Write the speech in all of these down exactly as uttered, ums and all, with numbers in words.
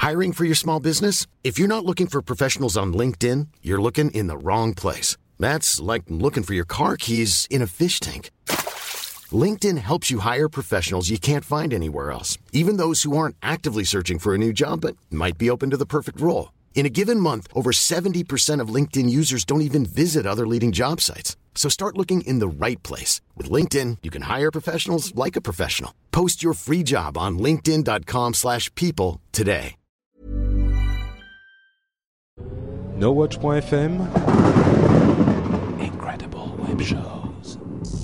Hiring for your small business? If you're not looking for professionals on LinkedIn, you're looking in the wrong place. That's like looking for your car keys in a fish tank. LinkedIn helps you hire professionals you can't find anywhere else, even those who aren't actively searching for a new job but might be open to the perfect role. In a given month, over seventy percent of LinkedIn users don't even visit other leading job sites. So start looking in the right place. With LinkedIn, you can hire professionals like a professional. Post your free job on linkedin.com slash people today. NoWatch point F M. Incredible Web Shows.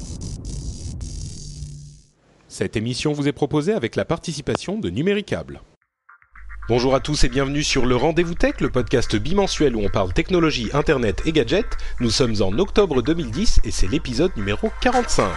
Cette émission vous est proposée avec la participation de Numéricable. Bonjour à tous et bienvenue sur le Rendez-vous Tech, le podcast bimensuel où on parle technologie, internet et gadgets. Nous sommes en octobre deux mille dix et c'est l'épisode numéro quarante-cinq.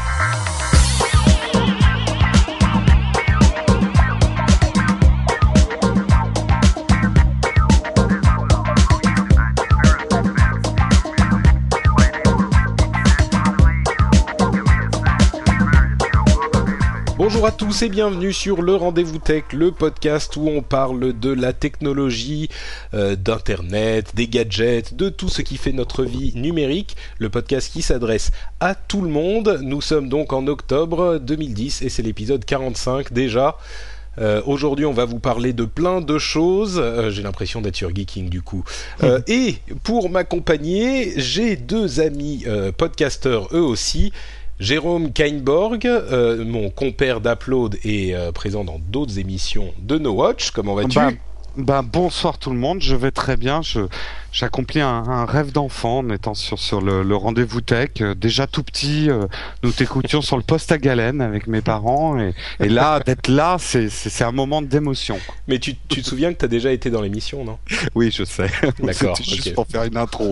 Bonjour à tous et bienvenue sur le Rendez-vous Tech, le podcast où on parle de la technologie, euh, d'internet, des gadgets, de tout ce qui fait notre vie numérique, le podcast qui s'adresse à tout le monde. Nous sommes donc en octobre deux mille dix et c'est l'épisode quarante-cinq déjà. Euh, aujourd'hui, on va vous parler de plein de choses. Euh, j'ai l'impression d'être sur Geeking du coup. Euh, et pour m'accompagner, j'ai deux amis euh, podcasteurs eux aussi. Jérôme Kainborg, euh, mon compère d'Upload et euh, présent dans d'autres émissions de NoWatch. Comment vas-tu ? bah, bah, Bonsoir tout le monde, je vais très bien. Je, j'accomplis un, un rêve d'enfant en étant sur, sur le, le Rendez-vous Tech. Euh, déjà tout petit, euh, nous t'écoutions sur le poste à Galène avec mes parents. Et, et là, d'être là, c'est, c'est, c'est un moment d'émotion. Mais tu, tu te souviens que tu as déjà été dans l'émission, non ? Oui, je sais. D'accord. C'était juste okay. pour faire une intro.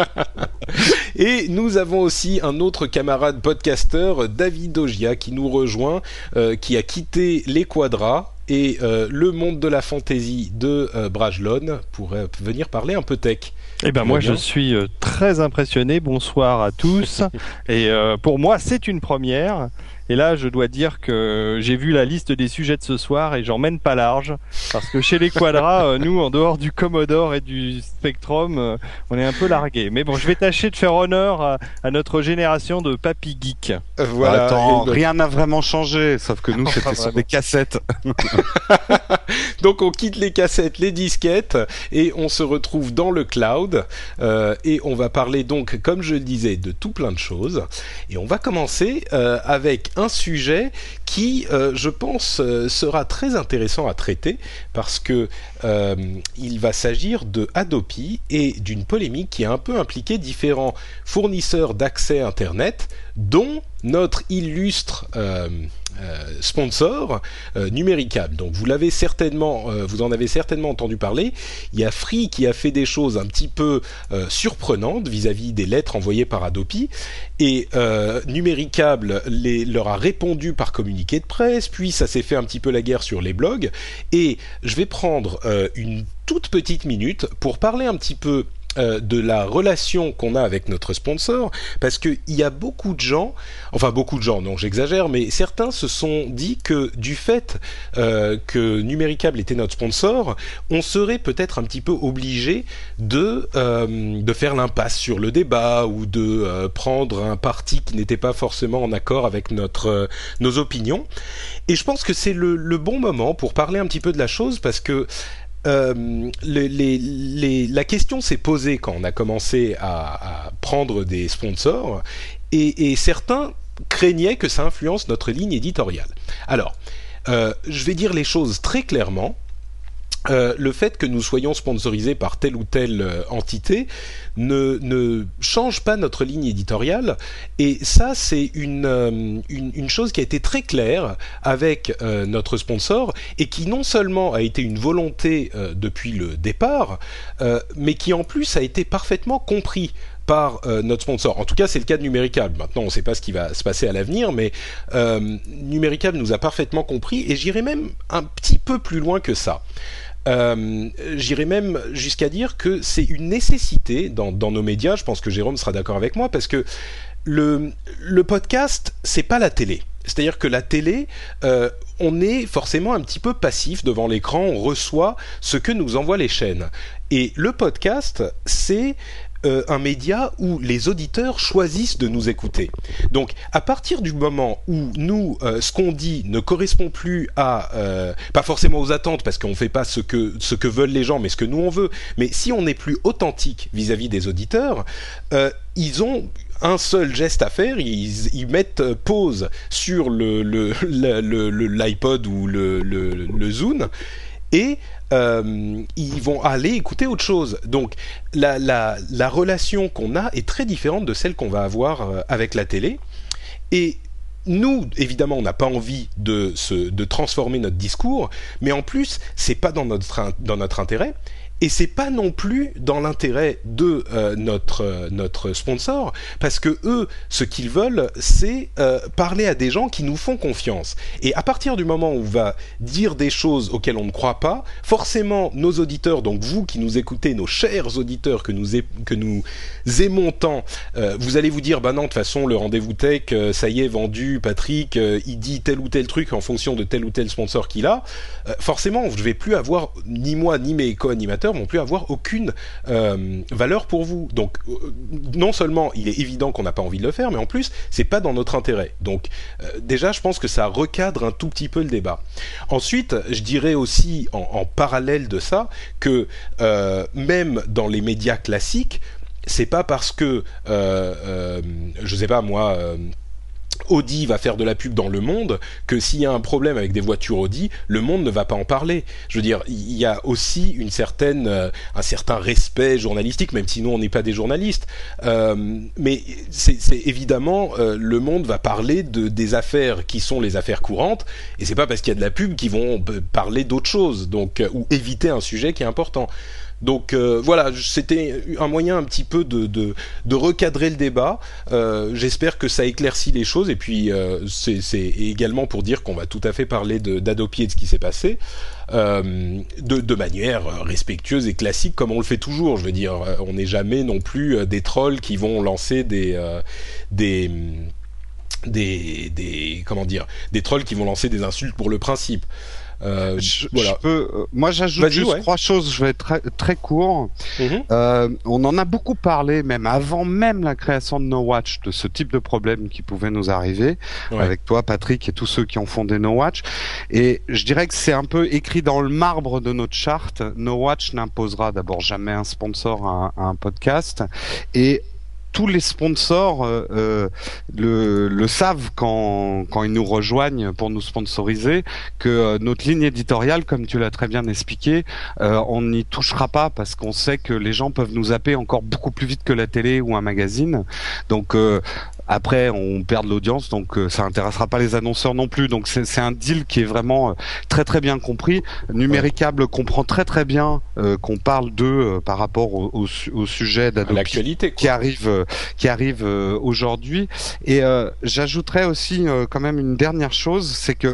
Et nous avons aussi un autre camarade podcasteur, David Ogia, qui nous rejoint, euh, qui a quitté les Quadras et euh, le monde de la fantasy de euh, Brajlon pour euh, venir parler un peu tech. Eh ben moi je suis euh, très impressionné. Bonsoir à tous. Et euh, pour moi c'est une première. Et là je dois dire que j'ai vu la liste des sujets de ce soir et j'en mène pas large parce que chez les Quadras, euh, nous en dehors du Commodore et du Spectrum, euh, on est un peu largués. Mais bon, je vais tâcher de faire honneur à, à notre génération de papy geek. Voilà. Attends, ben... rien n'a vraiment changé, sauf que nous c'était enfin, sur des cassettes. Donc on quitte les cassettes, les disquettes et on se retrouve dans le cloud euh, et on va parler donc, comme je le disais, de tout plein de choses. Et on va commencer euh, avec un sujet qui, euh, je pense, euh, sera très intéressant à traiter parce que euh, il va s'agir de Adopi et d'une polémique qui a un peu impliqué différents fournisseurs d'accès Internet, dont notre illustre euh, euh, sponsor euh, Numéricable. Donc vous l'avez certainement, euh, vous en avez certainement entendu parler. Il y a Free qui a fait des choses un petit peu euh, surprenantes vis-à-vis des lettres envoyées par Adopi, et euh, Numéricable les, leur a répondu par communiqué de presse. Puis ça s'est fait un petit peu la guerre sur les blogs. Et je vais prendre euh, une toute petite minute pour parler un petit peu Euh, de la relation qu'on a avec notre sponsor, parce qu'il y a beaucoup de gens, enfin beaucoup de gens, non j'exagère, mais certains se sont dit que du fait euh, que Numéricable était notre sponsor, on serait peut-être un petit peu obligé de, euh, de faire l'impasse sur le débat ou de euh, prendre un parti qui n'était pas forcément en accord avec notre, euh, nos opinions. Et je pense que c'est le, le bon moment pour parler un petit peu de la chose, parce que Euh, les, les, les, la question s'est posée quand on a commencé à, à prendre des sponsors et, et certains craignaient que ça influence notre ligne éditoriale. Alors, euh, je vais dire les choses très clairement. Euh, le fait que nous soyons sponsorisés par telle ou telle euh, entité ne, ne change pas notre ligne éditoriale, et ça c'est une, euh, une, une chose qui a été très claire avec euh, notre sponsor et qui non seulement a été une volonté euh, depuis le départ, euh, mais qui en plus a été parfaitement compris par euh, notre sponsor. En tout cas, c'est le cas de Numéricable. Maintenant, on ne sait pas ce qui va se passer à l'avenir, mais euh, Numéricable nous a parfaitement compris, et j'irai même un petit peu plus loin que ça. Euh, j'irais même jusqu'à dire que c'est une nécessité dans, dans nos médias. Je pense que Jérôme sera d'accord avec moi, parce que le, le podcast, c'est pas la télé. C'est-à-dire que la télé, euh, on est forcément un petit peu passif devant l'écran, on reçoit ce que nous envoient les chaînes. Et le podcast, c'est euh, un média où les auditeurs choisissent de nous écouter. Donc, à partir du moment où nous, euh, ce qu'on dit ne correspond plus à, euh, pas forcément aux attentes, parce qu'on fait pas ce que ce que veulent les gens, mais ce que nous on veut. Mais si on n'est plus authentique vis-à-vis des auditeurs, euh, ils ont un seul geste à faire, ils, ils mettent pause sur le, le, le, le, le l'iPod ou le, le, le Zune et euh, ils vont aller écouter autre chose. Donc la, la, la relation qu'on a est très différente de celle qu'on va avoir avec la télé. Et nous, évidemment, on n'a pas envie de, se, de transformer notre discours, mais en plus, c'est pas dans notre, dans notre intérêt. Et c'est pas non plus dans l'intérêt de euh, notre euh, notre sponsor, parce que eux, ce qu'ils veulent, c'est euh, parler à des gens qui nous font confiance. Et à partir du moment où on va dire des choses auxquelles on ne croit pas, forcément, nos auditeurs, donc vous qui nous écoutez, nos chers auditeurs que nous a- que nous aimons tant, euh, vous allez vous dire, bah non, de toute façon, le rendez-vous tech, euh, ça y est, vendu. Patrick, euh, il dit tel ou tel truc en fonction de tel ou tel sponsor qu'il a. Euh, forcément, je vais plus avoir ni moi ni mes co-animateurs vont plus avoir aucune euh, valeur pour vous. Donc, euh, non seulement il est évident qu'on n'a pas envie de le faire, mais en plus, c'est pas dans notre intérêt. Donc, euh, déjà, je pense que ça recadre un tout petit peu le débat. Ensuite, je dirais aussi, en, en parallèle de ça, que euh, même dans les médias classiques, c'est pas parce que, euh, euh, je sais pas moi... Euh, Audi va faire de la pub dans Le Monde, que s'il y a un problème avec des voitures Audi, Le Monde ne va pas en parler. Je veux dire, il y a aussi une certaine, euh, un certain respect journalistique, même si nous on n'est pas des journalistes. Euh, mais c'est, c'est évidemment, euh, Le Monde va parler de des affaires qui sont les affaires courantes, et c'est pas parce qu'il y a de la pub qu'ils vont parler d'autre chose, donc euh, ou éviter un sujet qui est important. Donc euh, voilà, c'était un moyen un petit peu de, de, de recadrer le débat. Euh, j'espère que ça éclaircit les choses. Et puis euh, c'est, c'est également pour dire qu'on va tout à fait parler de, d'Adopi et de ce qui s'est passé euh, de, de manière respectueuse et classique comme on le fait toujours. Je veux dire, on n'est jamais non plus des trolls qui vont lancer des... Euh, des des, des comment dire des trolls qui vont lancer des insultes pour le principe. Euh, je, voilà. je peux, euh, moi j'ajoute Vas-y, juste ouais. trois choses, je vais être très, très court. Mm-hmm. Euh, on en a beaucoup parlé, même avant même la création de No Watch, de ce type de problème qui pouvait nous arriver, Ouais. avec toi Patrick et tous ceux qui ont fondé No Watch. Et je dirais que c'est un peu écrit dans le marbre de notre charte. No Watch n'imposera d'abord jamais un sponsor à un, à un podcast. Et tous les sponsors euh, euh, le, le savent quand, quand ils nous rejoignent pour nous sponsoriser, que euh, notre ligne éditoriale, comme tu l'as très bien expliqué, euh, on n'y touchera pas parce qu'on sait que les gens peuvent nous zapper encore beaucoup plus vite que la télé ou un magazine. Donc euh, après, on perd de l'audience, donc euh, ça intéressera pas les annonceurs non plus. Donc c'est, c'est un deal qui est vraiment euh, très très bien compris. Numéricable comprend très très bien euh, qu'on parle d'eux euh, par rapport au, au, au sujet d'Adopi L'actualité, quoi. qui arrive euh, qui arrive euh, aujourd'hui. Et euh, j'ajouterais aussi euh, quand même une dernière chose, c'est que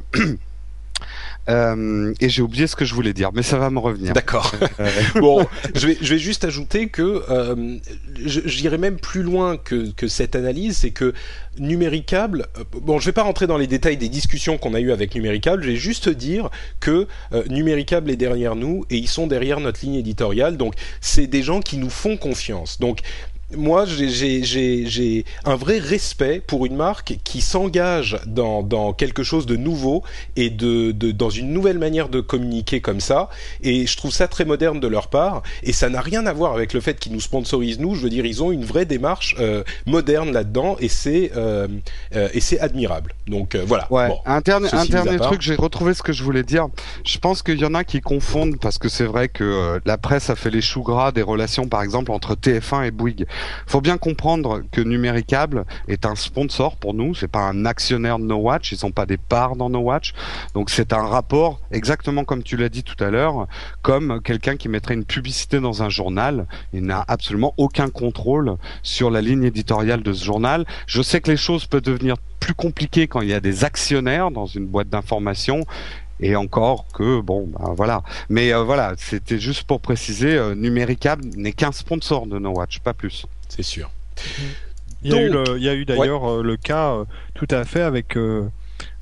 Euh, et j'ai oublié ce que je voulais dire, mais ça va me revenir. D'accord. Euh, Bon, je vais, je vais juste ajouter que euh, je- j'irai même plus loin que, que cette analyse, c'est que Numéricable, euh, bon, je vais pas rentrer dans les détails des discussions qu'on a eues avec Numéricable, je vais juste dire que euh, Numéricable est derrière nous et ils sont derrière notre ligne éditoriale, donc c'est des gens qui nous font confiance. Donc moi, j'ai, j'ai, j'ai, j'ai un vrai respect pour une marque qui s'engage dans, dans quelque chose de nouveau et de, de, dans une nouvelle manière de communiquer comme ça. Et je trouve ça très moderne de leur part. Et ça n'a rien à voir avec le fait qu'ils nous sponsorisent, nous. Je veux dire, ils ont une vraie démarche euh, moderne là-dedans et c'est, euh, euh, et c'est admirable. Donc euh, voilà. Ouais, Bon, un dernier, ceci un mis à dernier part. truc, j'ai retrouvé ce que je voulais dire. Je pense qu'il y en a qui confondent parce que c'est vrai que euh, la presse a fait les choux gras des relations, par exemple, entre T F un et Bouygues. Faut bien comprendre que Numéricable est un sponsor pour nous, c'est pas un actionnaire de No Watch, ils ont pas des parts dans No Watch. Donc c'est un rapport, exactement comme tu l'as dit tout à l'heure, comme quelqu'un qui mettrait une publicité dans un journal. Il n'a absolument aucun contrôle sur la ligne éditoriale de ce journal. Je sais que les choses peuvent devenir plus compliquées quand il y a des actionnaires dans une boîte d'information. Et encore que, bon, ben voilà. Mais euh, voilà, c'était juste pour préciser, euh, Numéricable n'est qu'un sponsor de No Watch, pas plus. C'est sûr. Il y, a eu Donc, le- il y a eu d'ailleurs euh, le cas euh, tout à fait avec euh,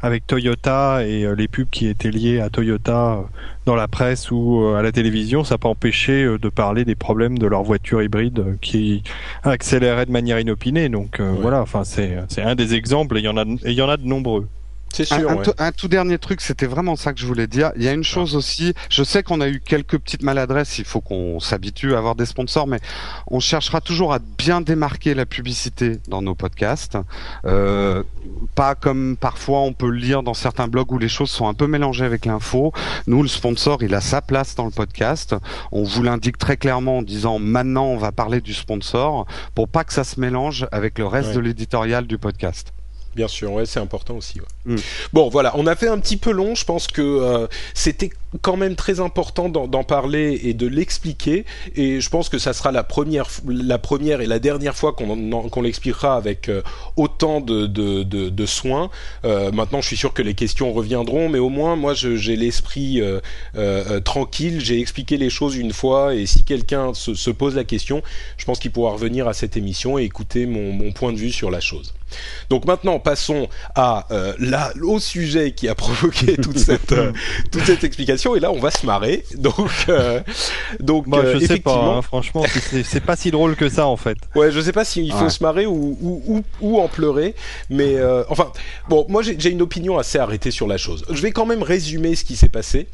avec Toyota et euh, les pubs qui étaient liées à Toyota euh, dans la presse ou euh, à la télévision, ça n'a pas empêché euh, de parler des problèmes de leur voiture hybride euh, qui accélérait de manière inopinée. Donc euh, ouais. voilà, enfin c'est c'est un des exemples et il y en a et il y en a de nombreux. C'est sûr, un, un, ouais. tout, un tout dernier truc, c'était vraiment ça que je voulais dire. Il y a une chose ah. aussi, je sais qu'on a eu quelques petites maladresses, il faut qu'on s'habitue à avoir des sponsors, mais on cherchera toujours à bien démarquer la publicité dans nos podcasts. Euh, pas comme parfois on peut le lire dans certains blogs où les choses sont un peu mélangées avec l'info. Nous, le sponsor, il a sa place dans le podcast. On vous l'indique très clairement en disant maintenant on va parler du sponsor pour pas que ça se mélange avec le reste ouais. de l'éditorial du podcast. Bien sûr, ouais, c'est important aussi. Ouais. Mm. Bon, voilà, on a fait un petit peu long. Je pense que euh, c'était quand même très important d'en, d'en parler et de l'expliquer. Et je pense que ça sera la première, la première et la dernière fois qu'on, en, qu'on l'expliquera avec euh, autant de, de, de, de soin. Euh, maintenant, je suis sûr que les questions reviendront, mais au moins, moi, je, j'ai l'esprit euh, euh, tranquille. J'ai expliqué les choses une fois, et si quelqu'un se, se pose la question, je pense qu'il pourra revenir à cette émission et écouter mon, mon point de vue sur la chose. Donc maintenant, passons à euh, là au sujet qui a provoqué toute cette euh, toute cette explication, et là on va se marrer. Donc euh, donc bah, je euh, sais pas, hein, franchement, c'est, c'est, c'est pas si drôle que ça en fait. Ouais, je sais pas s'il faut ouais. se marrer ou ou, ou ou en pleurer, mais euh, enfin bon, moi j'ai, j'ai une opinion assez arrêtée sur la chose. Je vais quand même résumer ce qui s'est passé.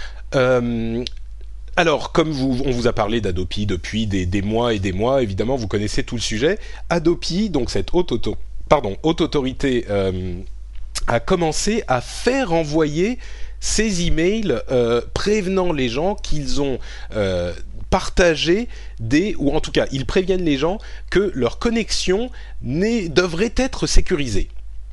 Euh, Alors, comme vous, on vous a parlé d'Adopi depuis des, des mois et des mois, évidemment, vous connaissez tout le sujet. Adopi, donc cette haute auto, pardon, haute autorité, euh, a commencé à faire envoyer ces emails euh, prévenant les gens qu'ils ont euh, partagé des, ou en tout cas, ils préviennent les gens que leur connexion n'est, devrait être sécurisée.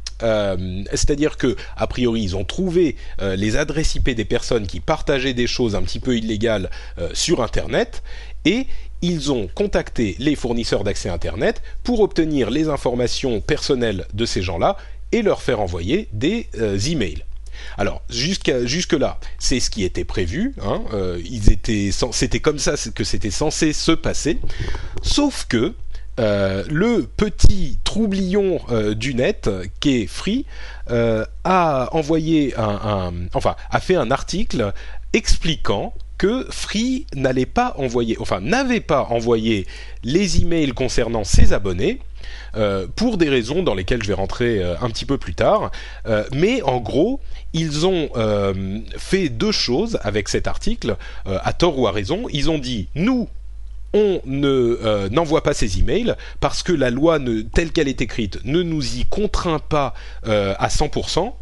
Euh, c'est-à-dire que a priori ils ont trouvé euh, les adresses I P des personnes qui partageaient des choses un petit peu illégales euh, sur Internet, et ils ont contacté les fournisseurs d'accès Internet pour obtenir les informations personnelles de ces gens-là et leur faire envoyer des euh, emails. Alors jusqu'à jusque là, c'est ce qui était prévu. Hein, euh, ils étaient, c'était comme ça que c'était censé se passer. Sauf que Euh, le petit troublion euh, du net, qui est Free, euh, a envoyé un, un, enfin, a fait un article expliquant que Free n'allait pas envoyer, enfin, n'avait pas envoyé les emails concernant ses abonnés, euh, pour des raisons dans lesquelles je vais rentrer euh, un petit peu plus tard. Euh, mais en gros, ils ont euh, fait deux choses avec cet article, euh, à tort ou à raison. Ils ont dit, nous, on ne euh, n'envoie pas ces emails parce que la loi ne, telle qu'elle est écrite ne nous y contraint pas euh, à cent pour cent.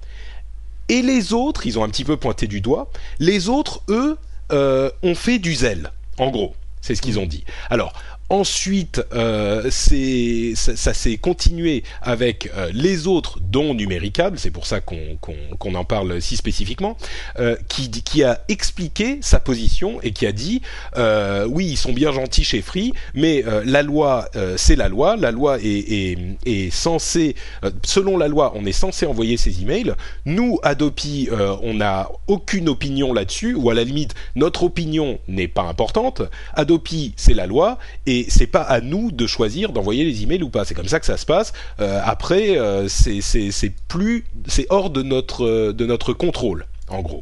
Et les autres, ils ont un petit peu pointé du doigt, les autres, eux, euh, ont fait du zèle, en gros. C'est ce qu'ils ont dit. Alors, ensuite, euh, c'est, ça, ça s'est continué avec euh, les autres, dont Numéricable, c'est pour ça qu'on, qu'on, qu'on en parle si spécifiquement, euh, qui, qui a expliqué sa position et qui a dit euh, oui, ils sont bien gentils chez Free, mais euh, la loi, euh, c'est la loi. La loi est, est, est censée, euh, selon la loi, on est censé envoyer ces emails. Nous, Adopi, euh, on n'a aucune opinion là-dessus, ou à la limite, notre opinion n'est pas importante. Adopi, c'est la loi, et c'est pas à nous de choisir d'envoyer les emails ou pas. C'est comme ça que ça se passe. Euh, après, euh, c'est, c'est, c'est plus, c'est hors de notre, de notre contrôle, en gros.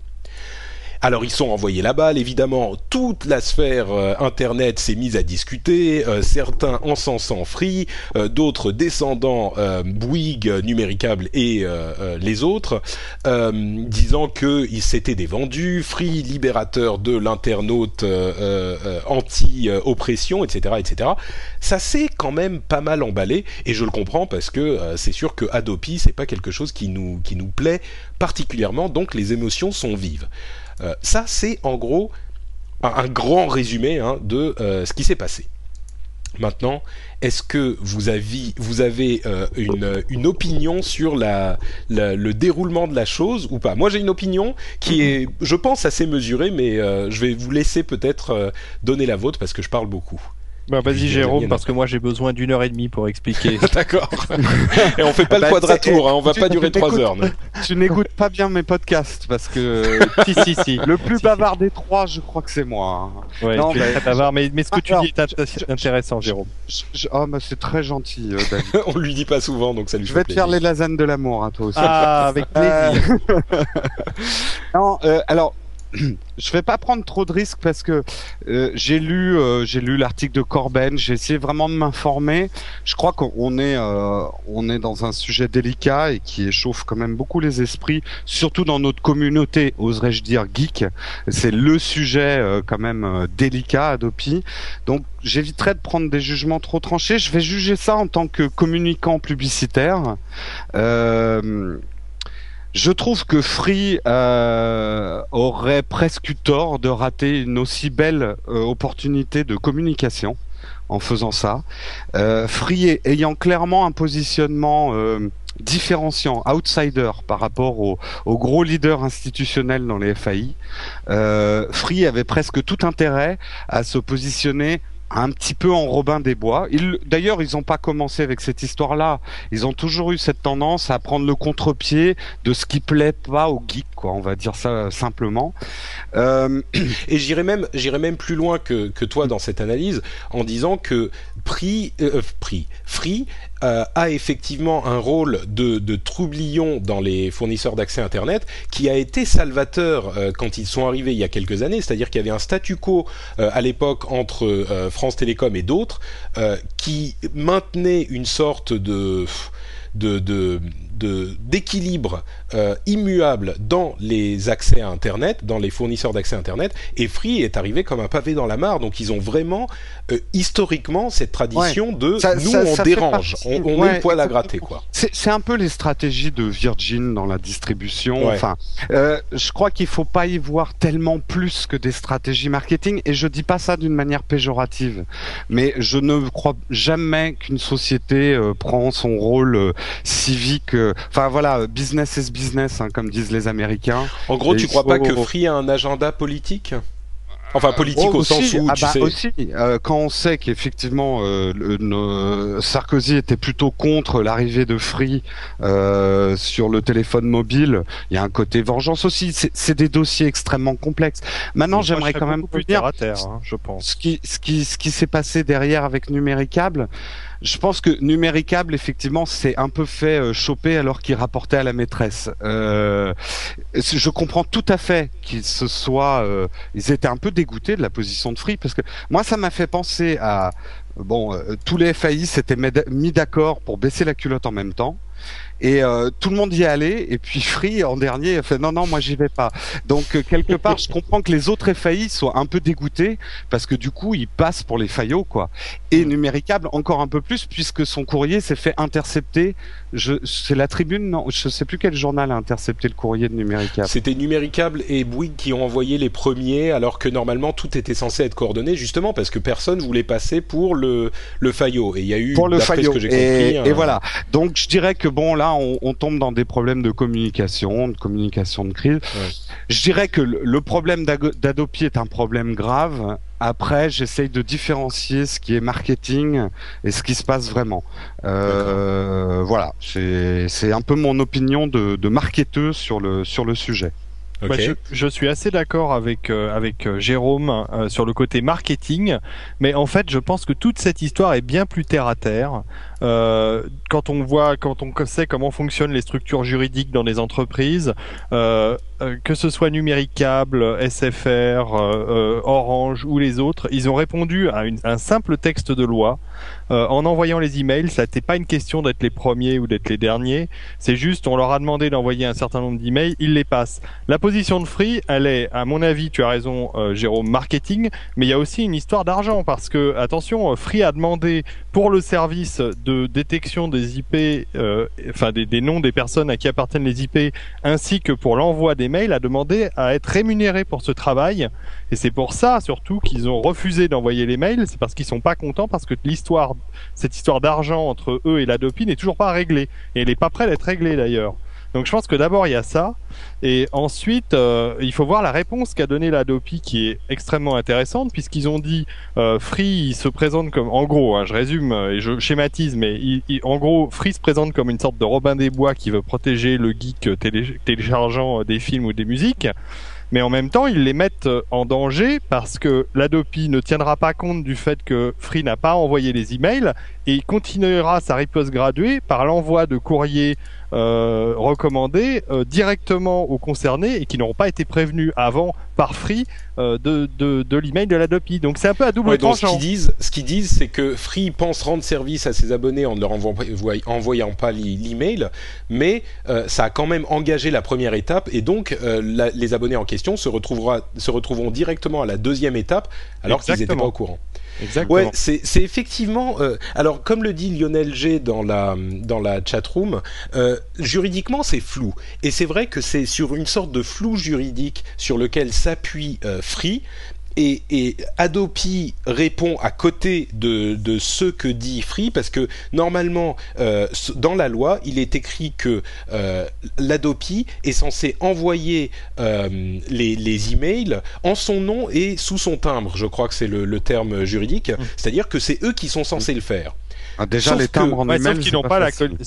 Alors ils sont envoyés la balle, évidemment, toute la sphère euh, Internet s'est mise à discuter, euh, certains encensant Free, euh, d'autres descendant euh, Bouygues, Numéricable et euh, euh, les autres, euh, disant qu'ils s'étaient des vendus, Free libérateur de l'internaute euh, euh, anti-oppression, et cetera, et cetera. Ça s'est quand même pas mal emballé, et je le comprends parce que euh, c'est sûr que Adopi, c'est pas quelque chose qui nous, qui nous plaît particulièrement, donc les émotions sont vives. Euh, ça, c'est en gros un, un grand résumé hein, de euh, ce qui s'est passé. Maintenant, est-ce que vous avez, vous avez euh, une, une opinion sur la, la, le déroulement de la chose ou pas ? Moi, j'ai une opinion qui est, je pense, assez mesurée, mais euh, je vais vous laisser peut-être euh, donner la vôtre parce que je parle beaucoup. Bah, vas-y Jérôme, parce que moi j'ai besoin d'une heure et demie pour expliquer. D'accord. Et on fait pas bah, le quadratour, hein, on va tu, pas durer trois heures. Non. Tu n'écoutes pas bien mes podcasts parce que si si si. Le plus si, bavard si. des trois, je crois que c'est moi. Ouais, non, tu bah, es très bavard, mais, mais ce que tu alors, dis est intéressant, Jérôme. Je, je, oh, bah, c'est très gentil, euh, David. On lui dit pas souvent, donc ça lui Je fait vais te plaisir. faire les lasagnes de l'amour, à hein, toi aussi. Ah, avec plaisir. Euh... non, euh, alors. Je vais pas prendre trop de risques parce que euh, j'ai lu euh, j'ai lu l'article de Corben, j'ai essayé vraiment de m'informer. Je crois qu'on est euh, on est dans un sujet délicat et qui échauffe quand même beaucoup les esprits, surtout dans notre communauté, oserais-je dire geek. C'est le sujet euh, quand même euh, délicat Adopi. Donc j'éviterai de prendre des jugements trop tranchés. Je vais juger ça en tant que communicant publicitaire. Euh, Je trouve que Free euh, aurait presque eu tort de rater une aussi belle euh, opportunité de communication en faisant ça. Euh, Free ayant clairement un positionnement euh, différenciant, outsider par rapport aux au gros leaders institutionnels dans les F A I, euh, Free avait presque tout intérêt à se positionner un petit peu en Robin des Bois. Ils, d'ailleurs, ils n'ont pas commencé avec cette histoire-là. Ils ont toujours eu cette tendance à prendre le contre-pied de ce qui plaît pas aux geeks, quoi. On va dire ça simplement. Euh... Et j'irai même, j'irai même plus loin que, que toi dans cette analyse en disant que Free, euh, Free, Free euh, a effectivement un rôle de, de troublion dans les fournisseurs d'accès Internet qui a été salvateur euh, quand ils sont arrivés il y a quelques années. C'est-à-dire qu'il y avait un statu quo euh, à l'époque entre euh, France Télécom et d'autres euh, qui maintenait une sorte de de, de, de d'équilibre euh, immuable dans les accès à Internet, dans les fournisseurs d'accès Internet, et Free est arrivé comme un pavé dans la mare. Donc ils ont vraiment euh, historiquement cette tradition ouais. de ça, nous ça, on ça dérange, on, on ouais, met le poil à gratter, quoi. C'est, c'est un peu les stratégies de Virgin dans la distribution. Ouais. Enfin, euh, je crois qu'il faut pas y voir tellement plus que des stratégies marketing, et je dis pas ça d'une manière péjorative, mais je ne crois jamais qu'une société euh, prend son rôle euh, civique. Enfin euh, voilà, business is business, hein, comme disent les Américains. En gros, et tu crois faut... pas que Free a un agenda politique ? Enfin, politique oh, au aussi, sens où, ah tu bah, sais... aussi, euh, quand on sait qu'effectivement euh, le, le, Sarkozy était plutôt contre l'arrivée de Free euh, sur le téléphone mobile, il y a un côté vengeance aussi. C'est, c'est des dossiers extrêmement complexes. Maintenant, moi, j'aimerais quand même plus dire terre à terre, hein, je pense. Ce qui, ce qui, ce qui s'est passé derrière avec Numéricable. Je pense que Numéricable, effectivement, s'est un peu fait euh, choper alors qu'il rapportait à la maîtresse. Euh, je comprends tout à fait qu'ils se soient... Euh, ils étaient un peu dégoûtés de la position de Free, parce que moi, ça m'a fait penser à... Bon, euh, tous les F A I s'étaient mis d'accord pour baisser la culotte en même temps. Et euh, tout le monde y est allé, et puis Free en dernier a fait non non moi j'y vais pas. Donc euh, quelque part je comprends que les autres F A I soient un peu dégoûtés parce que du coup ils passent pour les faillots, quoi. Et Numéricable encore un peu plus puisque son courrier s'est fait intercepter. Je, c'est la Tribune, non, je sais plus quel journal a intercepté le courrier de Numéricable. C'était Numéricable et Bouygues qui ont envoyé les premiers, alors que normalement tout était censé être coordonné, justement parce que personne voulait passer pour le le faillot. Et il y a eu pour le d'après faillot. Ce que j'ai et, compris, et un... voilà. Donc je dirais que bon là on, on tombe dans des problèmes de communication, de communication de crise. Ouais. Je dirais que le, le problème d'Adopi est un problème grave. Après, j'essaye de différencier ce qui est marketing et ce qui se passe vraiment. Euh, voilà, c'est, c'est un peu mon opinion de, de marketeur sur le, sur le sujet. Okay. Bah, je, je suis assez d'accord avec euh, avec euh, Jérôme euh, sur le côté marketing, mais en fait, je pense que toute cette histoire est bien plus terre à terre. Euh, quand on voit, quand on sait comment fonctionnent les structures juridiques dans les entreprises, euh, euh, que ce soit Numéricable, S F R, euh, euh, Orange ou les autres, ils ont répondu à, une, à un simple texte de loi euh, en envoyant les emails. Ça n'était pas une question d'être les premiers ou d'être les derniers. C'est juste, on leur a demandé d'envoyer un certain nombre d'emails, ils les passent. La position de Free, elle est, à mon avis, tu as raison, euh, Jérôme, marketing, mais il y a aussi une histoire d'argent parce que, attention, Free a demandé pour le service de détection des I P, euh, enfin des, des noms des personnes à qui appartiennent les I P, ainsi que pour l'envoi des mails, a demandé à être rémunéré pour ce travail. Et c'est pour ça, surtout, qu'ils ont refusé d'envoyer les mails. C'est parce qu'ils sont pas contents, parce que l'histoire, cette histoire d'argent entre eux et l'Adopi n'est toujours pas réglée. Et elle n'est pas prête d'être réglée, d'ailleurs. Donc je pense que d'abord il y a ça, et ensuite euh, il faut voir la réponse qu'a donnée l'Adopi, qui est extrêmement intéressante, puisqu'ils ont dit euh, Free il se présente comme, en gros, hein, je résume et je schématise, mais il, il, en gros Free se présente comme une sorte de Robin des Bois qui veut protéger le geek télé, téléchargeant des films ou des musiques. Mais en même temps, ils les mettent en danger parce que l'Adopi ne tiendra pas compte du fait que Free n'a pas envoyé les emails et il continuera sa riposte graduée par l'envoi de courriers euh, recommandés euh, directement aux concernés et qui n'auront pas été prévenus avant par Free euh, de, de, de l'email de l'Adopi. Donc c'est un peu à double ouais, donc tranchant. Ce qu'ils disent, ce qu'ils disent, c'est que Free pense rendre service à ses abonnés en ne leur envoy- envoyant pas l'email, mais euh, ça a quand même engagé la première étape et donc euh, la, les abonnés en question se, se retrouveront directement à la deuxième étape alors Exactement. qu'ils n'étaient pas au courant. Exactement. Ouais, c'est, c'est effectivement. Euh, alors, comme le dit Lionel G dans la dans la chatroom, euh, juridiquement c'est flou, et c'est vrai que c'est sur une sorte de flou juridique sur lequel s'appuie euh, Free. Et, et Adopi répond à côté de, de ce que dit Free, parce que normalement, euh, dans la loi, il est écrit que euh, l'Adopi est censé envoyer euh, les, les emails en son nom et sous son timbre. Je crois que c'est le, le terme juridique. Mmh. C'est-à-dire que c'est eux qui sont censés le faire. Ah, déjà, sauf les timbres en ouais, email, sauf qu'ils n'ont pas, pas la sauf,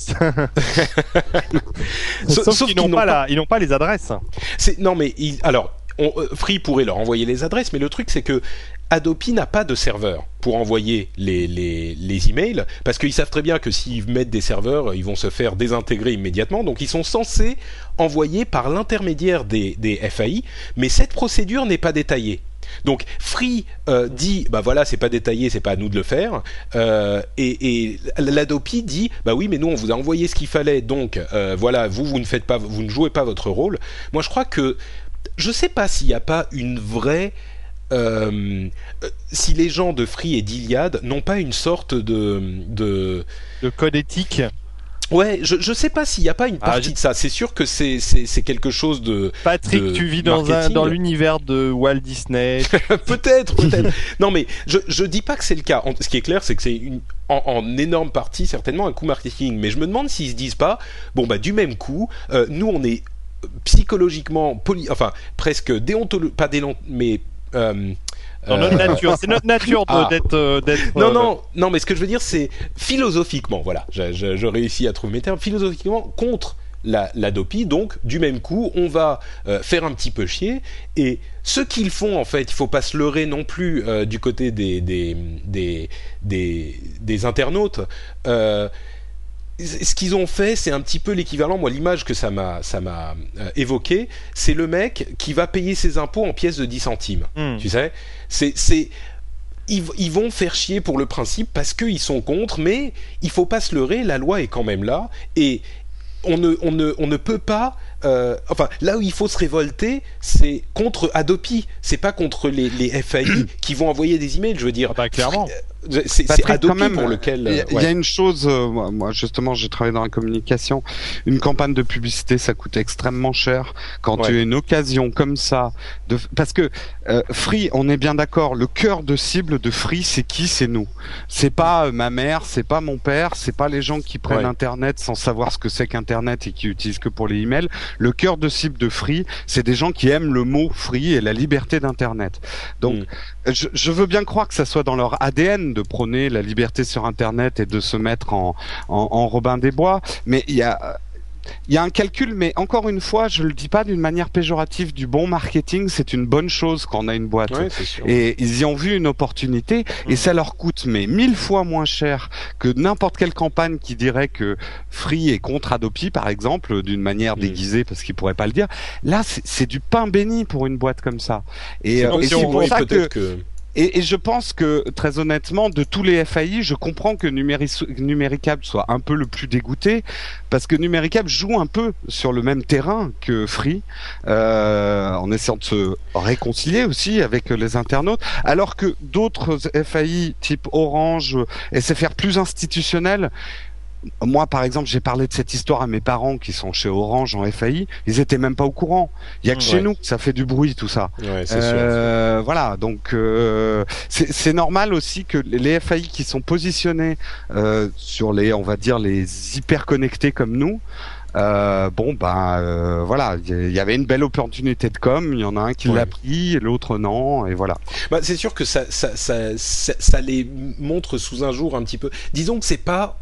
sauf, sauf qu'ils n'ont pas, pas la, ils n'ont pas les adresses. C'est, non, mais il, alors. On, euh, Free pourrait leur envoyer les adresses, mais le truc c'est que Adopi n'a pas de serveur pour envoyer les, les, les emails, parce qu'ils savent très bien que s'ils mettent des serveurs, ils vont se faire désintégrer immédiatement, donc ils sont censés envoyer par l'intermédiaire des, des F A I, mais cette procédure n'est pas détaillée. Donc Free euh, dit bah voilà, c'est pas détaillé, c'est pas à nous de le faire, euh, et, et l'Adopi dit bah oui, mais nous on vous a envoyé ce qu'il fallait, donc euh, voilà, vous vous ne faites pas, vous ne jouez pas votre rôle. Moi je crois que je sais pas s'il n'y a pas une vraie... Euh, si les gens de Free et d'Iliad n'ont pas une sorte de... De, de code éthique. Ouais, je, je sais pas s'il n'y a pas une partie ah, je... de ça. C'est sûr que c'est, c'est, c'est quelque chose de... Patrick, de tu vis dans, un, dans l'univers de Walt Disney. peut-être, peut-être. Non mais, je, je dis pas que c'est le cas. Ce qui est clair, c'est que c'est une... En, en énorme partie, certainement, un coup marketing. Mais je me demande s'ils se disent pas, bon bah du même coup, euh, nous on est... psychologiquement, poly... enfin presque déontologique, pas déont... mais euh, dans notre nature, c'est notre nature de, ah. d'être, euh, d'être. Non, non, non, mais ce que je veux dire, c'est philosophiquement, voilà, je, je, je réussis à trouver mes termes, philosophiquement contre la, l'Adopi, donc du même coup, on va euh, faire un petit peu chier, et ce qu'ils font, en fait, il faut pas se leurrer non plus euh, du côté des des des des, des internautes. Euh, Ce qu'ils ont fait, c'est un petit peu l'équivalent. Moi, l'image que ça m'a, ça m'a euh, évoqué, c'est le mec qui va payer ses impôts en pièces de dix centimes. Mmh. Tu sais, c'est, c'est, ils, ils vont faire chier pour le principe parce qu'ils sont contre, mais il faut pas se leurrer. La loi est quand même là et on ne, on ne, on ne peut pas. Euh, enfin, là où il faut se révolter, c'est contre Adopi. C'est pas contre les, les F A I qui vont envoyer des emails. Je veux dire, ah bah, clairement. C'est, Patrick, c'est Adopi même, pour lequel. Il y, ouais. y a une chose, euh, moi justement, j'ai travaillé dans la communication. Une campagne de publicité, ça coûte extrêmement cher. Quand ouais. tu as une occasion comme ça, de, parce que euh, Free, on est bien d'accord. Le cœur de cible de Free, c'est qui? C'est nous. C'est pas euh, ma mère, c'est pas mon père, c'est pas les gens qui prennent ouais. Internet sans savoir ce que c'est qu'Internet et qui utilisent que pour les emails. Le cœur de cible de Free, c'est des gens qui aiment le mot Free et la liberté d'Internet. Donc, mm. je, je veux bien croire que ça soit dans leur A D N de prôner la liberté sur Internet et de se mettre en, en, en Robin des Bois, mais il y a il y a un calcul, mais encore une fois, je le dis pas d'une manière péjorative, du bon marketing, c'est une bonne chose quand on a une boîte. Ouais, c'est sûr. Et ils y ont vu une opportunité, mmh. et ça leur coûte mais mille fois moins cher que n'importe quelle campagne qui dirait que Free est contre Adopi, par exemple, d'une manière mmh. déguisée, parce qu'ils pourraient pas le dire. Là, c'est, c'est du pain béni pour une boîte comme ça. Et c'est, et c'est pour ça que... que... Et, et je pense que, très honnêtement, de tous les F A I, je comprends que Numéris- Numéricable soit un peu le plus dégoûté, parce que Numéricable joue un peu sur le même terrain que Free, euh, en essayant de se réconcilier aussi avec les internautes, alors que d'autres F A I, type Orange, essaient de faire plus institutionnel. Moi, par exemple, j'ai parlé de cette histoire à mes parents qui sont chez Orange en F A I. Ils étaient même pas au courant. Il y a que ouais. chez nous que ça fait du bruit, tout ça. Ouais, c'est euh, sûr. Voilà. Donc, euh, c'est, c'est normal aussi que les F A I qui sont positionnés euh, sur les, on va dire, les hyper connectés comme nous, Euh, bon, ben euh, voilà, il y avait une belle opportunité de com. Il y en a un qui ouais. l'a pris, et l'autre non, et voilà. Bah, c'est sûr que ça, ça, ça, ça, ça les montre sous un jour un petit peu. Disons que c'est pas.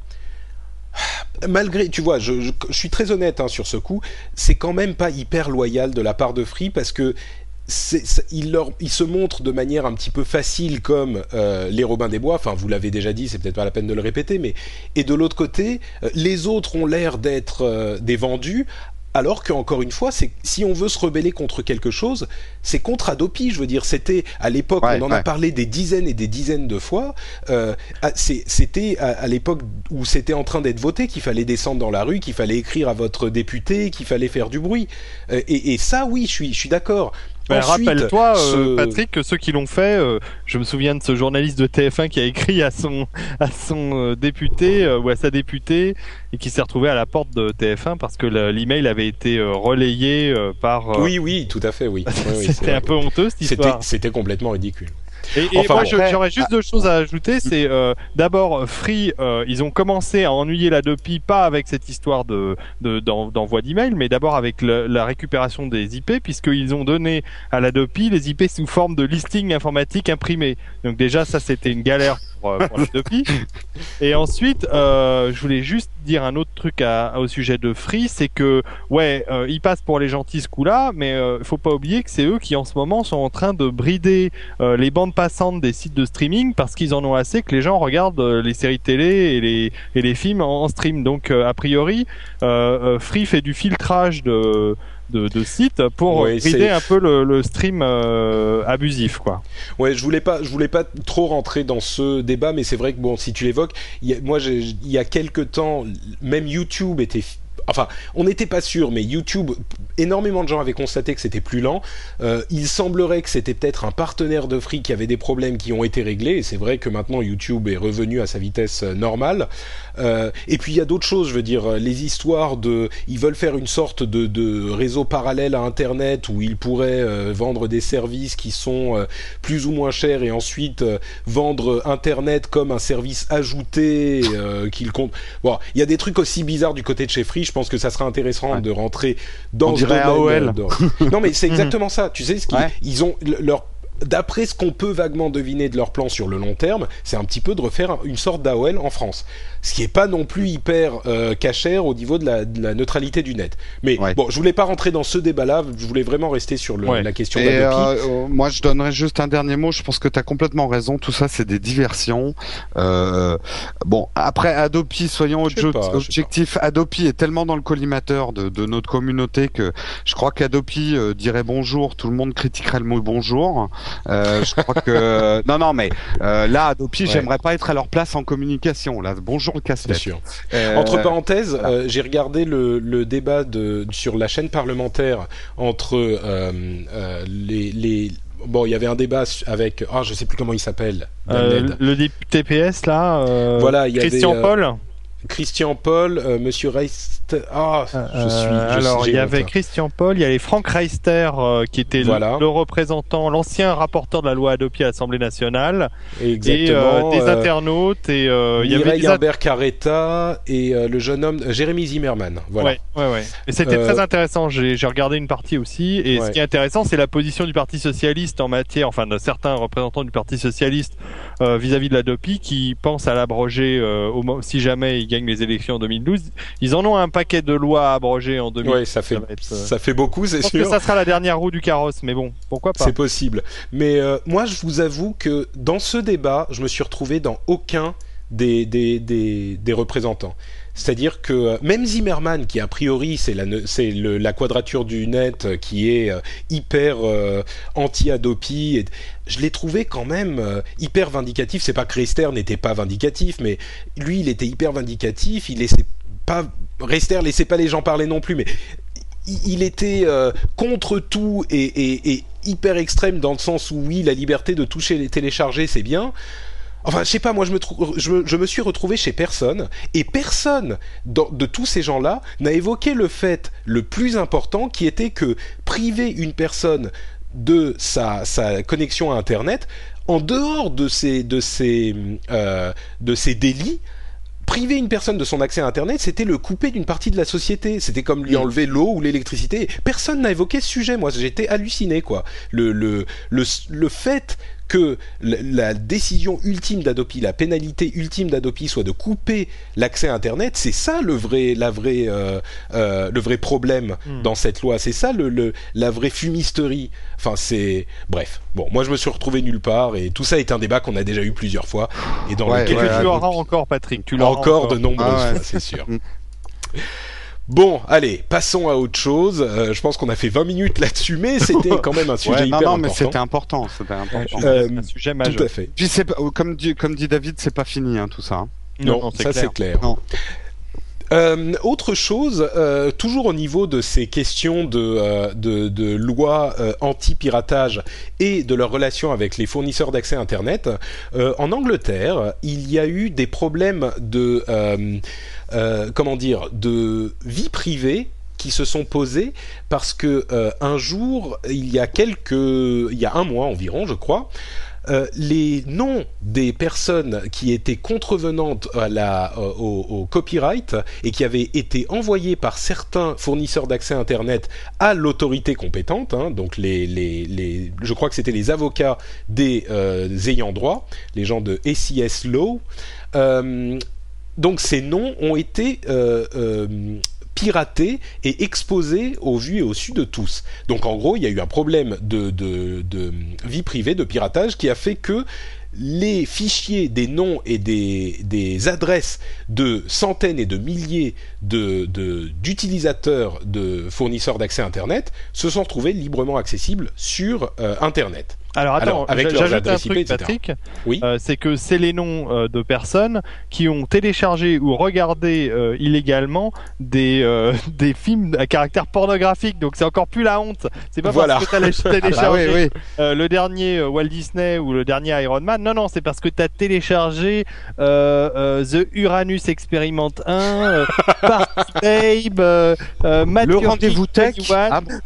Malgré, tu vois, je, je, je suis très honnête hein, sur ce coup, c'est quand même pas hyper loyal de la part de Free parce que c'est, c'est, il, leur, il se montre de manière un petit peu facile comme euh, les Robins des Bois, enfin vous l'avez déjà dit, c'est peut-être pas la peine de le répéter, mais et de l'autre côté, euh, les autres ont l'air d'être euh, des vendus, alors qu'encore une fois, c'est, si on veut se rebeller contre quelque chose, c'est contre Adopi, je veux dire, c'était à l'époque, ouais, on en ouais. a parlé des dizaines et des dizaines de fois, euh, c'est, c'était à, à l'époque où c'était en train d'être voté qu'il fallait descendre dans la rue, qu'il fallait écrire à votre député, qu'il fallait faire du bruit, euh, et, et ça oui, je suis, je suis d'accord. Ben, rappelle-toi, ce... euh, Patrick, que ceux qui l'ont fait, euh, je me souviens de ce journaliste de T F un qui a écrit à son à son euh, député euh, ou à sa députée et qui s'est retrouvé à la porte de T F un parce que le, l'email avait été euh, relayé euh, par. Euh... Oui, oui, tout à fait, oui. oui c'était un peu honteux cette histoire. C'était, c'était complètement ridicule. Et, et enfin, moi, bon. je, j'aurais juste deux choses à ajouter. C'est euh, d'abord Free, euh, ils ont commencé à ennuyer l'Adopi, pas avec cette histoire de, de d'en, d'envoi d'email, mais d'abord avec le, la récupération des I P, puisqu'ils ont donné à l'Adopi les I P sous forme de listing informatique imprimé. Donc déjà, ça c'était une galère pour, pour l'Adopi. Et ensuite, euh, je voulais juste dire un autre truc à, au sujet de Free, c'est que ouais, euh, ils passent pour les gentils ce coup-là, mais euh, faut pas oublier que c'est eux qui en ce moment sont en train de brider euh, les bandes passantes des sites de streaming parce qu'ils en ont assez que les gens regardent euh, les séries télé et les et les films en, en stream. Donc euh, a priori, euh, euh, Free fait du filtrage de De, de sites pour ouais, brider c'est... un peu le, le stream euh, abusif, quoi. Ouais, je voulais pas, je voulais pas trop rentrer dans ce débat, mais c'est vrai que bon, si tu l'évoques, y a, moi, j'ai, il y a quelques temps, même YouTube était Enfin, on n'était pas sûr, mais YouTube, énormément de gens avaient constaté que c'était plus lent. Euh, il semblerait que c'était peut-être un partenaire de Free qui avait des problèmes qui ont été réglés. Et c'est vrai que maintenant YouTube est revenu à sa vitesse normale. Euh, et puis il y a d'autres choses, je veux dire, les histoires de, ils veulent faire une sorte de, de réseau parallèle à Internet où ils pourraient euh, vendre des services qui sont euh, plus ou moins chers et ensuite euh, vendre Internet comme un service ajouté euh, qu'ils comptent. Bon, il y a des trucs aussi bizarres du côté de chez Free. Je pense que ça sera intéressant ouais. de rentrer dans On ce dirait domaine. A O L. De... Non, mais c'est exactement ça. Tu sais ce qu'ils ouais. ils ont leur d'après ce qu'on peut vaguement deviner de leur plan sur le long terme, c'est un petit peu de refaire une sorte d'A O L en France. Ce qui n'est pas non plus hyper euh, cachère au niveau de la, de la neutralité du net. Mais ouais. bon, je voulais pas rentrer dans ce débat-là, je voulais vraiment rester sur le, ouais. la question Et d'Adopi. Euh, moi, je donnerais juste un dernier mot, je pense que tu as complètement raison, tout ça c'est des diversions. Euh, bon, après Adopi, soyons obje- pas, objectifs, Adopi est tellement dans le collimateur de, de notre communauté que je crois qu'Adopi euh, dirait bonjour, tout le monde critiquerait le mot bonjour. Euh, je crois que... non, non, mais euh, là, Adopi, ouais. j'aimerais pas être à leur place en communication. Là, bonjour le casse-tête. Bien sûr. Euh, entre parenthèses, voilà. euh, j'ai regardé le, le débat de, sur la chaîne parlementaire entre euh, euh, les, les... Bon, il y avait un débat avec... Ah, oh, je sais plus comment il s'appelle. Euh, le député P S, là. Euh, voilà, il y Christian avait, Paul. Euh, Christian Paul, euh, Monsieur Reist. Ah, oh, euh, je suis. Je alors, suis, il y avait Christian Paul, il y avait Franck Reister euh, qui était voilà. le, le représentant, l'ancien rapporteur de la loi Adopi à l'Assemblée nationale. Exactement. Et euh, des euh, internautes et euh, il y avait des Herbert Carretta et euh, le jeune homme euh, Jérémy Zimmerman. Voilà. Ouais, ouais, ouais. Et c'était euh... très intéressant. J'ai, j'ai regardé une partie aussi. Et ouais. ce qui est intéressant, c'est la position du Parti socialiste en matière, enfin de certains représentants du Parti socialiste euh, vis-à-vis de l'Adopi qui pensent à l'abroger euh, au, si jamais ils gagnent les élections en deux mille douze. Ils en ont un paquet de lois à abroger en deux mille douze. Oui, ça fait, ça, être, euh... ça fait beaucoup, c'est sûr. Je pense que ça sera la dernière roue du carrosse, mais bon, pourquoi pas. C'est possible. Mais euh, moi, je vous avoue que dans ce débat, je me suis retrouvé dans aucun des, des, des, des représentants. C'est-à-dire que même Zimmerman, qui a priori c'est la, c'est le, la quadrature du net qui est euh, hyper euh, anti-Adopi, et je l'ai trouvé quand même euh, hyper vindicatif. C'est pas que Reister n'était pas vindicatif, mais lui il était hyper vindicatif. Il laissait pas Reister laissait pas les gens parler non plus, mais il, il était euh, contre tout et, et, et hyper extrême dans le sens où oui, la liberté de toucher les télécharger c'est bien. Enfin, je sais pas, moi je me, trou- je, me, je me suis retrouvé chez personne, et personne dans, de tous ces gens-là n'a évoqué le fait le plus important qui était que priver une personne de sa, sa connexion à Internet, en dehors de ces, de ces, euh, de ces délits, priver une personne de son accès à Internet, c'était le couper d'une partie de la société. C'était comme lui enlever l'eau ou l'électricité. Personne n'a évoqué ce sujet. Moi, j'étais halluciné, quoi. Le, le, le, le fait que la décision ultime d'Adopi, la pénalité ultime d'Adopi soit de couper l'accès à Internet, c'est ça le vrai, la vraie, euh, euh, le vrai problème mmh. dans cette loi. C'est ça le, le, la vraie fumisterie. Enfin, c'est... Bref. Bon, moi, je me suis retrouvé nulle part et tout ça est un débat qu'on a déjà eu plusieurs fois et dans ouais, lequel ouais, tu ouais, l'auras encore, Patrick. Tu l'auras encore, encore de nombreuses ah, ouais. fois, c'est sûr. Bon, allez, passons à autre chose. Euh, je pense qu'on a fait vingt minutes là-dessus, mais c'était quand même un sujet ouais, hyper non, non, important. mais c'était important, c'était important. Euh, un sujet majeur. Tout à fait. Puis c'est comme dit, comme dit David, c'est pas fini hein, tout ça. Hein. Non, non c'est ça clair. c'est clair. Non. Euh, autre chose, euh, toujours au niveau de ces questions de, euh, de, de loi euh, anti-piratage et de leur relation avec les fournisseurs d'accès Internet, euh, en Angleterre, il y a eu des problèmes de, euh, euh, comment dire, de vie privée qui se sont posés parce que euh, un jour, il y a quelques, il y a un mois environ, je crois. Euh, les noms des personnes qui étaient contrevenantes à la, euh, au, au copyright et qui avaient été envoyés par certains fournisseurs d'accès Internet à l'autorité compétente, hein, donc les, les, les, je crois que c'était les avocats des euh, ayants droit, les gens de A C S Law. Euh, donc ces noms ont été euh, euh, piraté et exposé au vu et au su de tous. Donc en gros, il y a eu un problème de, de, de vie privée, de piratage, qui a fait que les fichiers des noms et des, des adresses de centaines et de milliers de, de, d'utilisateurs de fournisseurs d'accès Internet se sont retrouvés librement accessibles sur euh, Internet. Alors attends, Alors, avec leurs j'ajoute un adresses truc, I P, Patrick. Oui. Euh, c'est que c'est les noms euh, de personnes qui ont téléchargé ou regardé euh, illégalement des euh, des films à caractère pornographique. Donc c'est encore plus la honte. C'est pas voilà. parce que t'as téléchargé ah bah oui, oui. Euh, le dernier Walt Disney ou le dernier Iron Man. Non non, c'est parce que t'as téléchargé euh, euh, The Uranus Experiment un, euh, Party Babe, euh, euh, le rendez-vous tech. Ah bon.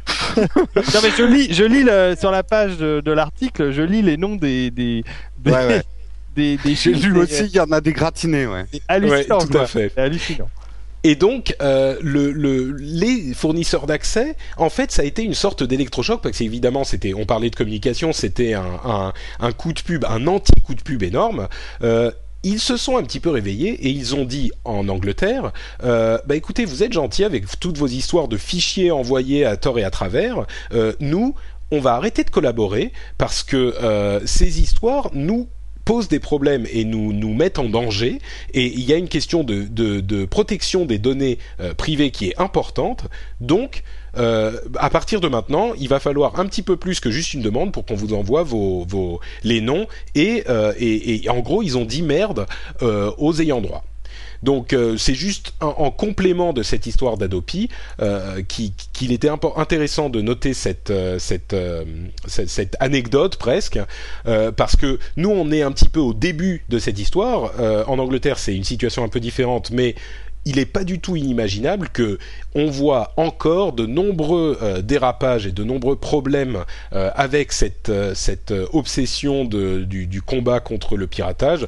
Non mais je lis, je lis le, sur la page de, de l'article, je lis les noms des des des, ouais, ouais. des, des J'ai lu aussi, il y en a des gratinés, ouais. C'est hallucinant, ouais, tout quoi. à fait. C'est hallucinant. Et donc, euh, le, le, les fournisseurs d'accès, en fait, ça a été une sorte d'électrochoc parce qu'évidemment, c'était, on parlait de communication, c'était un, un, un coup de pub, un anti-coup de pub énorme. Euh, Ils se sont un petit peu réveillés et ils ont dit en Angleterre, euh, bah écoutez, vous êtes gentils avec toutes vos histoires de fichiers envoyés à tort et à travers. Euh, nous, on va arrêter de collaborer parce que euh, ces histoires nous posent des problèmes et nous nous mettent en danger. Et il y a une question de, de, de protection des données euh, privées qui est importante. Donc, Euh, à partir de maintenant, il va falloir un petit peu plus que juste une demande pour qu'on vous envoie vos, vos les noms et, euh, et, et en gros ils ont dit merde euh, aux ayants droit. Donc euh, c'est juste en, en complément de cette histoire d'Adopi euh, qui, qu'il était impo- intéressant de noter cette euh, cette, euh, cette cette anecdote presque euh, parce que nous on est un petit peu au début de cette histoire. Euh, en Angleterre c'est une situation un peu différente, mais il n'est pas du tout inimaginable que on voit encore de nombreux euh, dérapages et de nombreux problèmes euh, avec cette, euh, cette obsession de, du, du combat contre le piratage.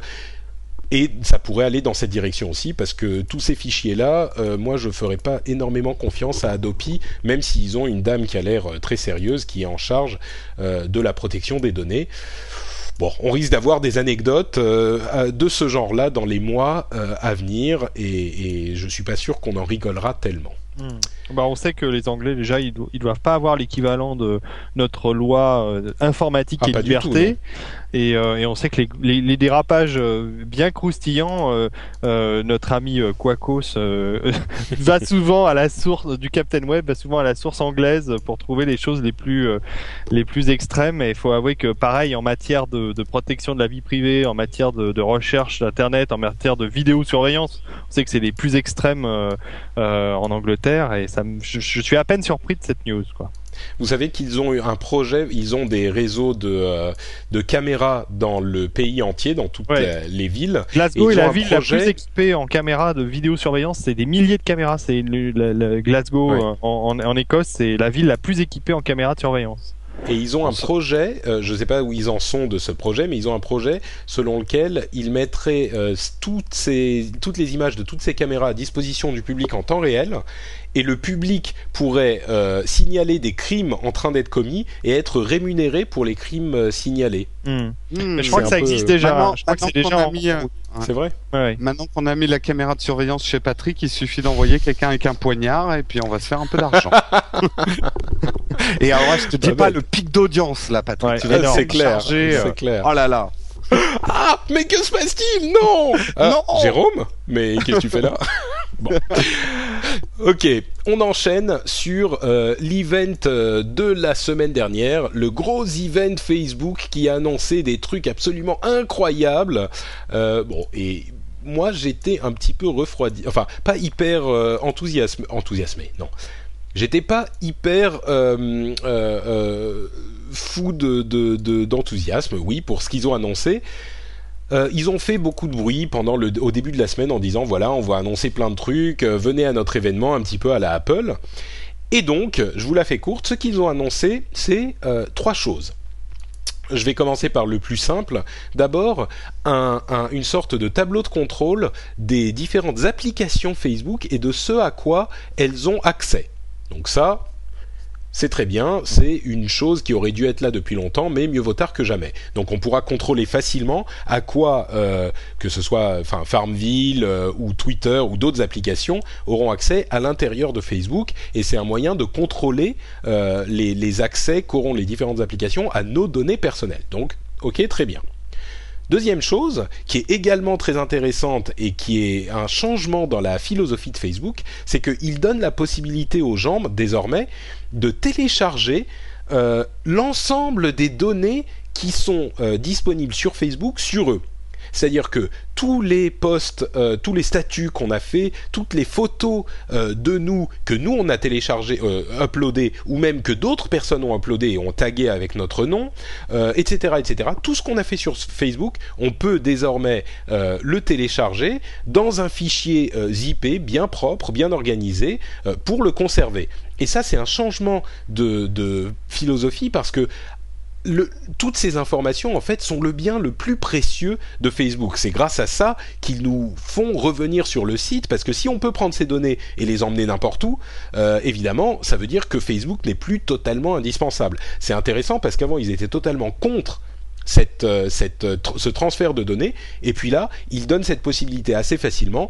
Et ça pourrait aller dans cette direction aussi, parce que tous ces fichiers-là, euh, moi je ne ferais pas énormément confiance à Adopi, même s'ils ont une dame qui a l'air très sérieuse, qui est en charge euh, de la protection des données. Bon, on risque d'avoir des anecdotes euh, de ce genre-là dans les mois euh, à venir, et, et je suis pas sûr qu'on en rigolera tellement. Mmh. Bah, on sait que les Anglais déjà ils, do- ils doivent pas avoir l'équivalent de notre loi euh, informatique ah, et liberté, et, euh, et on sait que les, les, les dérapages euh, bien croustillants, euh, euh, notre ami euh, Quacos euh, va souvent à la source du Captain Web, va souvent à la source anglaise pour trouver les choses les plus euh, les plus extrêmes. Et il faut avouer que pareil en matière de, de protection de la vie privée, en matière de, de recherche d'internet, en matière de vidéosurveillance, on sait que c'est les plus extrêmes euh, euh, en Angleterre, et ça, je, je suis à peine surpris de cette news, quoi. Vous savez qu'ils ont eu un projet, ils ont des réseaux de, euh, de caméras dans le pays entier, dans toutes ouais. la, les villes. Glasgow est la ville projet... la plus équipée en caméras de vidéosurveillance. C'est des milliers de caméras. C'est le, le, le Glasgow ouais. en, en, en Écosse, c'est la ville la plus équipée en caméras de surveillance. Et ils ont un projet, euh, je ne sais pas où ils en sont de ce projet, mais ils ont un projet selon lequel ils mettraient euh, toutes, ces, toutes les images de toutes ces caméras à disposition du public en temps réel, et le public pourrait euh, signaler des crimes en train d'être commis et être rémunéré pour les crimes euh, signalés. Mmh. Mmh, Mais je crois que ça peu... existe déjà. Maintenant, je crois que c'est déjà en... mis, euh, C'est vrai. Ouais, ouais. Maintenant qu'on a mis la caméra de surveillance chez Patrick, il suffit d'envoyer quelqu'un avec un poignard et puis on va se faire un peu d'argent. Et alors, je te dis Bah, pas mais... le pic d'audience là, Patrick. Ouais, tu vas c'est clair. charger, C'est euh... clair. Oh là là. Ah, mais que se passe-t-il? Non, ah, Non. Jérôme, mais qu'est-ce que tu fais là? Bon. Ok, on enchaîne sur euh, l'event euh, de la semaine dernière, le gros event Facebook qui a annoncé des trucs absolument incroyables. Euh, bon, et moi j'étais un petit peu refroidi, enfin pas hyper euh, enthousiasmé, enthousiasmé, non. J'étais pas hyper euh, euh, euh, fou de, de, de, d'enthousiasme, oui, pour ce qu'ils ont annoncé. Euh, ils ont fait beaucoup de bruit pendant le, au début de la semaine en disant voilà, on va annoncer plein de trucs, euh, venez à notre événement un petit peu à la Apple. Et donc, je vous la fais courte, ce qu'ils ont annoncé, c'est euh, trois choses. Je vais commencer par le plus simple. D'abord, un, un, une sorte de tableau de contrôle des différentes applications Facebook et de ce à quoi elles ont accès. Donc ça, c'est très bien, c'est une chose qui aurait dû être là depuis longtemps, mais mieux vaut tard que jamais. Donc on pourra contrôler facilement à quoi, euh, que ce soit enfin, Farmville euh, ou Twitter ou d'autres applications, auront accès à l'intérieur de Facebook, et c'est un moyen de contrôler euh, les, les accès qu'auront les différentes applications à nos données personnelles. Donc, ok, très bien. Deuxième chose, qui est également très intéressante et qui est un changement dans la philosophie de Facebook, c'est qu'il donne la possibilité aux gens, désormais, de télécharger euh, l'ensemble des données qui sont euh, disponibles sur Facebook sur eux. C'est-à-dire que tous les posts, euh, tous les statuts qu'on a fait, toutes les photos euh, de nous que nous on a téléchargées, euh, uploadées, ou même que d'autres personnes ont uploadé et ont tagué avec notre nom, euh, et cetera, et cetera. Tout ce qu'on a fait sur Facebook, on peut désormais euh, le télécharger dans un fichier euh, zippé, bien propre, bien organisé, euh, pour le conserver. Et ça, c'est un changement de, de philosophie parce que Le, toutes ces informations en fait sont le bien le plus précieux de Facebook. C'est grâce à ça qu'ils nous font revenir sur le site, parce que si on peut prendre ces données et les emmener n'importe où, euh, évidemment ça veut dire que Facebook n'est plus totalement indispensable. C'est intéressant parce qu'avant ils étaient totalement contre cette, euh, cette, tr- ce transfert de données, et puis là ils donnent cette possibilité assez facilement,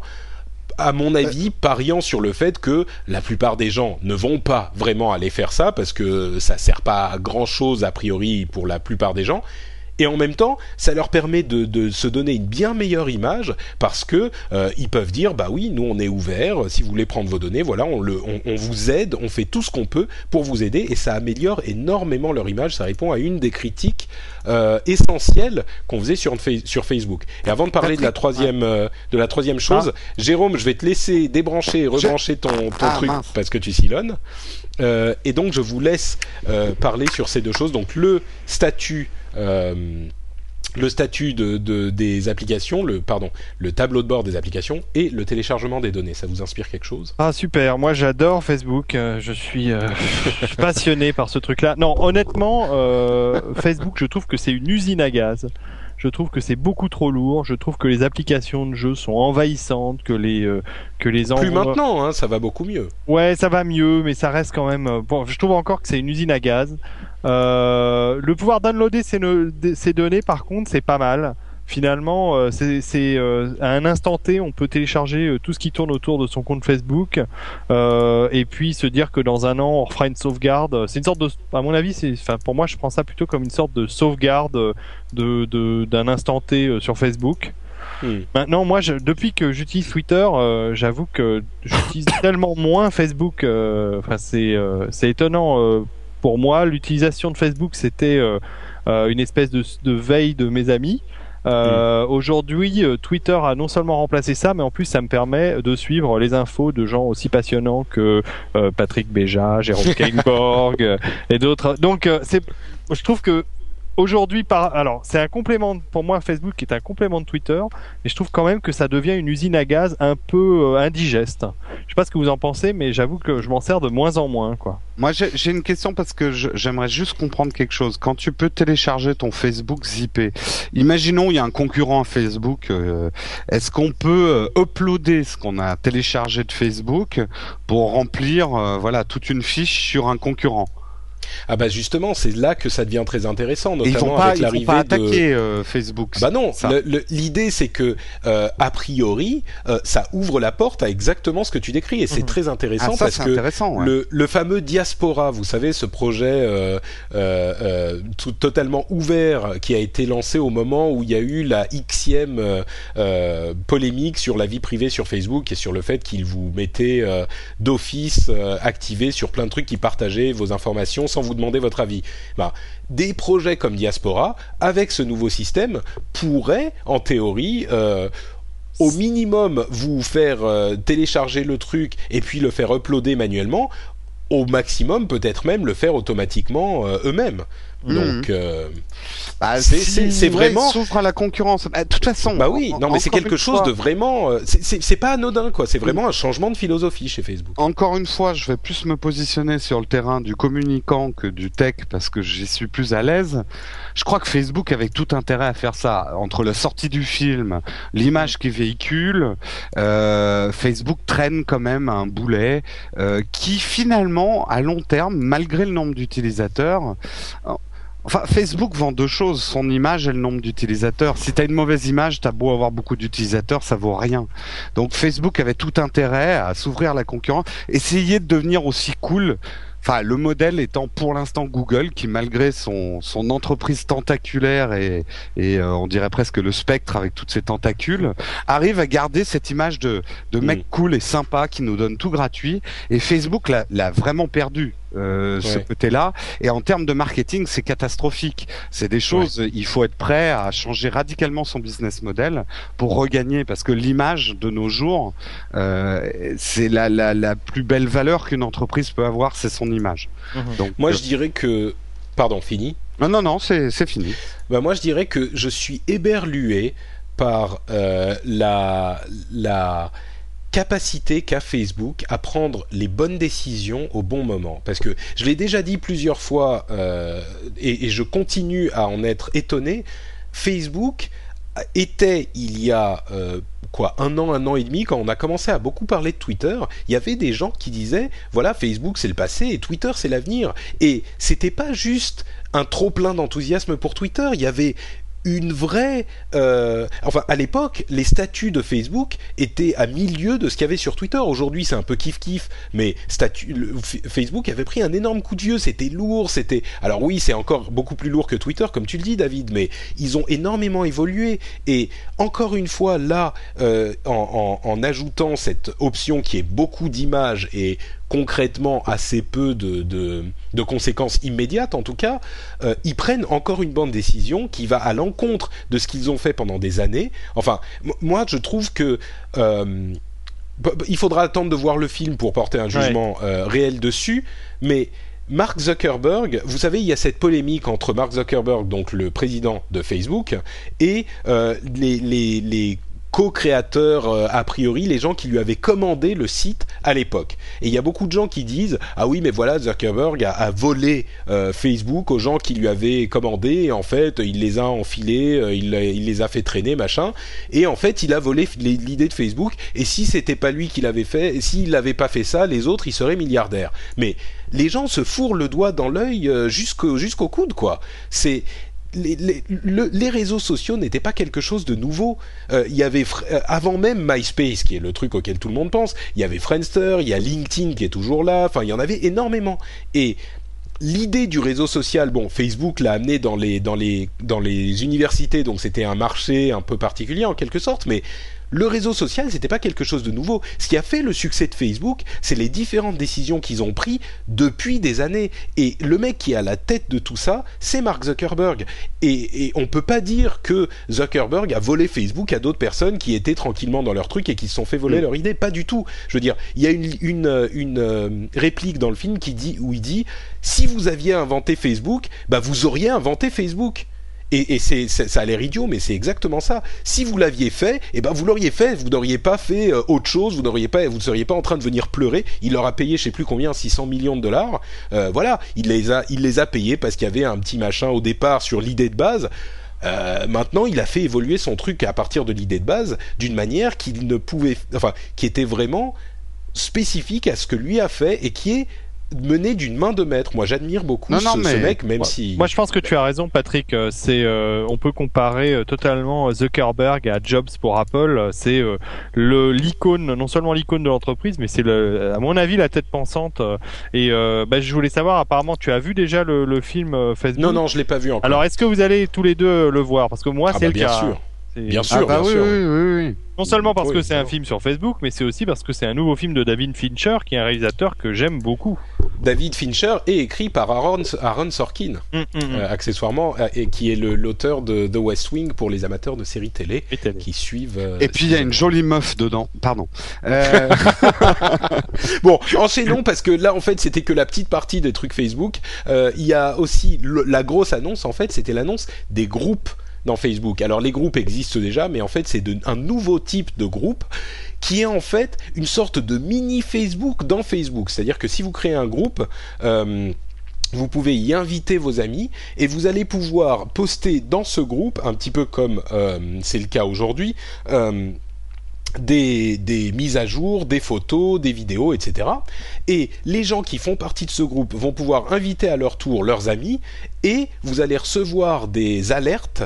à mon avis, pariant sur le fait que la plupart des gens ne vont pas vraiment aller faire ça, parce que ça sert pas à grand chose a priori pour la plupart des gens. Et en même temps, ça leur permet de, de se donner une bien meilleure image, parce que euh, ils peuvent dire bah oui, nous on est ouverts, si vous voulez prendre vos données, voilà, on, le, on, on vous aide, on fait tout ce qu'on peut pour vous aider, et ça améliore énormément leur image. Ça répond à une des critiques euh, essentielles qu'on faisait sur, sur Facebook. Et avant de parler de la troisième, euh, de la troisième chose, ah. Jérôme, je vais te laisser débrancher et rebrancher ton, ton ah, truc mince. Parce que tu silonnes. Euh, et donc je vous laisse euh, parler sur ces deux choses. Donc le statut. Euh, le statut de, de, des applications, le, pardon, le tableau de bord des applications et le téléchargement des données. Ça vous inspire quelque chose ? Ah super, moi j'adore Facebook, euh, je suis euh, passionné par ce truc-là. Non, honnêtement, euh, Facebook, je trouve que c'est une usine à gaz. Je trouve que c'est beaucoup trop lourd. Je trouve que les applications de jeux sont envahissantes, que les euh, que les envois... Plus maintenant, hein, ça va beaucoup mieux. Ouais, ça va mieux, mais ça reste quand même. Bon, je trouve encore que c'est une usine à gaz. Euh, le pouvoir downloader ces, no... ces données, par contre, c'est pas mal. Finalement, euh, c'est, c'est euh, à un instant T, on peut télécharger euh, tout ce qui tourne autour de son compte Facebook, euh, et puis se dire que dans un an, on refera une sauvegarde. C'est une sorte de, à mon avis, c'est, enfin pour moi, je prends ça plutôt comme une sorte de sauvegarde de, de d'un instant T euh, sur Facebook. Hmm. Maintenant, moi, je, depuis que j'utilise Twitter, euh, j'avoue que j'utilise tellement moins Facebook. Euh, enfin, c'est euh, c'est étonnant euh, pour moi. L'utilisation de Facebook, c'était euh, euh, une espèce de, de veille de mes amis. Euh, mmh. Aujourd'hui, Twitter a non seulement remplacé ça, mais en plus ça me permet de suivre les infos de gens aussi passionnants que euh, Patrick Béja, Jérôme Kainborg et d'autres. Donc, euh, c'est, je trouve que aujourd'hui, par, alors c'est un complément pour moi. Facebook est un complément de Twitter, mais je trouve quand même que ça devient une usine à gaz un peu euh, indigeste. Je sais pas ce que vous en pensez, mais j'avoue que je m'en sers de moins en moins, quoi. Moi, j'ai, j'ai une question parce que je, j'aimerais juste comprendre quelque chose. Quand tu peux télécharger ton Facebook zippé, imaginons il y a un concurrent à Facebook, euh, est-ce qu'on peut euh, uploader ce qu'on a téléchargé de Facebook pour remplir, euh, voilà, toute une fiche sur un concurrent? Ah bah justement, c'est là que ça devient très intéressant, Et ils notamment vont pas, avec ils l'arrivée vont pas de... attaquer euh, Facebook. Bah non, ça. le- le- l'idée c'est que euh, a priori, euh, ça ouvre la porte à exactement ce que tu décris et c'est Mhm. très intéressant Ah, ça, parce c'est que intéressant, ouais. le, le fameux Diaspora, vous savez, ce projet euh, euh, euh, tout, totalement ouvert qui a été lancé au moment où il y a eu la Xème euh, euh, polémique sur la vie privée sur Facebook et sur le fait qu'il vous mettait euh, d'office euh, activé sur plein de trucs qui partageaient vos informations sans vous demander votre avis. Bah, des projets comme Diaspora, avec ce nouveau système, pourraient, en théorie, euh, au minimum vous faire euh, télécharger le truc et puis le faire uploader manuellement, au maximum peut-être même le faire automatiquement euh, eux-mêmes. Mmh. Donc, euh, Bah, c'est- si, c'est- c'est ouais, vraiment- ils s'ouvrent à la concurrence. Bah, de toute façon. bah oui, en- non mais c'est encore quelque une chose fois- de vraiment, euh, c'est- c'est c'est pas anodin quoi. C'est vraiment un changement de philosophie chez Facebook. Encore une fois, je vais plus me positionner sur le terrain du communicant que du tech parce que j'y suis plus à l'aise. Je crois que Facebook avait tout intérêt à faire ça. Entre la sortie du film, l'image qu'il véhicule, euh, Facebook traîne quand même un boulet euh, qui finalement, à long terme, malgré le nombre d'utilisateurs, enfin, Facebook vend deux choses, son image et le nombre d'utilisateurs. Si tu as une mauvaise image, tu as beau avoir beaucoup d'utilisateurs, ça vaut rien. Donc Facebook avait tout intérêt à s'ouvrir à la concurrence, essayer de devenir aussi cool. Enfin, le modèle étant pour l'instant Google, qui malgré son, son entreprise tentaculaire et, et euh, on dirait presque le spectre avec toutes ses tentacules, arrive à garder cette image de, de mec Mm. cool et sympa qui nous donne tout gratuit. Et Facebook l'a, l'a vraiment perdu. Euh, ce Ouais. côté-là, et en termes de marketing, c'est catastrophique. C'est des choses, il faut être prêt à changer radicalement son business model pour regagner, parce que l'image de nos jours, euh, c'est la, la, la plus belle valeur qu'une entreprise peut avoir, c'est son image. Mhm. Donc, Moi euh, je dirais que, pardon, fini. non, non, non, c'est, c'est fini. Bah moi je dirais que je suis éberlué par euh, la la capacité qu'a Facebook à prendre les bonnes décisions au bon moment. Parce que je l'ai déjà dit plusieurs fois euh, et, et je continue à en être étonné. Facebook était il y a euh, quoi un an, un an et demi, quand on a commencé à beaucoup parler de Twitter, il y avait des gens qui disaient voilà, Facebook c'est le passé et Twitter c'est l'avenir. Et c'était pas juste un trop plein d'enthousiasme pour Twitter, il y avait une vraie... Euh, enfin, à l'époque, les statuts de Facebook étaient à mille lieues de ce qu'il y avait sur Twitter. Aujourd'hui, c'est un peu kiff-kiff, mais statut, le, F- Facebook avait pris un énorme coup de vieux. C'était lourd, c'était... Alors oui, c'est encore beaucoup plus lourd que Twitter, comme tu le dis, David, mais ils ont énormément évolué. Et encore une fois, là, euh, en, en, en ajoutant cette option qui est beaucoup d'images et concrètement assez peu de, de, de conséquences immédiates en tout cas, euh, ils prennent encore une bonne décision qui va à l'encontre de ce qu'ils ont fait pendant des années. Enfin, m- moi je trouve que euh, b- b- il faudra attendre de voir le film pour porter un jugement euh, réel dessus, mais Mark Zuckerberg, vous savez, il y a cette polémique entre Mark Zuckerberg, donc le président de Facebook, et euh, les, les, les co-créateurs, euh, a priori, les gens qui lui avaient commandé le site à l'époque. Et il y a beaucoup de gens qui disent « Ah oui, mais voilà, Zuckerberg a, a volé euh, Facebook aux gens qui lui avaient commandé, et en fait, il les a enfilés, euh, il, il les a fait traîner, machin. Et en fait, il a volé les- l'idée de Facebook, et si c'était pas lui qui l'avait fait, s'il n'avait pas fait ça, les autres, ils seraient milliardaires. » Mais les gens se fourrent le doigt dans l'œil euh, jusqu'au, jusqu'au coude, quoi. C'est... Les, les, le, les réseaux sociaux n'étaient pas quelque chose de nouveau. Euh, il y avait euh, avant même MySpace, qui est le truc auquel tout le monde pense. Il y avait Friendster, il y a LinkedIn qui est toujours là. Enfin, il y en avait énormément. Et l'idée du réseau social, bon, Facebook l'a amené dans les dans les dans les universités, donc c'était un marché un peu particulier en quelque sorte. Mais le réseau social, c'était pas quelque chose de nouveau. Ce qui a fait le succès de Facebook, c'est les différentes décisions qu'ils ont prises depuis des années. Et le mec qui est à la tête de tout ça, c'est Mark Zuckerberg. Et, et on peut pas dire que Zuckerberg a volé Facebook à d'autres personnes qui étaient tranquillement dans leur truc et qui se sont fait voler mmh. leur idée. Pas du tout. Je veux dire, il y a une, une, une euh, réplique dans le film qui dit, où il dit « Si vous aviez inventé Facebook, bah vous auriez inventé Facebook ». Et, et c'est, c'est, ça a l'air idiot, mais c'est exactement ça. Si vous l'aviez fait, eh ben vous l'auriez fait. Vous n'auriez pas fait euh, autre chose. Vous n'auriez pas, vous ne seriez pas en train de venir pleurer. Il leur a payé, je sais plus combien, six cents millions de dollars. Euh, voilà, il les a, il les a payés parce qu'il y avait un petit machin au départ sur l'idée de base. Euh, maintenant, il a fait évoluer son truc à partir de l'idée de base d'une manière qu'il ne pouvait, enfin, qui était vraiment spécifique à ce que lui a fait et qui est mené d'une main de maître. Moi, j'admire beaucoup non, ce, non, mais... ce mec, même moi, si... Moi, je pense que tu as raison, Patrick. C'est, euh, on peut comparer euh, totalement Zuckerberg à Jobs pour Apple. C'est euh, le l'icône, non seulement l'icône de l'entreprise, mais c'est, le, à mon avis, la tête pensante. Et euh, bah, je voulais savoir, apparemment, tu as vu déjà le, le film Facebook ? Non, non, je l'ai pas vu encore. Alors, est-ce que vous allez tous les deux le voir ? Parce que moi, ah c'est bah, le bien cas. Sûr. Bien Ah sûr, bah bien oui, sûr. Oui, oui, oui. Non seulement parce oui, que c'est un sûr. film sur Facebook, mais c'est aussi parce que c'est un nouveau film de David Fincher, qui est un réalisateur que j'aime beaucoup. David Fincher est écrit par Aaron, Aaron Sorkin, mm, mm, euh, accessoirement, euh, et qui est le, l'auteur de The West Wing pour les amateurs de séries télé, télé. qui suivent. Euh, et puis il y a une jolie meuf dedans. Pardon. Euh... bon, enchaînons parce que là, en fait, c'était que la petite partie des trucs Facebook. Euh, il y a aussi le, la grosse annonce. En fait, c'était l'annonce des groupes dans Facebook. Alors les groupes existent déjà, mais en fait c'est de, un nouveau type de groupe qui est en fait une sorte de mini Facebook dans Facebook. C'est-à-dire que si vous créez un groupe, euh, vous pouvez y inviter vos amis et vous allez pouvoir poster dans ce groupe, un petit peu comme euh, c'est le cas aujourd'hui, euh, Des, des mises à jour, des photos, des vidéos, et cetera. Et les gens qui font partie de ce groupe vont pouvoir inviter à leur tour leurs amis et vous allez recevoir des alertes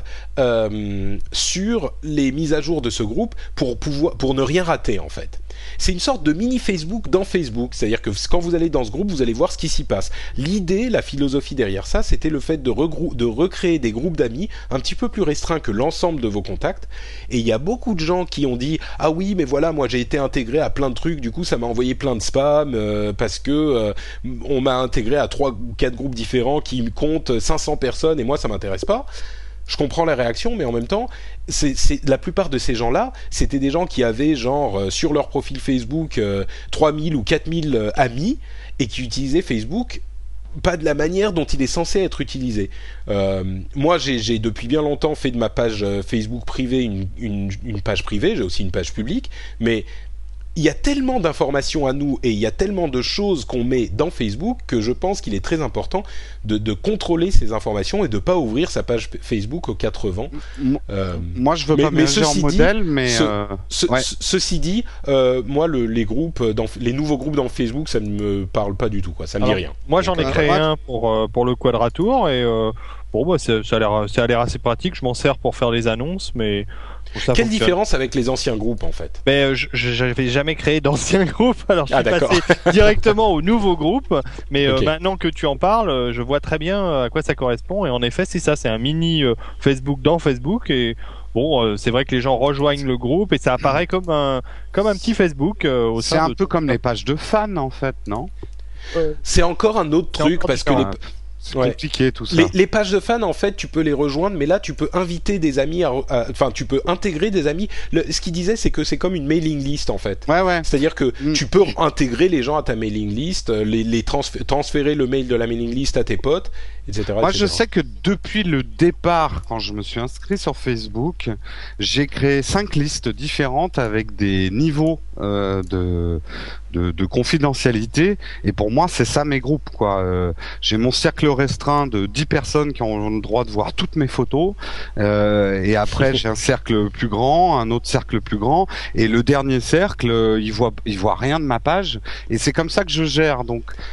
euh, sur les mises à jour de ce groupe pour, pouvoir, pour ne rien rater en fait. C'est une sorte de mini Facebook dans Facebook, c'est-à-dire que quand vous allez dans ce groupe, vous allez voir ce qui s'y passe. L'idée, la philosophie derrière ça, c'était le fait de, regrou- de recréer des groupes d'amis un petit peu plus restreints que l'ensemble de vos contacts. Et il y a beaucoup de gens qui ont dit « Ah oui, mais voilà, moi j'ai été intégré à plein de trucs, du coup ça m'a envoyé plein de spam euh, parce que euh, on m'a intégré à trois ou quatre groupes différents qui comptent cinq cents personnes et moi ça m'intéresse pas ». Je comprends la réaction, mais en même temps, c'est, c'est, la plupart de ces gens-là, c'était des gens qui avaient genre euh, sur leur profil Facebook euh, trois mille ou quatre mille euh, amis et qui utilisaient Facebook pas de la manière dont il est censé être utilisé. Euh, moi, j'ai, j'ai depuis bien longtemps fait de ma page euh, Facebook privée une, une, une page privée, j'ai aussi une page publique, mais il y a tellement d'informations à nous et il y a tellement de choses qu'on met dans Facebook que je pense qu'il est très important de, de contrôler ces informations et de ne pas ouvrir sa page Facebook aux quatre vents. Euh, moi, je veux mais, pas mélanger en modèle, mais... Ce, euh, ce, ouais. ce, ceci dit, euh, moi, le, les, groupes dans, les nouveaux groupes dans Facebook, ça ne me parle pas du tout, quoi. Ça ne me dit rien. Moi, j'en ai Donc, créé euh, un pour, euh, pour le Quadratour et euh, bon, bah, ça, ça, a l'air, ça a l'air assez pratique. Je m'en sers pour faire les annonces, mais... Ça Quelle fonctionne. Différence avec les anciens groupes en fait ? Ben, je, je n'avais jamais créé d'anciens groupes, alors je suis ah, passé directement au nouveau groupe. Mais okay. euh, maintenant que tu en parles, je vois très bien à quoi ça correspond. Et en effet, c'est ça, c'est un mini euh, Facebook dans Facebook. Et bon, euh, c'est vrai que les gens rejoignent le groupe et ça apparaît comme un comme un petit Facebook. Euh, au c'est sein un de peu comme les pages de fans en fait, non ? euh, C'est encore un autre truc encore parce que les... C'est ouais. compliqué tout ça. Les, les pages de fans, en fait, tu peux les rejoindre, mais là, tu peux inviter des amis, à, à, enfin, tu peux intégrer des amis. Le, ce qu'il disait, c'est que c'est comme une mailing list, en fait. Ouais, ouais. C'est-à-dire que mm. tu peux intégrer les gens à ta mailing list, les, les transf- transférer le mail de la mailing list à tes potes, et cetera. Moi, et cetera. je sais que depuis le départ, quand je me suis inscrit sur Facebook, j'ai créé cinq listes différentes avec des niveaux euh, de, de, de confidentialité. Et pour moi, c'est ça mes groupes, quoi. Euh, j'ai mon cercle restreint de dix personnes qui ont le droit de voir toutes mes photos. Euh, et après, j'ai un cercle plus grand, un autre cercle plus grand. Et le dernier cercle, il voit, il voit rien de ma page. Et c'est comme ça que je gère. Donc,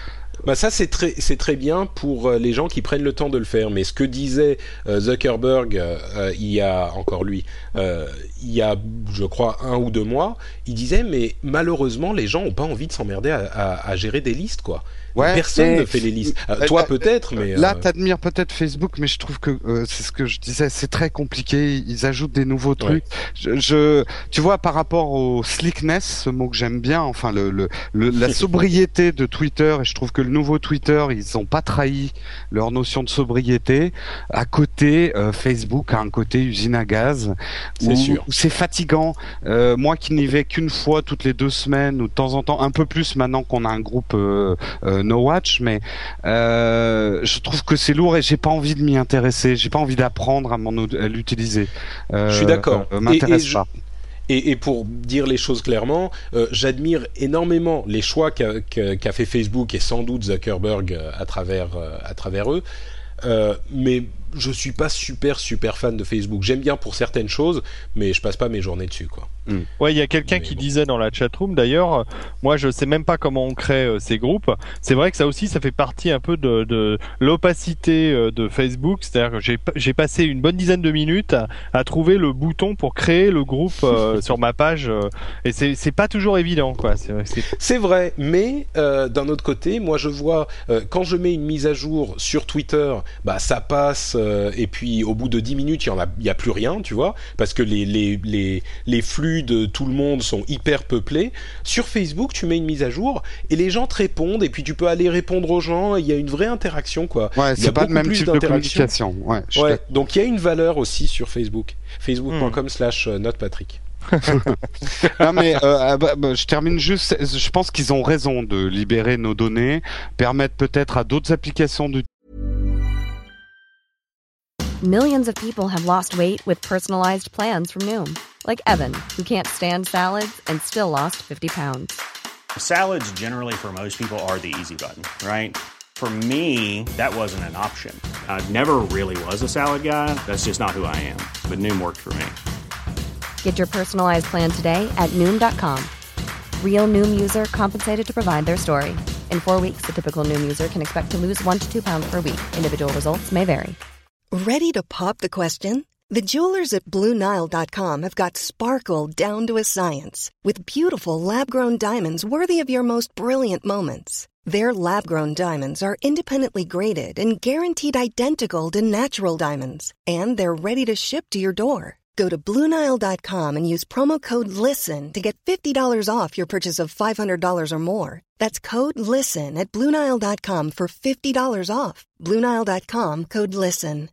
Bah ça c'est très c'est très bien pour les gens qui prennent le temps de le faire. Mais ce que disait euh, Zuckerberg euh, il y a encore lui euh, il y a je crois un ou deux mois, il disait mais malheureusement les gens ont pas envie de s'emmerder à, à, à gérer des listes quoi. Ouais, Personne mais... ne fait les listes. Euh, toi là, peut-être, mais là euh... t'admires peut-être Facebook, mais je trouve que euh, c'est ce que je disais, c'est très compliqué. Ils ajoutent des nouveaux trucs. Ouais. Je, je, tu vois, par rapport au slickness, ce mot que j'aime bien, enfin le, le, le la sobriété de Twitter, et je trouve que le nouveau Twitter, ils ont pas trahi leur notion de sobriété. À côté, euh, Facebook a un côté usine à gaz. C'est où, sûr. Où c'est fatigant. Euh, moi qui n'y vais qu'une fois toutes les deux semaines ou de temps en temps, un peu plus maintenant qu'on a un groupe. Euh, euh, No Watch, mais euh, je trouve que c'est lourd et j'ai pas envie de m'y intéresser, j'ai pas envie d'apprendre à, m'en, à l'utiliser. Euh, je suis d'accord. Euh, m'intéresse et, et pas. Je... Et, et pour dire les choses clairement, euh, j'admire énormément les choix qu'a, qu'a, qu'a fait Facebook et sans doute Zuckerberg à travers euh, à travers eux. Euh, mais je suis pas super super fan de Facebook. J'aime bien pour certaines choses, mais je passe pas mes journées dessus quoi. Mmh. Ouais, il y a quelqu'un mais qui bon. disait dans la chatroom d'ailleurs, moi je sais même pas comment on crée euh, ces groupes. C'est vrai que ça aussi, ça fait partie un peu de, de l'opacité euh, de Facebook. C'est-à-dire que j'ai, j'ai passé une bonne dizaine de minutes à, à trouver le bouton pour créer le groupe euh, sur ma page, euh, et c'est, c'est pas toujours évident, quoi. C'est vrai, c'est... c'est vrai, mais euh, d'un autre côté, moi je vois euh, quand je mets une mise à jour sur Twitter, bah ça passe euh, et puis au bout de dix minutes, il y en a, il y a plus rien, tu vois, parce que les les les les flux de tout le monde sont hyper peuplés. Sur Facebook, tu mets une mise à jour et les gens te répondent et puis tu peux aller répondre aux gens. Il y a une vraie interaction, quoi. Ouais, il y c'est a pas le même type de communication. Ouais, ouais, donc il y a une valeur aussi sur Facebook. Facebook point com mmh. slash notepatrick. Non mais euh, bah, bah, je termine juste. Je pense qu'ils ont raison de libérer nos données, permettre peut-être à d'autres applications de. Millions of people have lost weight with personalized plans from Noom, like Evan, who can't stand salads and still lost fifty pounds. Salads generally for most people are the easy button, right? For me, that wasn't an option. I never really was a salad guy. That's just not who I am. But Noom worked for me. Get your personalized plan today at Noom dot com. Real Noom user compensated to provide their story. In four weeks, the typical Noom user can expect to lose one to two pounds per week. Individual results may vary. Ready to pop the question? The jewelers at Blue Nile dot com have got sparkle down to a science with beautiful lab-grown diamonds worthy of your most brilliant moments. Their lab-grown diamonds are independently graded and guaranteed identical to natural diamonds, and they're ready to ship to your door. Go to Blue Nile dot com and use promo code LISTEN to get fifty dollars off your purchase of five hundred dollars or more. That's code LISTEN at Blue Nile dot com for fifty dollars off. Blue Nile dot com, code LISTEN.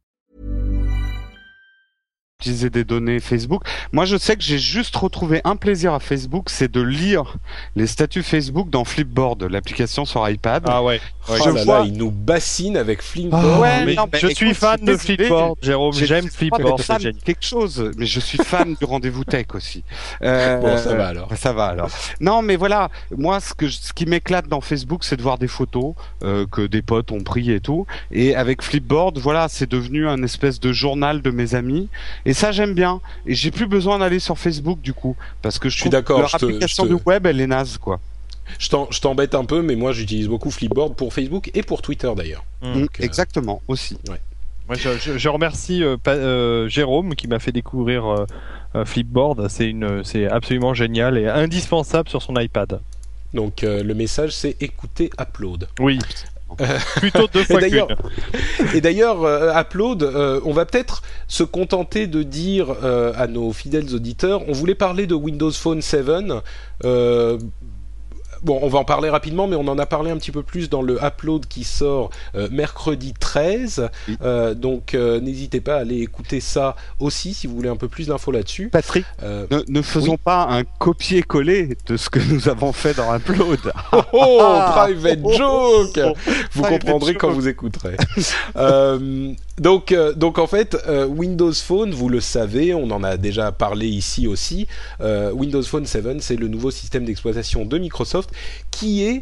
Utiliser des données Facebook. Moi, je sais que j'ai juste retrouvé un plaisir à Facebook, c'est de lire les statuts Facebook dans Flipboard, l'application sur iPad. Ah ouais. ouais je oh là vois... là, il nous bassine avec Flipboard. Oh, ouais, mais non, mais je écoute, suis fan de Flipboard, Jérôme. J'aime Flipboard. C'est fan quelque chose, mais je suis fan du rendez-vous tech aussi. Euh, bon, ça va alors. Ça va alors. Non, mais voilà, moi, ce que je, ce qui m'éclate dans Facebook, c'est de voir des photos euh, que des potes ont pris et tout. Et avec Flipboard, voilà, c'est devenu un espèce de journal de mes amis. Et ça, j'aime bien. Et j'ai plus besoin d'aller sur Facebook du coup, parce que je, je suis d'accord. Leur te, application te... du web, elle est naze, quoi. Je, t'en, je t'embête un peu, mais moi, j'utilise beaucoup Flipboard pour Facebook et pour Twitter d'ailleurs. Mmh, Donc, exactement, euh... aussi. Ouais. Moi, je, je, je remercie euh, euh, Jérôme qui m'a fait découvrir euh, euh, Flipboard. C'est une, c'est absolument génial et indispensable sur son iPad. Donc euh, le message, c'est écoutez Upload. Oui. Euh, Plutôt deux fois et d'ailleurs, qu'une. Et d'ailleurs, euh, Upload, euh, on va peut-être se contenter de dire euh, à nos fidèles auditeurs, on voulait parler de Windows Phone sept. Euh, bon, on va en parler rapidement, mais on en a parlé un petit peu plus dans le Upload qui sort euh, mercredi treize. Oui. Euh, donc, euh, n'hésitez pas à aller écouter ça aussi si vous voulez un peu plus d'infos là-dessus. Patrick, euh, ne, ne faisons oui. pas un copier-coller de ce que nous avons fait dans Upload. Oh, oh private joke. Vous private comprendrez joke. Quand vous écouterez. euh, donc, euh, donc en fait, euh, Windows Phone, vous le savez, on en a déjà parlé ici aussi. Euh, Windows Phone sept, c'est le nouveau système d'exploitation de Microsoft qui est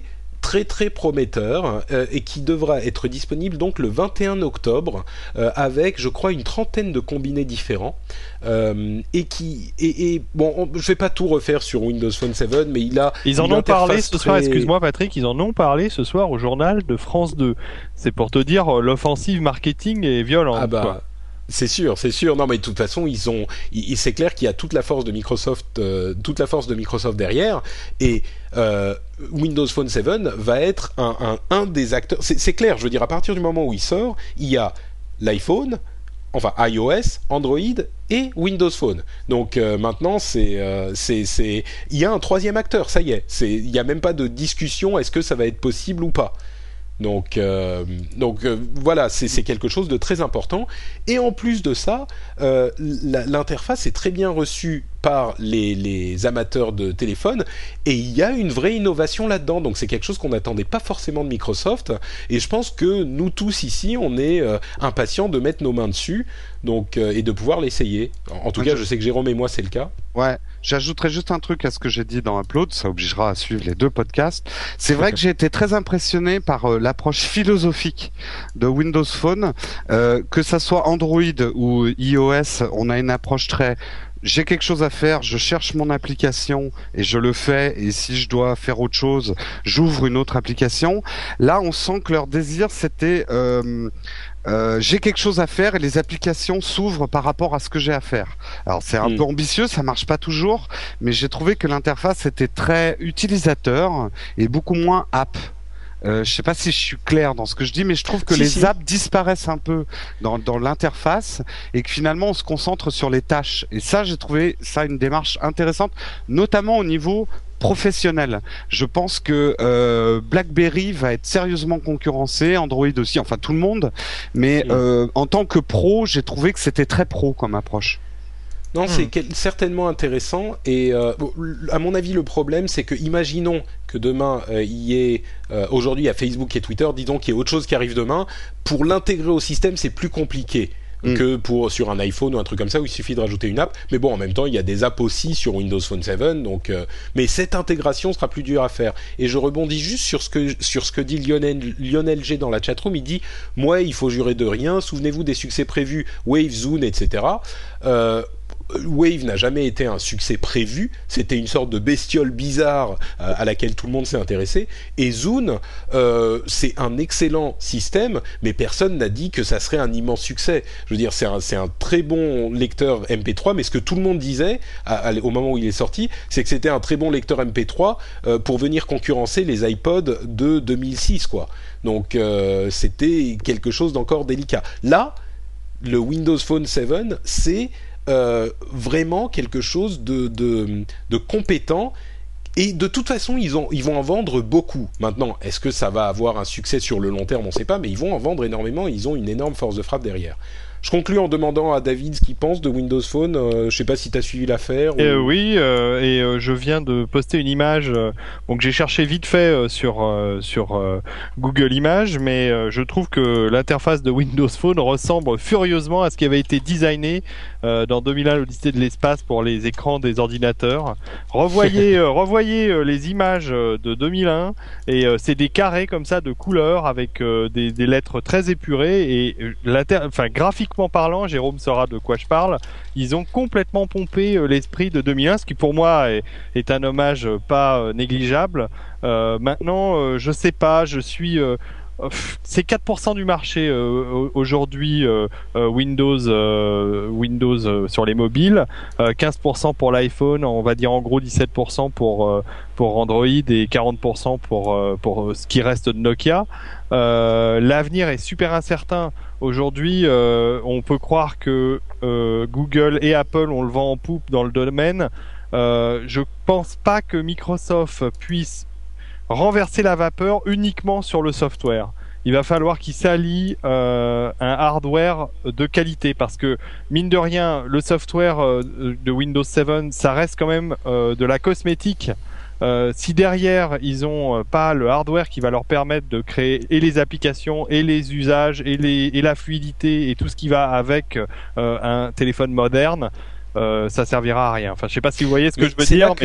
très très prometteur euh, et qui devra être disponible donc le vingt et un octobre euh, avec je crois une trentaine de combinés différents euh, et qui et, et bon on, je vais pas tout refaire sur Windows Phone sept mais il a ils en une ont parlé ce très... soir, excuse-moi Patrick, ils en ont parlé ce soir au journal de France deux. C'est pour te dire l'offensive marketing est violente. Ah bah quoi. C'est sûr, c'est sûr. Non, mais de toute façon, ils ont. Il, c'est clair qu'il y a toute la force de Microsoft, euh, toute la force de Microsoft derrière, et euh, Windows Phone sept va être un, un, un des acteurs. C'est, c'est clair. Je veux dire, à partir du moment où il sort, il y a l'iPhone, enfin iOS, Android et Windows Phone. Donc euh, maintenant, c'est, euh, c'est, c'est, il y a un troisième acteur. Ça y est. C'est, il n'y a même pas de discussion. Est-ce que ça va être possible ou pas? Donc, euh, donc euh, voilà, c'est, c'est quelque chose de très important. Et en plus de ça, euh, la, l'interface est très bien reçue par les, les amateurs de téléphone et il y a une vraie innovation là-dedans. Donc c'est quelque chose qu'on n'attendait pas forcément de Microsoft. Et je pense que nous tous ici, on est euh, impatients de mettre nos mains dessus donc, euh, et de pouvoir l'essayer. En, en tout ouais, cas, je... je sais que Jérôme et moi, c'est le cas. Ouais, j'ajouterais juste un truc à ce que j'ai dit dans Upload, ça obligera à suivre les deux podcasts. C'est vrai que j'ai été très impressionné par euh, l'approche philosophique de Windows Phone, euh, que ça soit Android ou iOS, on a une approche très... J'ai quelque chose à faire, je cherche mon application et je le fais, et si je dois faire autre chose, j'ouvre une autre application. Là, on sent que leur désir, c'était... Euh, Euh, j'ai quelque chose à faire et les applications s'ouvrent par rapport à ce que j'ai à faire. Alors c'est un mmh. peu ambitieux, ça marche pas toujours, mais j'ai trouvé que l'interface était très utilisateur et beaucoup moins app. Euh, je sais pas si je suis clair dans ce que je dis, mais je trouve que si, les si. apps disparaissent un peu dans, dans l'interface et que finalement on se concentre sur les tâches. Et ça, j'ai trouvé ça une démarche intéressante, notamment au niveau professionnel. Je pense que euh, BlackBerry va être sérieusement concurrencé, Android aussi, enfin tout le monde. Mais euh, en tant que pro, j'ai trouvé que c'était très pro comme approche. Non, hmm. c'est quel- certainement intéressant. Et euh, à mon avis, le problème, c'est que imaginons que demain euh, il y ait euh, aujourd'hui il y a Facebook et Twitter, disons qu'il y ait autre chose qui arrive demain. Pour l'intégrer au système, c'est plus compliqué mm. que pour sur un iPhone ou un truc comme ça où il suffit de rajouter une app. Mais bon, en même temps, il y a des apps aussi sur Windows Phone sept, donc euh, mais cette intégration sera plus dure à faire. Et je rebondis juste sur ce que sur ce que dit Lionel Lionel G dans la chatroom. Il dit moi, il faut jurer de rien. Souvenez-vous des succès prévus, Wave, Zune, et cetera. Euh, Wave n'a jamais été un succès prévu, c'était une sorte de bestiole bizarre euh, à laquelle tout le monde s'est intéressé. Et Zune, euh, c'est un excellent système, mais personne n'a dit que ça serait un immense succès. Je veux dire, c'est un, c'est un très bon lecteur M P trois, mais ce que tout le monde disait à, à, au moment où il est sorti, c'est que c'était un très bon lecteur M P trois euh, pour venir concurrencer les iPods de deux mille six, quoi. Donc euh, c'était quelque chose d'encore délicat. Là, le Windows Phone sept, c'est Euh, vraiment quelque chose de, de, de compétent et de toute façon ils, ont, ils vont en vendre beaucoup. Maintenant, est-ce que ça va avoir un succès sur le long terme? On ne sait pas, mais ils vont en vendre énormément, ils ont une énorme force de frappe derrière. Je conclue en demandant à David ce qu'il pense de Windows Phone. Euh, je ne sais pas si tu as suivi l'affaire. Ou... Euh, oui, euh, et euh, je viens de poster une image. Euh, donc j'ai cherché vite fait euh, sur euh, sur euh, Google Images, mais euh, je trouve que l'interface de Windows Phone ressemble furieusement à ce qui avait été designé euh, dans deux mille un, l'Odyssée de l'espace pour les écrans des ordinateurs. Revoyez euh, revoyez euh, les images de deux mille un et euh, c'est des carrés comme ça de couleurs avec euh, des, des lettres très épurées et euh, l'inter... enfin graphiquement parlant, Jérôme saura de quoi je parle, ils ont complètement pompé euh, l'esprit de deux mille un, ce qui pour moi est, est un hommage pas euh, négligeable. Euh, maintenant, euh, je sais pas, je suis... Euh, c'est quatre pour cent du marché euh, aujourd'hui euh, euh, Windows euh, Windows euh, sur les mobiles, euh, quinze pour cent pour l'iPhone, on va dire en gros dix-sept pour cent pour euh, pour Android et quarante pour cent pour euh, pour ce qui reste de Nokia. Euh, l'avenir est super incertain. Aujourd'hui, euh, on peut croire que euh, Google et Apple ont le vent en poupe dans le domaine. Euh, je pense pas que Microsoft puisse renverser la vapeur uniquement sur le software. Il va falloir qu'il s'allie euh, un hardware de qualité parce que mine de rien, le software euh, de Windows sept, ça reste quand même euh, de la cosmétique. Euh, si derrière ils ont euh, pas le hardware qui va leur permettre de créer et les applications et les usages et, les, et la fluidité et tout ce qui va avec euh, un téléphone moderne, euh, ça servira à rien. Enfin, je sais pas si vous voyez ce que mais je veux c'est dire, là que, mais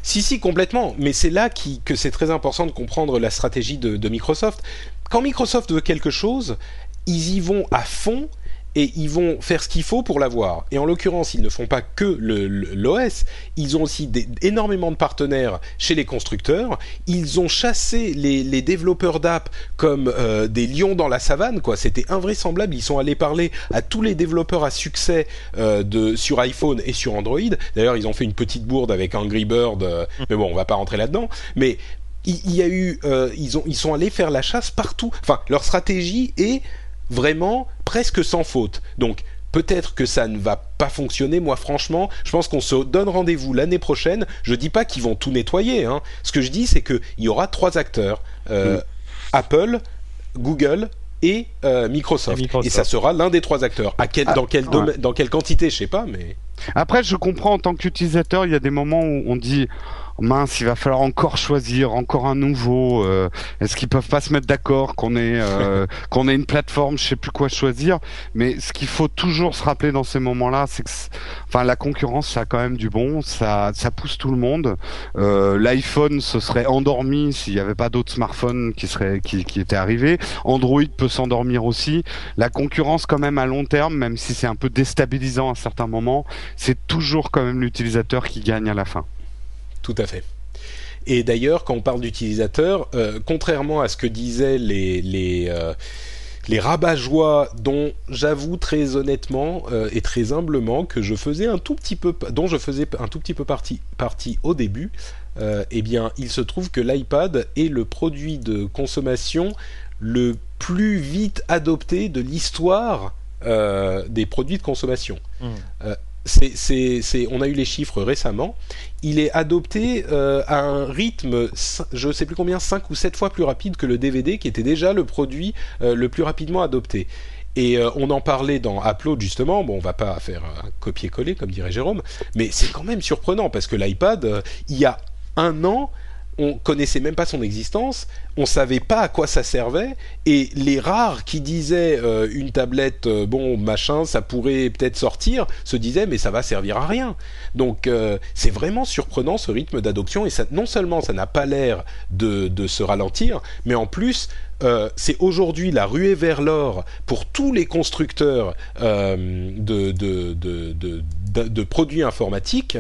Si, si, complètement. Mais c'est là qui, que c'est très important de comprendre la stratégie de, de Microsoft. Quand Microsoft veut quelque chose, ils y vont à fond et ils vont faire ce qu'il faut pour l'avoir. Et en l'occurrence, ils ne font pas que le, le, l'O S, ils ont aussi des, énormément de partenaires chez les constructeurs. Ils ont chassé les, les développeurs d'app comme euh, des lions dans la savane, quoi. C'était invraisemblable. Ils sont allés parler à tous les développeurs à succès euh, de, sur iPhone et sur Android. D'ailleurs, ils ont fait une petite bourde avec Angry Bird, euh, mais bon, on va pas rentrer là-dedans. Mais il, il y a eu, euh, ils ont, ils sont allés faire la chasse partout. Enfin, leur stratégie est vraiment presque sans faute. Donc peut-être que ça ne va pas fonctionner. Moi franchement, je pense qu'on se donne rendez-vous l'année prochaine. Je dis pas qu'ils vont tout nettoyer, hein. Ce que je dis, c'est qu'il y aura trois acteurs. Euh, mmh. Apple, Google et euh, Microsoft. et Microsoft. Et ça sera l'un des trois acteurs. À quel, ah, dans, quel domaine, ouais. dans quelle quantité, je sais pas, mais... Après, je comprends en tant qu'utilisateur, il y a des moments où on dit mince, il va falloir encore choisir, encore un nouveau. Euh, est-ce qu'ils peuvent pas se mettre d'accord qu'on ait euh, qu'on ait une plateforme, je sais plus quoi choisir. Mais ce qu'il faut toujours se rappeler dans ces moments-là, c'est que, enfin, la concurrence, ça a quand même du bon, ça ça pousse tout le monde. Euh, L'iPhone se serait endormi s'il y avait pas d'autres smartphones qui seraient qui qui étaient arrivés. Android peut s'endormir aussi. La concurrence, quand même, à long terme, même si c'est un peu déstabilisant à certains moments, c'est toujours quand même l'utilisateur qui gagne à la fin. Tout à fait. Et d'ailleurs, quand on parle d'utilisateurs, euh, contrairement à ce que disaient les les euh, les rabat-joie, dont j'avoue très honnêtement euh, et très humblement que je faisais un tout petit peu, dont je faisais un tout petit peu partie partie au début, euh, eh bien, il se trouve que l'iPad est le produit de consommation le plus vite adopté de l'histoire euh, des produits de consommation. Mmh. Euh, C'est, c'est, c'est, on a eu les chiffres récemment. Il est adopté euh, à un rythme, je ne sais plus combien, cinq ou sept fois plus rapide que le D V D, qui était déjà le produit euh, le plus rapidement adopté. Et euh, on en parlait dans Upload justement. Bon, on va pas faire un copier-coller comme dirait Jérôme, mais c'est quand même surprenant parce que l'iPad, euh, il y a un an, on connaissait même pas son existence, on savait pas à quoi ça servait, et les rares qui disaient euh, une tablette, euh, bon machin, ça pourrait peut-être sortir, se disaient mais ça va servir à rien. Donc euh, c'est vraiment surprenant ce rythme d'adoption, et ça, non seulement ça n'a pas l'air de, de se ralentir, mais en plus euh, c'est aujourd'hui la ruée vers l'or pour tous les constructeurs euh, de, de, de, de, de, de produits informatiques.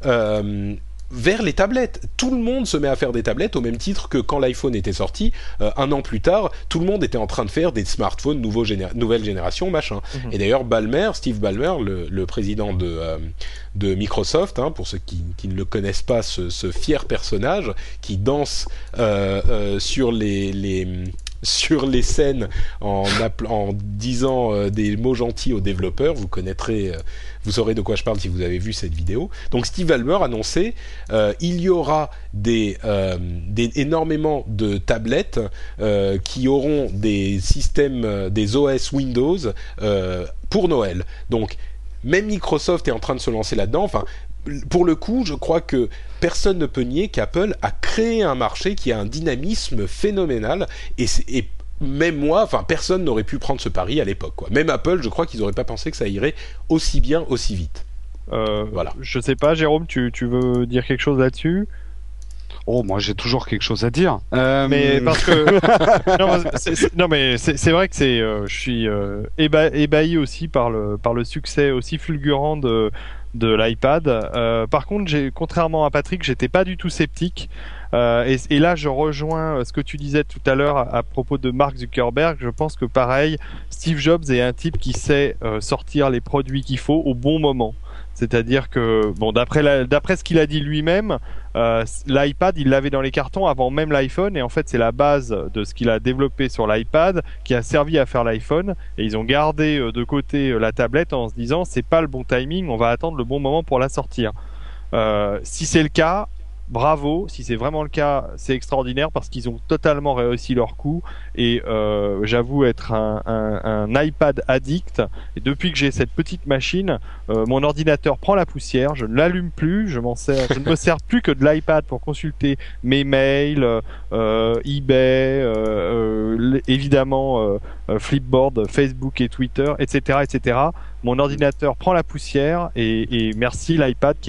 Euh, vers les tablettes. Tout le monde se met à faire des tablettes au même titre que quand l'iPhone était sorti, euh, un an plus tard, tout le monde était en train de faire des smartphones nouveau géné- nouvelle génération, machin. Mm-hmm. Et d'ailleurs, Ballmer, Steve Ballmer, le, le président de, euh, de Microsoft, hein, pour ceux qui, qui ne le connaissent pas, ce, ce fier personnage qui danse euh, euh, sur les... les sur les scènes en, en disant euh, des mots gentils aux développeurs, vous connaîtrez, euh, vous saurez de quoi je parle si vous avez vu cette vidéo. Donc Steve Ballmer annonçait euh, il y aura des, euh, des énormément de tablettes euh, qui auront des systèmes, euh, des O S Windows euh, pour Noël. Donc même Microsoft est en train de se lancer là-dedans. Enfin, pour le coup, je crois que personne ne peut nier qu'Apple a créé un marché qui a un dynamisme phénoménal, et, et même moi, enfin personne n'aurait pu prendre ce pari à l'époque, quoi. Même Apple, je crois qu'ils n'auraient pas pensé que ça irait aussi bien, aussi vite. Euh, voilà. Je sais pas, Jérôme, tu, tu veux dire quelque chose là-dessus ? Oh, moi j'ai toujours quelque chose à dire. Euh... Mais parce que non, c'est, c'est, non mais c'est, c'est vrai que c'est, euh, je suis euh, éba, ébahi aussi par le par le succès aussi fulgurant de de l'iPad. Euh, par contre, j'ai, contrairement à Patrick, j'étais pas du tout sceptique. Euh, et, et là, je rejoins ce que tu disais tout à l'heure à, à propos de Mark Zuckerberg. Je pense que pareil, Steve Jobs est un type qui sait euh, sortir les produits qu'il faut au bon moment. C'est-à-dire que, bon, d'après, la, d'après ce qu'il a dit lui-même, euh, l'iPad, il l'avait dans les cartons avant même l'iPhone, et en fait, c'est la base de ce qu'il a développé sur l'iPad qui a servi à faire l'iPhone, et ils ont gardé euh, de côté euh, la tablette en se disant, c'est pas le bon timing, on va attendre le bon moment pour la sortir. Euh, si c'est le cas, bravo, si c'est vraiment le cas, c'est extraordinaire parce qu'ils ont totalement réussi leur coup, et euh, j'avoue être un, un, un iPad addict, et depuis que j'ai cette petite machine, euh, mon ordinateur prend la poussière, je ne l'allume plus, je m'en sers, je ne me sers plus que de l'iPad pour consulter mes mails, euh, eBay, euh, euh, évidemment euh, Flipboard, Facebook et Twitter, et cetera, et cetera. Mon ordinateur prend la poussière, et, et merci l'iPad qui est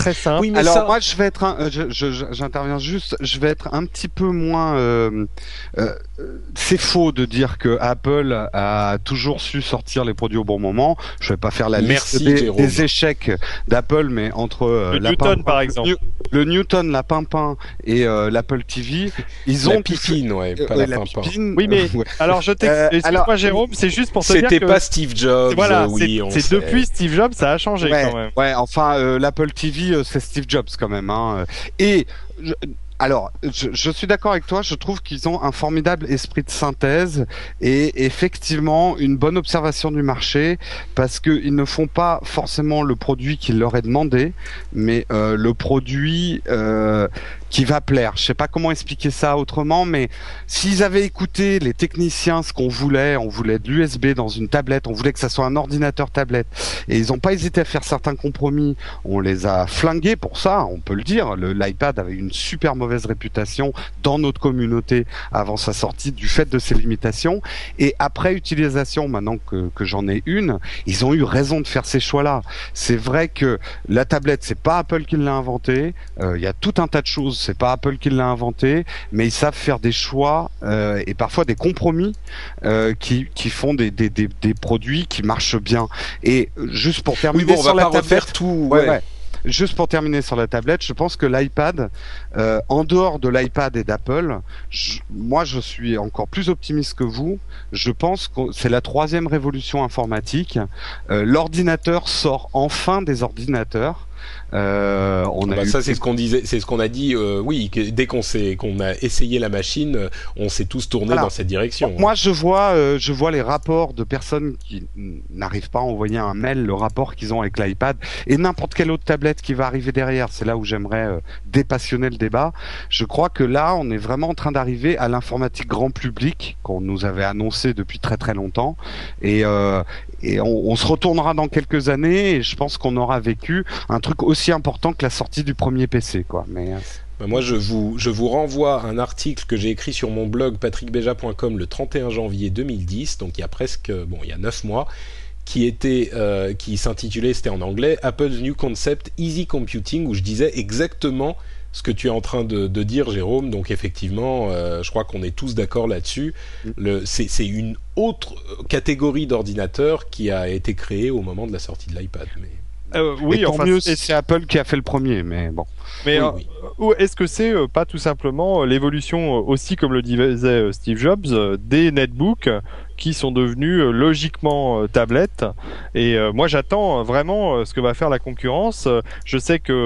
très simple. Oui, mais Alors ça... moi je vais être un, je, je, je- j'interviens juste, je vais être un petit peu moins. Euh, euh, c'est faux de dire que Apple a toujours su sortir les produits au bon moment. Je vais pas faire la Merci, liste des, Jérôme. des échecs d'Apple, mais entre euh, Le la Newton, Pimpin- par exemple. New- le Newton, la Pimpin et euh, l'Apple T V, ils ont La pipine, ouais, euh, pas ouais, la la pimpin. pipine, Oui, mais euh, ouais. alors je Euh, t'explique. alors- Excuse-moi, Jérôme, c'est juste pour te dire C'était que pas Steve Jobs, voilà, euh, oui, c'est on c'est sait. depuis Steve Jobs, ça a changé ouais, quand même. ouais, enfin euh, l'Apple T V, euh, c'est Steve Jobs quand même. Hein. Et je, alors, je, je suis d'accord avec toi. Je trouve qu'ils ont un formidable esprit de synthèse et effectivement une bonne observation du marché parce que ils ne font pas forcément le produit qui leur est demandé, mais euh, le produit euh, qui va plaire. Je sais pas comment expliquer ça autrement, mais s'ils avaient écouté les techniciens, ce qu'on voulait, on voulait de l'U S B dans une tablette, on voulait que ça soit un ordinateur tablette, et ils n'ont pas hésité à faire certains compromis. On les a flingués pour ça, on peut le dire. Le, L'iPad avait une super mauvaise réputation dans notre communauté avant sa sortie du fait de ses limitations. Et après utilisation, maintenant que, que j'en ai une, ils ont eu raison de faire ces choix-là. C'est vrai que la tablette, c'est pas Apple qui l'a inventée. Il euh, y a tout un tas de choses, c'est pas Apple qui l'a inventé, mais ils savent faire des choix euh, et parfois des compromis euh, qui, qui font des, des, des, des produits qui marchent bien. Et juste pour terminer Oui, bon, on sur va la pas tablette, refaire tout. ouais, Ouais. ouais. Juste pour terminer sur la tablette, je pense que l'iPad, euh, en dehors de l'iPad et d'Apple, je, moi je suis encore plus optimiste que vous. Je pense que c'est la troisième révolution informatique. Euh, l'ordinateur sort enfin des ordinateurs. Euh, on Ah a bah eu ça c'est ce qu'on disait, c'est ce qu'on a dit. Euh, oui, que dès qu'on s'est, qu'on a essayé la machine, euh, on s'est tous tournés Voilà. dans cette direction. Moi, je vois, euh, je vois les rapports de personnes qui n'arrivent pas à envoyer un mail, le rapport qu'ils ont avec l'iPad et n'importe quelle autre tablette qui va arriver derrière. C'est là où j'aimerais euh, dépassionner le débat. Je crois que là, on est vraiment en train d'arriver à l'informatique grand public qu'on nous avait annoncé depuis très très longtemps. Et, euh, et on, on se retournera dans quelques années et je pense qu'on aura vécu un truc aussi important que la sortie du premier P C, quoi. Mais euh, Bah, moi, je vous, je vous renvoie à un article que j'ai écrit sur mon blog patrick beja point com le trente et un janvier deux mille dix, donc il y a presque, bon, il y a neuf mois, qui était, euh, qui s'intitulait, c'était en anglais, Apple's New Concept Easy Computing, où je disais exactement ce que tu es en train de, de dire, Jérôme. Donc effectivement, euh, je crois qu'on est tous d'accord là-dessus. Le, c'est, c'est une autre catégorie d'ordinateur qui a été créée au moment de la sortie de l'iPad. Mais... Euh, oui, et tant enfin, mieux c'est- si c'est Apple qui a fait le premier, mais bon. Mais Oui, euh, oui. ou est-ce que c'est euh, pas tout simplement euh, l'évolution euh, aussi, comme le disait euh, Steve Jobs, euh, des netbooks euh, qui sont devenus euh, logiquement euh, tablettes. Et euh, moi, j'attends euh, vraiment euh, ce que va faire la concurrence. Euh, Je sais que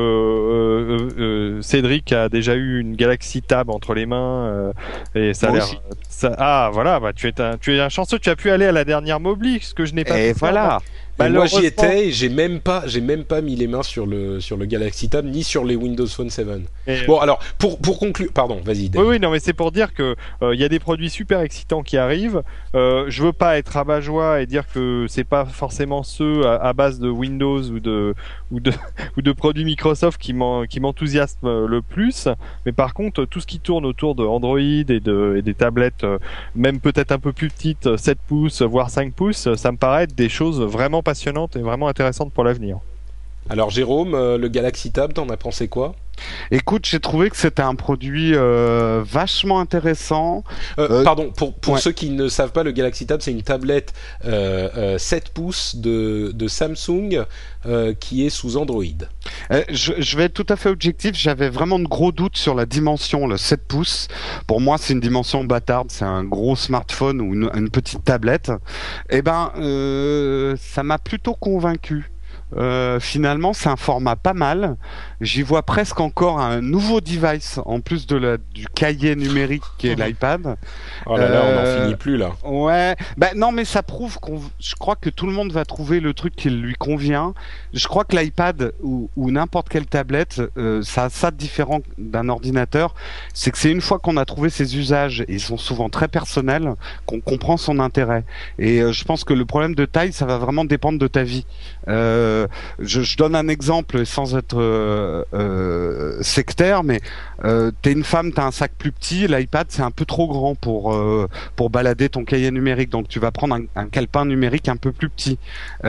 euh, euh, Cédric a déjà eu une Galaxy Tab entre les mains euh, et ça a Moi l'air. aussi. Ça... Ah voilà, bah tu es un, tu es un chanceux. Tu as pu aller à la dernière Mobli, ce que je n'ai pas. Et pu voilà. faire. Et moi j'y Malheureusement- étais et j'ai même pas j'ai même pas mis les mains sur le sur le Galaxy Tab ni sur les Windows Phone sept. Et- Bon alors pour pour conclure, pardon, vas-y. David. Oui, oui, non, mais c'est pour dire que euh, il y a des produits super excitants qui arrivent. Euh, je veux pas être rabat-joie et dire que c'est pas forcément ceux à, à base de Windows ou de ou de ou de produits Microsoft qui m'en, qui m'enthousiasment le plus. Mais par contre, tout ce qui tourne autour de Android et de et des tablettes, euh, même peut-être un peu plus petites, sept pouces, voire cinq pouces, ça me paraît être des choses vraiment passionnantes et vraiment intéressantes pour l'avenir. Alors Jérôme, euh, le Galaxy Tab, t'en as pensé quoi? Écoute, j'ai trouvé que c'était un produit euh, vachement intéressant. Euh, Euh, pardon, pour, pour ouais. ceux qui ne savent pas, le Galaxy Tab, c'est une tablette euh, euh, sept pouces de, de Samsung euh, qui est sous Android. Euh, je, je vais être tout à fait objectif. J'avais vraiment de gros doutes sur la dimension, le sept pouces. Pour moi, c'est une dimension bâtarde. C'est un gros smartphone ou une, une petite tablette. Eh ben, euh, ça m'a plutôt convaincu. Euh, finalement, c'est un format pas mal. J'y vois presque encore un nouveau device en plus de la, du cahier numérique qui est l'iPad. Oh là là, on n'en Euh, finit plus là. Ouais, ben non, mais ça prouve qu'on, je crois que tout le monde va trouver le truc qui lui convient. Je crois que l'iPad ou, ou n'importe quelle tablette, euh, ça a ça de différent d'un ordinateur, c'est que c'est une fois qu'on a trouvé ses usages, et ils sont souvent très personnels, qu'on comprend son intérêt. Et euh, je pense que le problème de taille, ça va vraiment dépendre de ta vie. Euh, je, je donne un exemple sans être euh, euh, euh, sectaire, mais euh, t'es une femme, t'as un sac plus petit, l'iPad c'est un peu trop grand pour euh, pour balader ton cahier numérique, donc tu vas prendre un, un calepin numérique un peu plus petit.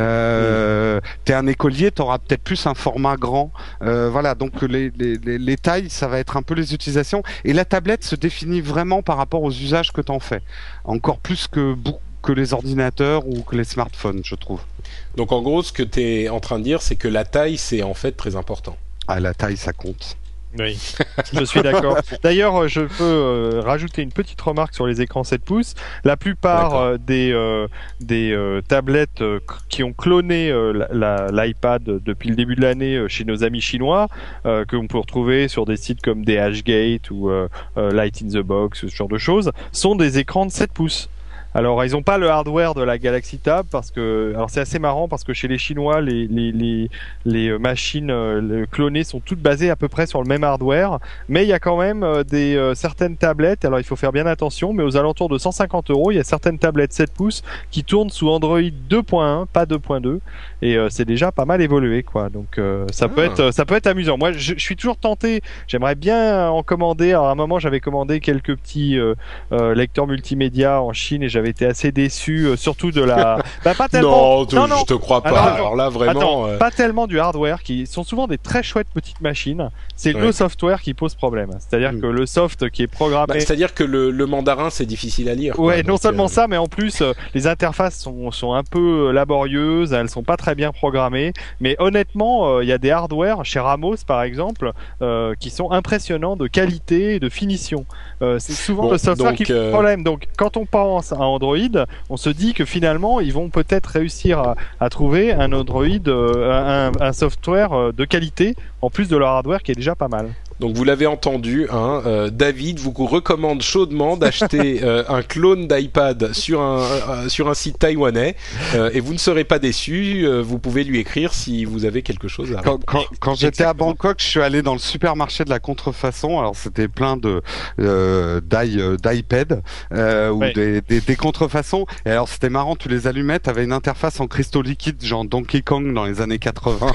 Euh, mmh. T'es un écolier, t'auras peut-être plus un format grand. Euh, voilà, donc les, les les les tailles, ça va être un peu les utilisations. Et la tablette se définit vraiment par rapport aux usages que t'en fais, encore plus que beaucoup que les ordinateurs ou que les smartphones, je trouve. Donc en gros, ce que tu es en train de dire, c'est que la taille, c'est en fait très important. Ah, la taille, ça compte. Oui, je suis d'accord. D'ailleurs, je peux euh, rajouter une petite remarque sur les écrans sept pouces. La plupart euh, des, euh, des euh, tablettes euh, qui ont cloné euh, la, la, l'iPad depuis le début de l'année euh, chez nos amis chinois, euh, que l'on peut retrouver sur des sites comme DHgate ou euh, euh, Light in the Box, ce genre de choses, sont des écrans de sept pouces. Alors ils n'ont pas le hardware de la Galaxy Tab parce que alors c'est assez marrant parce que chez les Chinois les les les, les machines euh, clonées sont toutes basées à peu près sur le même hardware, mais il y a quand même euh, des euh, certaines tablettes. Alors il faut faire bien attention, mais aux alentours de cent cinquante euros, il y a certaines tablettes sept pouces qui tournent sous Android deux point un, pas deux point deux, et euh, c'est déjà pas mal évolué quoi. Donc euh, ça ah. peut être ça peut être amusant. Moi je, je suis toujours tenté. J'aimerais bien en commander. Alors à un moment j'avais commandé quelques petits euh, euh, lecteurs multimédia en Chine et j'avais été assez déçu, euh, surtout de la. Bah, pas tellement. Non, tu, non, non, je te crois pas. Alors, Alors là, vraiment. Attends, euh... Pas tellement du hardware, qui sont souvent des très chouettes petites machines. C'est ouais. le software qui pose problème. C'est-à-dire mmh. que le soft qui est programmé. Bah, c'est-à-dire que le, le mandarin, c'est difficile à lire. Ouais, quoi, non donc, seulement euh... ça, mais en plus, euh, les interfaces sont, sont un peu laborieuses. Elles sont pas très bien programmées. Mais honnêtement, il euh, y a des hardware chez Ramos, par exemple, euh, qui sont impressionnants de qualité et de finition. Euh, c'est souvent bon, le software donc, qui pose euh... problème. Donc, quand on pense à Android, on se dit que finalement ils vont peut-être réussir à, à trouver un Android, euh, un, un software de qualité en plus de leur hardware qui est déjà pas mal. Donc vous l'avez entendu, hein, euh, David vous recommande chaudement d'acheter euh, un clone d'iPad sur un euh, sur un site taïwanais euh, et vous ne serez pas déçus. Euh, vous pouvez lui écrire si vous avez quelque chose à. Quand, quand, quand j'étais à Bangkok, je suis allé dans le supermarché de la contrefaçon. Alors c'était plein de euh, d'i, euh, d'iPad euh, ou ouais. des, des, des contrefaçons. Et alors c'était marrant, tu les allumais, t'avais une interface en cristaux liquides, genre Donkey Kong dans les années quatre-vingts,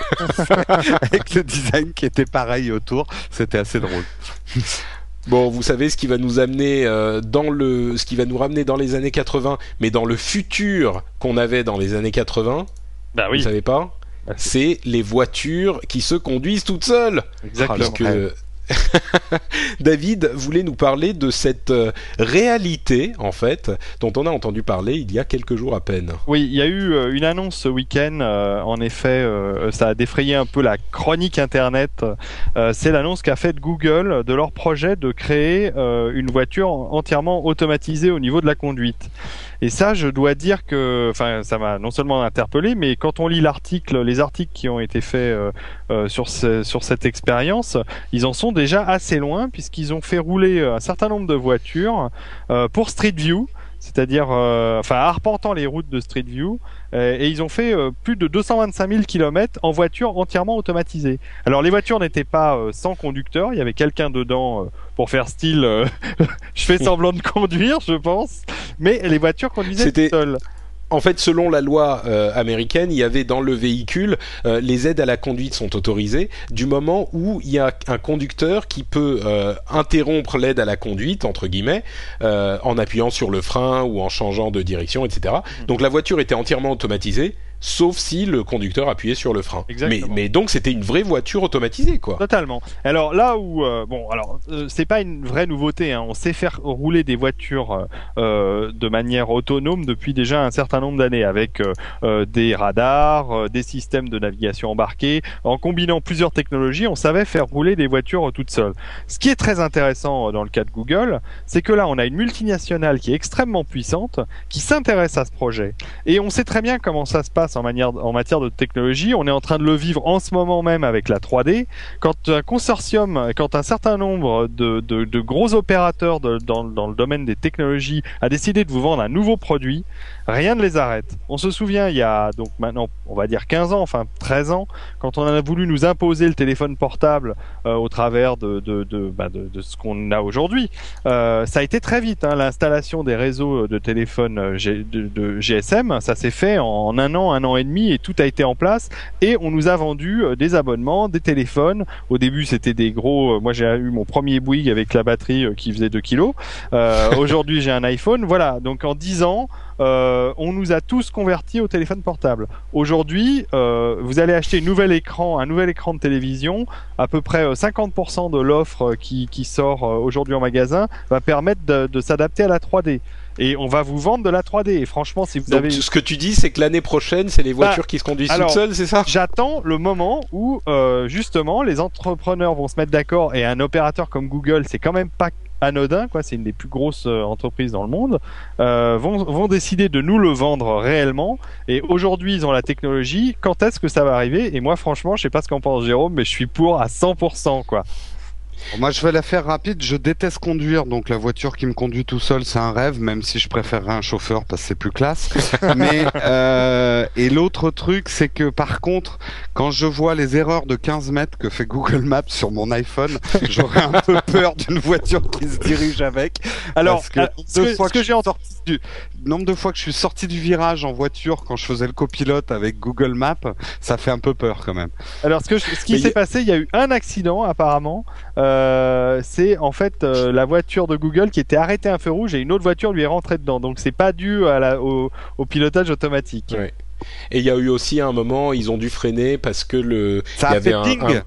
avec le design qui était pareil autour. C'était assez drôle. Bon, vous savez ce qui va nous amener euh, dans le, ce qui va nous ramener dans les années quatre-vingts, mais dans le futur qu'on avait dans les années quatre-vingts. Bah oui. Vous savez pas ? Bah, c'est... c'est les voitures qui se conduisent toutes seules. Exactement. Parce que David voulait nous parler de cette euh, réalité, en fait, dont on a entendu parler il y a quelques jours à peine. Oui, il y a eu euh, une annonce ce week-end. Euh, en effet, euh, ça a défrayé un peu la chronique Internet. Euh, c'est l'annonce qu'a faite Google de leur projet de créer euh, une voiture entièrement automatisée au niveau de la conduite. Et ça, je dois dire que, enfin, ça m'a non seulement interpellé, mais quand on lit l'article, les articles qui ont été faits euh, euh, sur ce, sur cette expérience, ils en sont déjà assez loin puisqu'ils ont fait rouler un certain nombre de voitures euh, pour Street View, c'est-à-dire, euh, enfin, arpentant les routes de Street View, euh, et ils ont fait euh, plus de deux cent vingt-cinq mille kilomètres en voiture entièrement automatisée. Alors, les voitures n'étaient pas euh, sans conducteur, il y avait quelqu'un dedans euh, pour faire style, euh, je fais semblant de conduire, je pense, mais les voitures conduisaient toutes seules. En fait, selon la loi euh, américaine, il y avait dans le véhicule, euh, les aides à la conduite sont autorisées du moment où il y a un conducteur qui peut euh, interrompre l'aide à la conduite, entre guillemets, euh, en appuyant sur le frein ou en changeant de direction, et cetera. Mmh. Donc la voiture était entièrement automatisée, sauf si le conducteur appuyait sur le frein. Mais, mais donc c'était une vraie voiture automatisée, quoi. Totalement. Alors là où euh, bon, alors euh, c'est pas une vraie nouveauté, hein. On sait faire rouler des voitures euh, de manière autonome depuis déjà un certain nombre d'années, avec euh, euh, des radars, euh, des systèmes de navigation embarqués. En combinant plusieurs technologies, on savait faire rouler des voitures toutes seules. Ce qui est très intéressant dans le cas de Google, c'est que là, on a une multinationale qui est extrêmement puissante, qui s'intéresse à ce projet, et on sait très bien comment ça se passe en, manière, en matière de technologie. On est en train de le vivre en ce moment même avec la trois D. Quand un consortium, quand un certain nombre de, de, de gros opérateurs de, dans, dans le domaine des technologies a décidé de vous vendre un nouveau produit, rien ne les arrête. On se souvient, il y a donc maintenant, on va dire quinze ans, enfin treize ans, quand on a voulu nous imposer le téléphone portable euh, au travers de, de, de, bah de, de ce qu'on a aujourd'hui, euh, ça a été très vite. Hein, l'installation des réseaux de téléphones G, de, de G S M, ça s'est fait en un an, un un an et demi et tout a été en place et on nous a vendu euh, des abonnements, des téléphones. Au début, c'était des gros. Euh, moi, j'ai eu mon premier Bouygues avec la batterie euh, qui faisait deux kilos. Euh, aujourd'hui, j'ai un iPhone. Voilà. Donc, en dix ans, euh, on nous a tous convertis au téléphone portable. Aujourd'hui, euh, vous allez acheter un nouvel écran, un nouvel écran de télévision. À peu près euh, cinquante pour cent de l'offre euh, qui, qui sort euh, aujourd'hui en magasin va permettre de, de s'adapter à la trois D. Et on va vous vendre de la trois D. Et franchement, si vous Donc, avez... ce que tu dis, c'est que l'année prochaine, c'est les voitures bah, qui se conduisent alors, toutes seules, c'est ça ? J'attends le moment où, euh, justement, les entrepreneurs vont se mettre d'accord et un opérateur comme Google, c'est quand même pas anodin, quoi. C'est une des plus grosses euh, entreprises dans le monde, euh, vont, vont décider de nous le vendre réellement. Et aujourd'hui, ils ont la technologie. Quand est-ce que ça va arriver ? Et moi, franchement, je sais pas ce qu'en pense Jérôme, mais je suis pour à cent pour cent, quoi. Moi, je vais la faire rapide. Je déteste conduire, donc la voiture qui me conduit tout seul, c'est un rêve, même si je préférerais un chauffeur parce que c'est plus classe. Mais euh, et l'autre truc, c'est que par contre, quand je vois les erreurs de quinze mètres que fait Google Maps sur mon iPhone, j'aurais un peu peur d'une voiture qui se dirige avec. Alors, parce que, euh, ce que, fois ce que, que j'ai entendu du nombre de fois que je suis sorti du virage en voiture quand je faisais le copilote avec Google Maps, ça fait un peu peur quand même. Alors, ce que je, ce qui s'est y... passé, il y a eu un accident apparemment. Euh, c'est en fait euh, la voiture de Google qui était arrêtée à un feu rouge et une autre voiture lui est rentrée dedans. Donc c'est pas dû à la, au, au pilotage automatique. Ouais. Et il y a eu aussi un moment, ils ont dû freiner parce que le. Ça y a avait fait un, ping. un...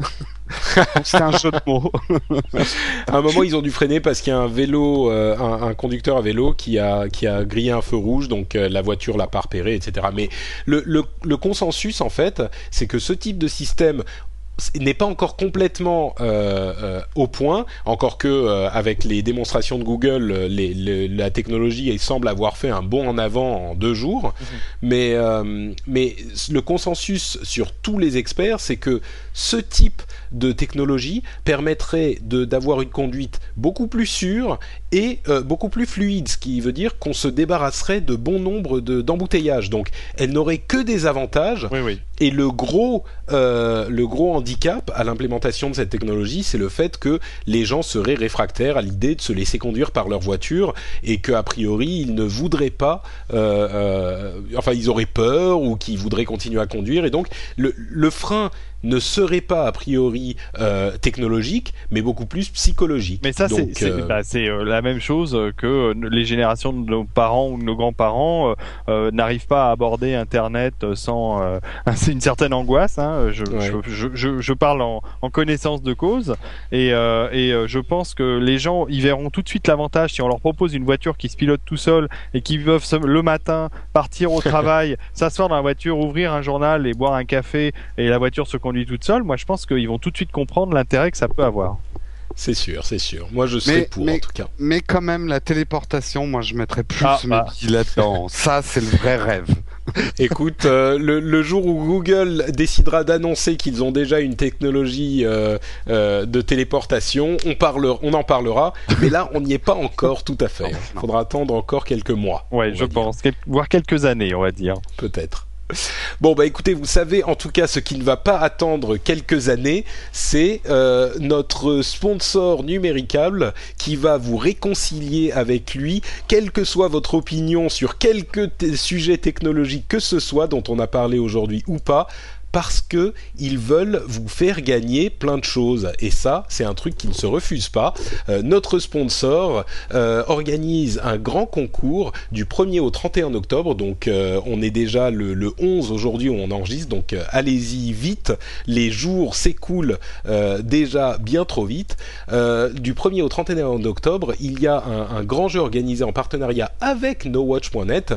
C'est un jeu de mots. À un moment, ils ont dû freiner parce qu'il y a un vélo, euh, un, un conducteur à vélo qui a qui a grillé un feu rouge, donc euh, la voiture l'a pas repéré, et cetera. Mais le, le le consensus en fait, c'est que ce type de système n'est pas encore complètement euh, euh, au point, encore que euh, avec les démonstrations de Google, les, les, la technologie semble avoir fait un bond en avant en deux jours. Mmh. Mais euh, mais le consensus sur tous les experts, c'est que ce type de technologie permettrait de d'avoir une conduite beaucoup plus sûre et euh, beaucoup plus fluide, ce qui veut dire qu'on se débarrasserait de bon nombre de d'embouteillages. Donc, elle n'aurait que des avantages. Oui, oui. Et le gros euh, le gros handicap à l'implémentation de cette technologie, c'est le fait que les gens seraient réfractaires à l'idée de se laisser conduire par leur voiture et qu'a priori ils ne voudraient pas, euh, euh, enfin ils auraient peur ou qu'ils voudraient continuer à conduire, et donc le, le frein ne serait pas a priori euh, technologique, mais beaucoup plus psychologique. Mais ça, donc, c'est, euh... c'est, bah, c'est euh, la même chose que les générations de nos parents ou de nos grands-parents euh, euh, n'arrivent pas à aborder Internet sans euh, c'est une certaine angoisse. Hein. Je, ouais. je, je, je, je parle en, en connaissance de cause, et, euh, et euh, je pense que les gens y verront tout de suite l'avantage si on leur propose une voiture qui se pilote tout seul et qui peuvent le matin partir au travail, s'asseoir dans la voiture, ouvrir un journal et boire un café, et la voiture se conduit toute seule. Moi, je pense qu'ils vont tout de suite comprendre l'intérêt que ça peut avoir. C'est sûr, c'est sûr. Moi, je serais mais, pour, mais, en tout cas. Mais quand même, la téléportation, moi, je mettrais plus ah, mes bah. billes là-dedans. Ça, c'est le vrai rêve. Écoute, euh, le, le jour où Google décidera d'annoncer qu'ils ont déjà une technologie euh, euh, de téléportation, on, parle, on en parlera. Mais là, on n'y est pas encore tout à fait. Il faudra attendre encore quelques mois. Ouais, je pense. Quel- voire quelques années, on va dire. Peut-être. Bon bah écoutez, vous savez en tout cas ce qui ne va pas attendre quelques années, c'est euh, notre sponsor Numéricable qui va vous réconcilier avec lui, quelle que soit votre opinion sur quelque t- sujet technologique que ce soit dont on a parlé aujourd'hui ou pas, parce que ils veulent vous faire gagner plein de choses, et ça c'est un truc qui ne se refuse pas. Euh, notre sponsor euh, organise un grand concours du premier au trente et un octobre, donc euh, on est déjà le, le onze aujourd'hui où on enregistre, donc euh, allez-y vite, les jours s'écoulent euh, déjà bien trop vite. Euh, du premier au trente et un octobre, il y a un, un grand jeu organisé en partenariat avec no watch point net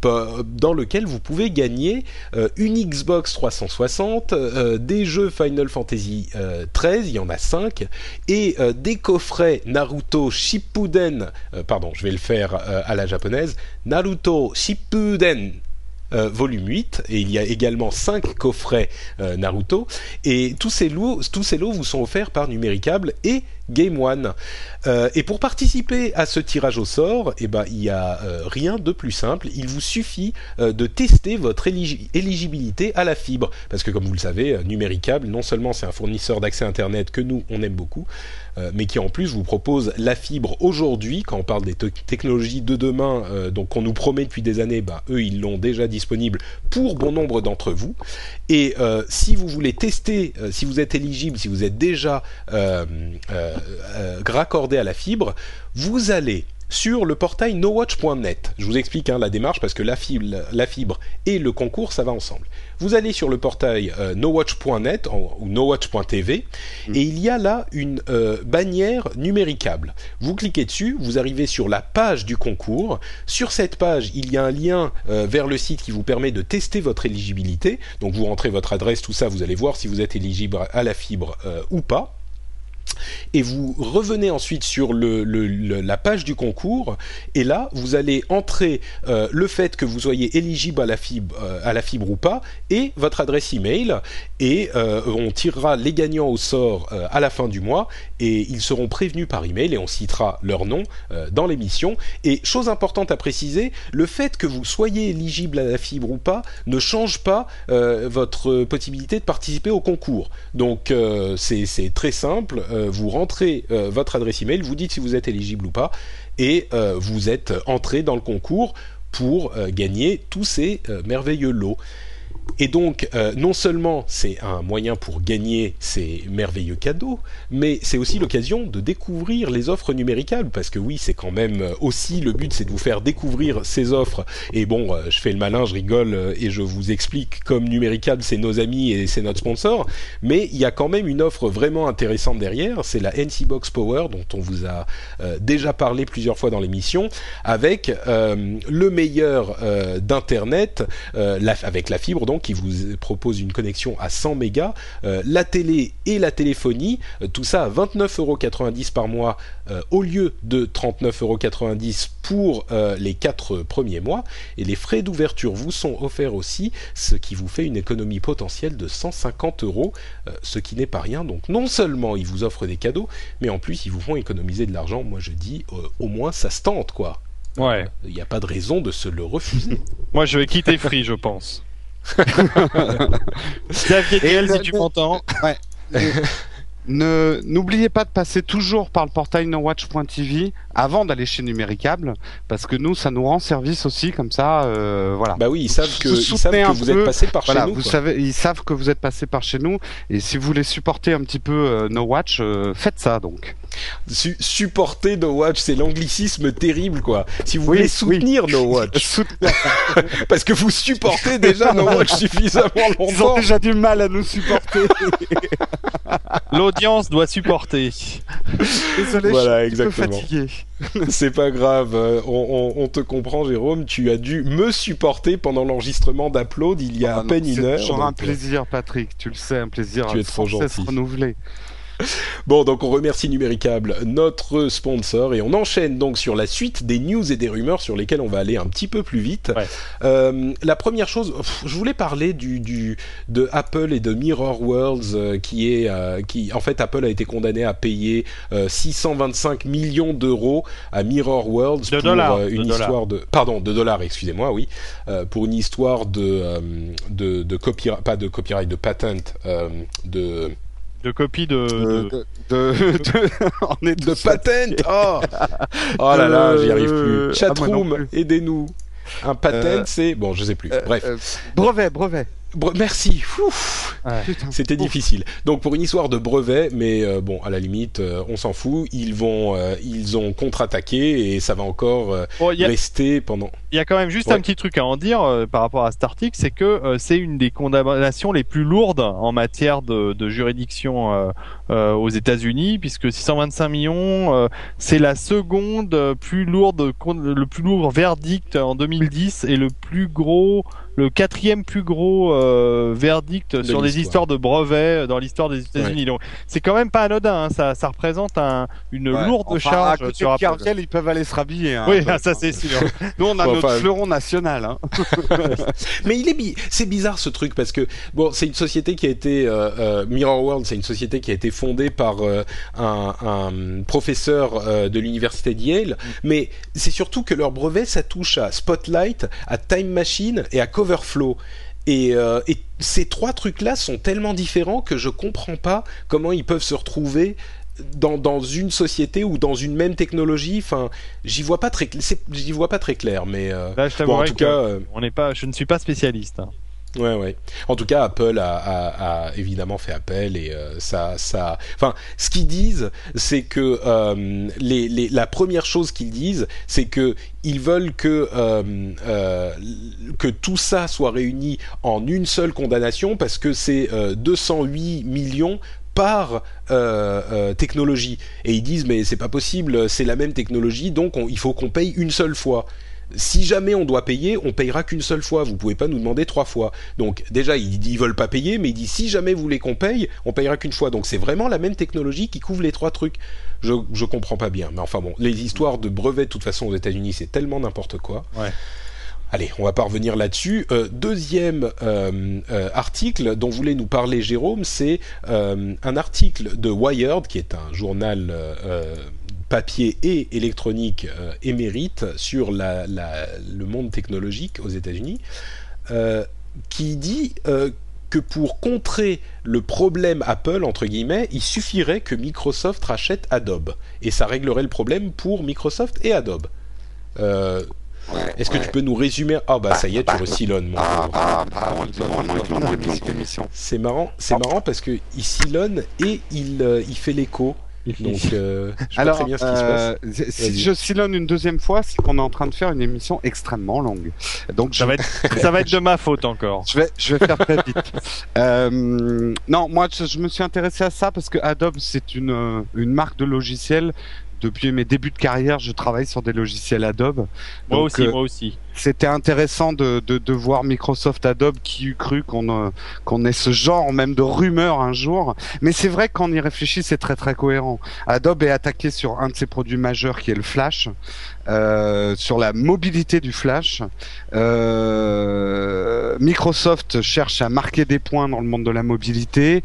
dans lequel vous pouvez gagner euh, une Xbox trois cent soixante, euh, des jeux Final Fantasy euh, treize, il y en a cinq, et euh, des coffrets Naruto Shippuden, euh, pardon, je vais le faire euh, à la japonaise, Naruto Shippuden Euh, volume huit, et il y a également cinq coffrets euh, Naruto, et tous ces lots, tous ces lots vous sont offerts par Numéricable, et Game One. Euh, et pour participer à ce tirage au sort, eh ben, il n'y a euh, rien de plus simple. Il vous suffit euh, de tester votre éligi- éligibilité à la fibre. Parce que comme vous le savez, euh, Numéricable, non seulement c'est un fournisseur d'accès Internet que nous, on aime beaucoup, euh, mais qui en plus vous propose la fibre aujourd'hui. Quand on parle des te- technologies de demain, euh, donc qu'on nous promet depuis des années, bah, eux, ils l'ont déjà disponible pour bon nombre d'entre vous. Et euh, si vous voulez tester, euh, si vous êtes éligible, si vous êtes déjà euh, euh, euh, raccordé à la fibre, vous allez sur le portail no watch point net. Je vous explique hein, la démarche parce que la fibre, la fibre et le concours, ça va ensemble. Vous allez sur le portail euh, no watch point net en, ou no watch point t v mmh. et il y a là une euh, bannière Numéricable. Vous cliquez dessus, vous arrivez sur la page du concours. Sur cette page, il y a un lien euh, vers le site qui vous permet de tester votre éligibilité. Donc vous rentrez votre adresse, tout ça, vous allez voir si vous êtes éligible à la fibre euh, ou pas. Et vous revenez ensuite sur le, le, le, la page du concours et là vous allez entrer euh, le fait que vous soyez éligible à la fibre, euh, à la fibre ou pas et votre adresse email et euh, on tirera les gagnants au sort euh, à la fin du mois et ils seront prévenus par email et on citera leur nom euh, dans l'émission. Et chose importante à préciser, le fait que vous soyez éligible à la fibre ou pas ne change pas euh, votre possibilité de participer au concours. Donc euh, c'est, c'est très simple. Euh, vous rentrez euh, votre adresse email, vous dites si vous êtes éligible ou pas, et euh, vous êtes entré dans le concours pour euh, gagner tous ces euh, merveilleux lots. Et donc, euh, non seulement c'est un moyen pour gagner ces merveilleux cadeaux, mais c'est aussi l'occasion de découvrir les offres Numéricables, parce que oui, c'est quand même aussi le but, c'est de vous faire découvrir ces offres. Et bon, euh, je fais le malin, je rigole euh, et je vous explique comme Numéricable, c'est nos amis et c'est notre sponsor, mais il y a quand même une offre vraiment intéressante derrière, c'est la N C Box Power, dont on vous a euh, déjà parlé plusieurs fois dans l'émission, avec euh, le meilleur euh, d'Internet, euh, la, avec la fibre donc, qui vous propose une connexion à cent mégas, euh, la télé et la téléphonie, euh, tout ça à vingt-neuf euros quatre-vingt-dix par mois euh, au lieu de trente-neuf euros quatre-vingt-dix pour euh, les quatre premiers mois, et les frais d'ouverture vous sont offerts aussi, ce qui vous fait une économie potentielle de cent cinquante euros, euh, ce qui n'est pas rien. Donc non seulement ils vous offrent des cadeaux, mais en plus ils vous font économiser de l'argent. Moi je dis euh, au moins ça se tente quoi. Ouais. Il n'y a pas de raison de se le refuser. Moi je vais quitter Free je pense. Xavier Niel, si tu m'entends. Ouais. Ne, n'oubliez pas de passer toujours par le portail no watch point t v avant d'aller chez Numéricable, parce que nous, ça nous rend service aussi, comme ça, euh, voilà. Bah oui, ils savent que, ils savent que vous êtes passé par voilà, chez nous. Vous quoi. savez, ils savent que vous êtes passé par chez nous, et si vous voulez supporter un petit peu euh, No Watch, euh, faites ça donc. Su- supporter No Watch, c'est l'anglicisme terrible quoi. Si vous Oui, voulez soutenir oui. No Watch, Soutenir. parce que vous supportez déjà No Watch suffisamment Ils ont longtemps. déjà du mal à nous supporter. L'audience doit supporter. Désolé, Voilà, je suis un peu exactement. fatigué. C'est pas grave, euh, on, on, on te comprend Jérôme, tu as dû me supporter pendant l'enregistrement d'Upload il y a Ah à non, peine c'est une heure. toujours un donc, plaisir, Patrick, tu le sais, un plaisir Tu es sans trop cesse gentil. renouvelé. Bon, donc on remercie Numéricable, notre sponsor, et on enchaîne donc sur la suite des news et des rumeurs sur lesquelles on va aller un petit peu plus vite. Ouais. Euh, la première chose, pff, je voulais parler du, du de Apple et de Mirror Worlds, euh, qui est, euh, qui en fait Apple a été condamné à payer euh, six cent vingt-cinq millions d'euros à Mirror Worlds De pour dollars, euh, de une dollars. histoire de, pardon, de dollars, excusez-moi, oui, euh, pour une histoire de euh, de, de copyright, pas de copyright, de patent, euh, de De copies de. Euh, de... de, de, de, on est de tous patent. Oh, oh là là, j'y arrive Euh, plus. ah, moi non Chatroom, plus. aidez-nous. Un patent, Euh, c'est bon, je sais plus. Euh, Bref, euh, brevet, brevet. Bre- merci. Ouf. Ouais. Putain. C'était Ouf. difficile. Donc pour une histoire de brevet, mais euh, bon, à la limite, euh, on s'en fout. Ils vont, euh, ils ont contre-attaqué et ça va encore euh, Bon, il y a- rester pendant. Il y a quand même juste Ouais. un petit truc à en dire euh, par rapport à cet article, c'est que euh, c'est une des condamnations les plus lourdes en matière de, de juridiction euh, euh, aux États-Unis, puisque six cent vingt-cinq millions, euh, c'est la seconde euh, plus lourde, con- le plus lourd verdict en deux mille dix et le plus gros, le quatrième plus gros euh, verdict De sur des l'histoire. histoires de brevets dans l'histoire des États-Unis. Donc c'est quand même pas anodin, hein, ça, ça représente un, une Ouais. lourde Enfin, charge à côté sur de Apple. Cargill, ils peuvent aller se rhabiller. Hein, Oui, un peu. ça c'est sûr. Nous, on a Bon, nos notre enfin... fleuron national. Hein. Mais il est bi- c'est bizarre ce truc parce que bon, c'est une société qui a été euh, euh, Mirror World, c'est une société qui a été fondée par euh, un, un professeur euh, de l'université de Yale, mm. mais c'est surtout que leur brevet ça touche à Spotlight, à Time Machine et à Coverflow. Et, euh, et ces trois trucs-là sont tellement différents que je comprends pas comment ils peuvent se retrouver dans, dans une société ou dans une même technologie. Enfin, j'y vois pas très, c'est, j'y vois pas très clair. Mais euh, là, je bon, en tout cas, euh, on n'est pas, je ne suis pas spécialiste. Hein. Ouais, ouais. En tout cas, Apple a, a, a évidemment fait appel et euh, ça, ça. Enfin, ce qu'ils disent, c'est que euh, les, les, la première chose qu'ils disent, c'est que ils veulent que euh, euh, que tout ça soit réuni en une seule condamnation parce que c'est euh, deux cent huit millions par euh, euh, technologie. Et ils disent mais c'est pas possible, c'est la même technologie, donc on, il faut qu'on paye une seule fois. Si jamais on doit payer, on payera qu'une seule fois. Vous pouvez pas nous demander trois fois. Donc déjà, ils, ils veulent pas payer, mais ils disent si jamais vous voulez qu'on paye, on payera qu'une fois. Donc c'est vraiment la même technologie qui couvre les trois trucs. Je je comprends pas bien, mais enfin bon, les histoires de brevets de toute façon aux États-Unis, c'est tellement n'importe quoi. Ouais. Allez, on va pas revenir là-dessus. Euh, deuxième euh, euh, article dont voulait nous parler Jérôme, c'est euh, un article de Wired, qui est un journal euh, papier et électronique euh, émérite sur la, la, le monde technologique aux États-Unis, euh, qui dit euh, que pour contrer le problème Apple, entre guillemets, il suffirait que Microsoft rachète Adobe. Et ça réglerait le problème pour Microsoft et Adobe. Euh, Ouais, Est-ce ouais. que tu peux nous résumer? Ah bah, bah ça y est, bah, tu resilonnes, mon ah, pauvre. bah, bah, on le dit, l'émission. C'est marrant, c'est marrant parce que il silonne et il euh, il fait l'écho. Donc, euh, je sais Alors, pas très bien ce qui euh, se passe. si Vas-y. je silonne une deuxième fois, c'est qu'on est en train de faire une émission extrêmement longue. Donc, Ça je... va être, ça va être de ma faute encore. Je vais, je vais faire très vite. Euh, non, moi, je, je me suis intéressé à ça parce que Adobe, c'est une, une marque de logiciels. Depuis mes débuts de carrière, je travaille sur des logiciels Adobe. Moi Donc, aussi, euh, moi aussi. C'était intéressant de, de, de voir Microsoft Adobe, qui eût cru qu'on euh, qu'on ait ce genre même de rumeur un jour. Mais c'est vrai que quand on y réfléchit, c'est très très cohérent. Adobe est attaqué sur un de ses produits majeurs qui est le Flash, euh, sur la mobilité du Flash. Euh, Microsoft cherche à marquer des points dans le monde de la mobilité.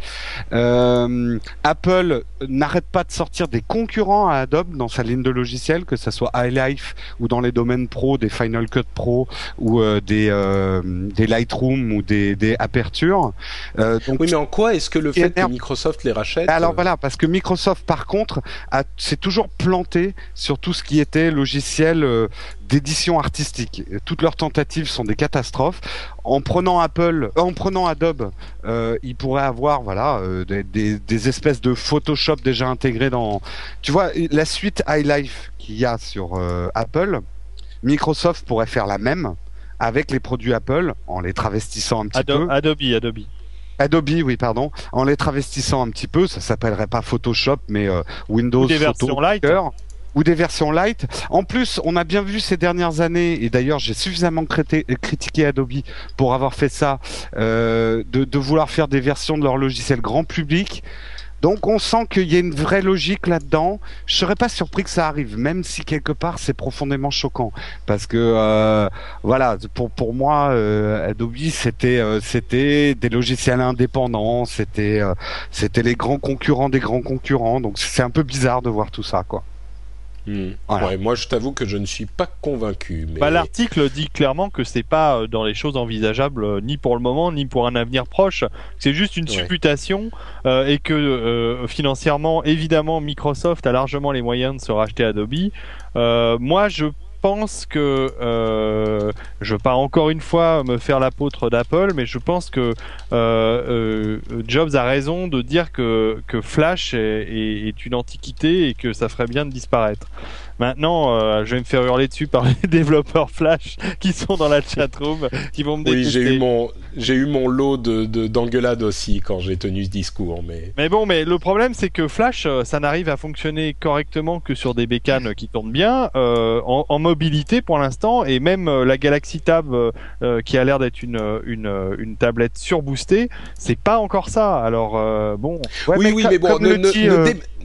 Euh, Apple n'arrête pas de sortir des concurrents à Adobe dans sa ligne de logiciels, que ça soit iLife ou dans les domaines pro, des Final Cut Pro ou euh, des euh, des Lightroom ou des des Aperture. Euh, donc Oui, mais en quoi est-ce que le fait que énerve. Microsoft les rachète Alors euh, voilà, parce que Microsoft, par contre, a, s'est toujours planté sur tout ce qui était logiciel euh, d'édition artistique. Toutes leurs tentatives sont des catastrophes. En prenant Apple, euh, en prenant Adobe, euh, ils pourraient avoir voilà euh, des, des, des espèces de Photoshop déjà intégrés dans. Tu vois, la suite iLife qu'il y a sur euh, Apple, Microsoft pourrait faire la même avec les produits Apple en les travestissant un petit Ado- peu. Adobe, Adobe. Adobe, oui, pardon, en les travestissant un petit peu, ça s'appellerait pas Photoshop, mais euh, Windows Ou des Photo versions light. Maker, ou des versions light. En plus, on a bien vu ces dernières années, et d'ailleurs j'ai suffisamment crité- critiqué Adobe pour avoir fait ça, euh, de, de vouloir faire des versions de leur logiciel grand public. Donc on sent qu'il y a une vraie logique là-dedans. Je serais pas surpris que ça arrive, même si quelque part c'est profondément choquant, parce que euh, voilà, pour pour moi, euh, Adobe c'était euh, c'était des logiciels indépendants, c'était euh, c'était les grands concurrents des grands concurrents. Donc c'est un peu bizarre de voir tout ça, quoi. hmm. Voilà. Ouais, moi, je t'avoue que je ne suis pas convaincu. Mais... Bah, l'article dit clairement que c'est pas euh, dans les choses envisageables euh, ni pour le moment ni pour un avenir proche. C'est juste une Ouais. supputation euh, et que euh, financièrement, évidemment, Microsoft a largement les moyens de se racheter Adobe. Euh, moi, je pense que euh, je veux pas encore une fois me faire l'apôtre d'Apple, mais je pense que euh, euh, Jobs a raison de dire que que Flash est, est, est une antiquité et que ça ferait bien de disparaître. Maintenant, euh, je vais me faire hurler dessus par les développeurs Flash qui sont dans la chatroom, qui vont me Oui, détester. j'ai eu mon j'ai eu mon lot de, de d'engueulades aussi quand j'ai tenu ce discours, mais Mais bon, mais le problème c'est que Flash, euh, ça n'arrive à fonctionner correctement que sur des bécanes qui tournent bien, euh, en, en mobilité pour l'instant, et même euh, la Galaxy Tab, euh, euh, qui a l'air d'être une une une tablette surboostée, c'est pas encore ça. Alors euh, bon, Ouais, oui, oui, co- mais bon, comme ne, le ne, dit, ne euh, dé-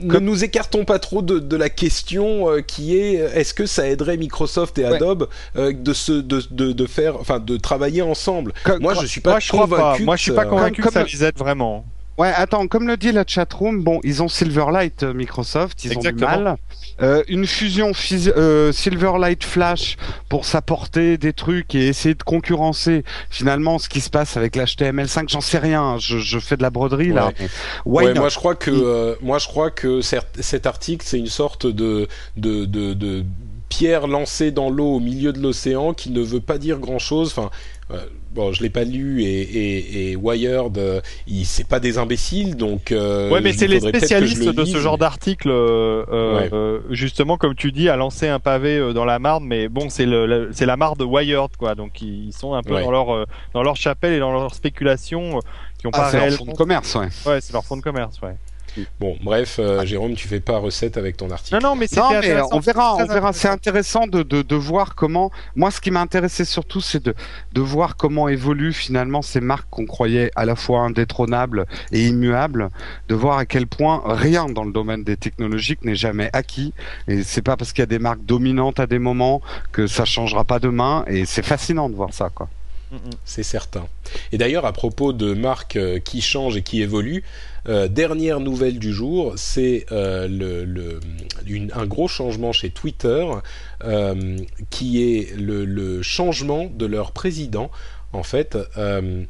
ne nous écartons pas trop de, de la question euh, qui est est-ce que ça aiderait Microsoft et Adobe ouais. euh, de se de, de, de faire enfin de travailler ensemble. Que, moi je suis pas moi, je convaincu. Pas. Moi je suis pas convaincu comme, que ça les aide vraiment. Ouais, attends, comme le dit la chatroom, bon, ils ont Silverlight euh, Microsoft, ils Exactement. ont du mal. Euh, une fusion phys- euh, Silverlight Flash pour s'apporter des trucs et essayer de concurrencer finalement ce qui se passe avec l'H T M L cinq, j'en sais rien, je, je fais de la broderie ouais. là. Ouais, moi je crois que euh, moi je crois que cet article c'est une sorte de de de, de pierre lancée dans l'eau au milieu de l'océan qui ne veut pas dire grand chose. Enfin. Euh, Bon, je l'ai pas lu et, et, et Wired, euh, il, c'est pas des imbéciles, donc. Euh, ouais, mais c'est les spécialistes de ce genre d'article, euh, ouais. euh, justement, comme tu dis, à lancer un pavé dans la Marne. Mais bon, c'est le, le c'est la mare de Wired, quoi. Donc ils sont un peu ouais. dans leur euh, dans leur chapelle et dans leur spéculation, euh, qui ont ah, pas c'est réel... leur fonds de commerce, ouais. Ouais, c'est leur fonds de commerce, ouais. Bon, bref, euh, Jérôme, tu fais pas recette avec ton article. Non, non, mais, non, mais on verra, c'est on verra. C'est intéressant de, de, de voir comment. Moi, ce qui m'a intéressé surtout, c'est de, de voir comment évoluent finalement ces marques qu'on croyait à la fois indétrônables et immuables, de voir à quel point rien dans le domaine des technologiques n'est jamais acquis. Et c'est pas parce qu'il y a des marques dominantes à des moments que ça changera pas demain. Et c'est fascinant de voir ça, quoi. C'est certain. Et d'ailleurs, à propos de marques euh, qui changent et qui évoluent, euh, dernière nouvelle du jour, c'est euh, le, le, une, un gros changement chez Twitter, euh, qui est le, le changement de leur président. En fait, euh,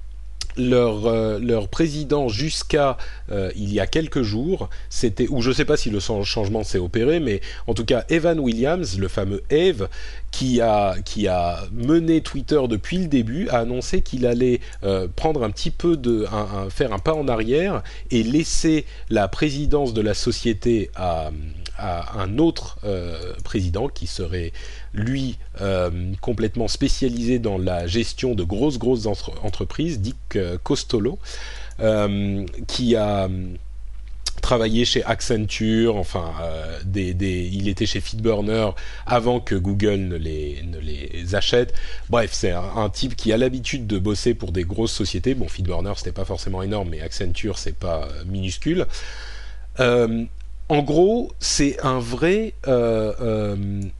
leur, euh, leur président jusqu'à euh, il y a quelques jours, c'était, ou je ne sais pas si le changement s'est opéré, mais en tout cas Evan Williams, le fameux Eve, qui a, qui a mené Twitter depuis le début, a annoncé qu'il allait euh, prendre un petit peu de, un, un, faire un pas en arrière et laisser la présidence de la société à, à un autre euh, président qui serait lui euh, complètement spécialisé dans la gestion de grosses grosses entre- entreprises, Dick euh, Costolo, euh, qui a travaillé chez Accenture, enfin, euh, des, des, il était chez Feedburner avant que Google ne les, ne les achète. Bref, c'est un, un type qui a l'habitude de bosser pour des grosses sociétés. Bon, Feedburner, c'était pas forcément énorme, mais Accenture, c'est pas minuscule. Euh, en gros, c'est un vrai... Euh, euh,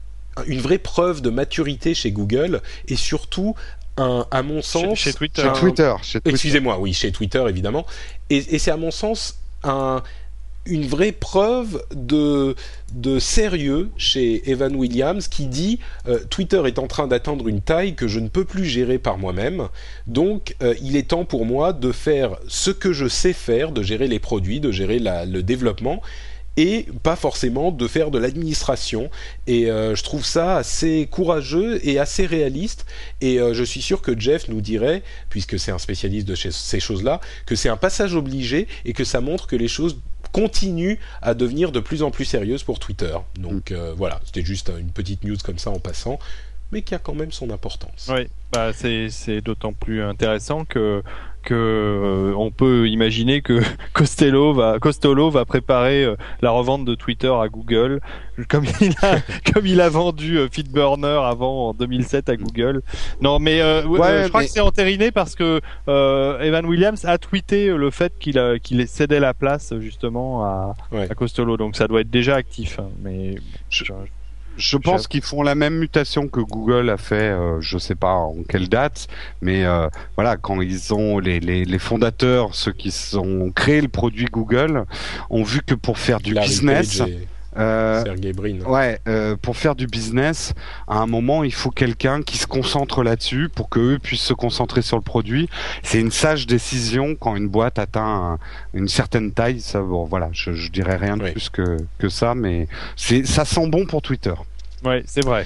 une vraie preuve de maturité chez Google et surtout un, à mon sens chez, chez Twitter, un, chez Twitter, chez Twitter. excusez-moi oui chez Twitter évidemment et, et c'est à mon sens un, une vraie preuve de, de sérieux chez Evan Williams qui dit euh, Twitter est en train d'atteindre une taille que je ne peux plus gérer par moi-même, donc euh, il est temps pour moi de faire ce que je sais faire, de gérer les produits, de gérer la, le développement et pas forcément de faire de l'administration. Et euh, je trouve ça assez courageux et assez réaliste. Et euh, je suis sûr que Jeff nous dirait, puisque c'est un spécialiste de ces choses-là, que c'est un passage obligé et que ça montre que les choses continuent à devenir de plus en plus sérieuses pour Twitter. Donc euh, voilà, c'était juste une petite news comme ça en passant, mais qui a quand même son importance. Oui, bah c'est, c'est d'autant plus intéressant que que euh, on peut imaginer que Costello va Costello va préparer euh, la revente de Twitter à Google, comme il a comme il a vendu euh, Feedburner avant en deux mille sept à Google. Non, mais euh, ouais, euh, je crois mais... que c'est entériné parce que euh, Evan Williams a tweeté le fait qu'il a, qu'il cédait la place justement à, ouais. à Costello, donc ça doit être déjà actif. Hein, mais je... Je... Je pense qu'ils font la même mutation que Google a fait, euh, je sais pas en quelle date, mais euh, voilà, quand ils ont les, les, les fondateurs, ceux qui ont créé le produit Google, ont vu que pour faire du Larry business, euh, Sergey Brin. Ouais, euh, pour faire du business, à un moment, il faut quelqu'un qui se concentre là-dessus pour que eux puissent se concentrer sur le produit. C'est une sage décision quand une boîte atteint un, une certaine taille. Ça, bon, voilà, je, je dirais rien de oui. plus que que ça, mais c'est ça sent bon pour Twitter. Ouais, c'est vrai.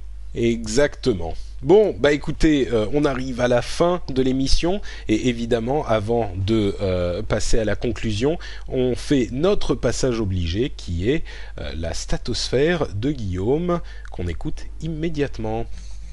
Exactement. Bon, bah écoutez, euh, on arrive à la fin de l'émission et évidemment, avant de euh, passer à la conclusion, on fait notre passage obligé qui est euh, la statosphère de Guillaume, qu'on écoute immédiatement.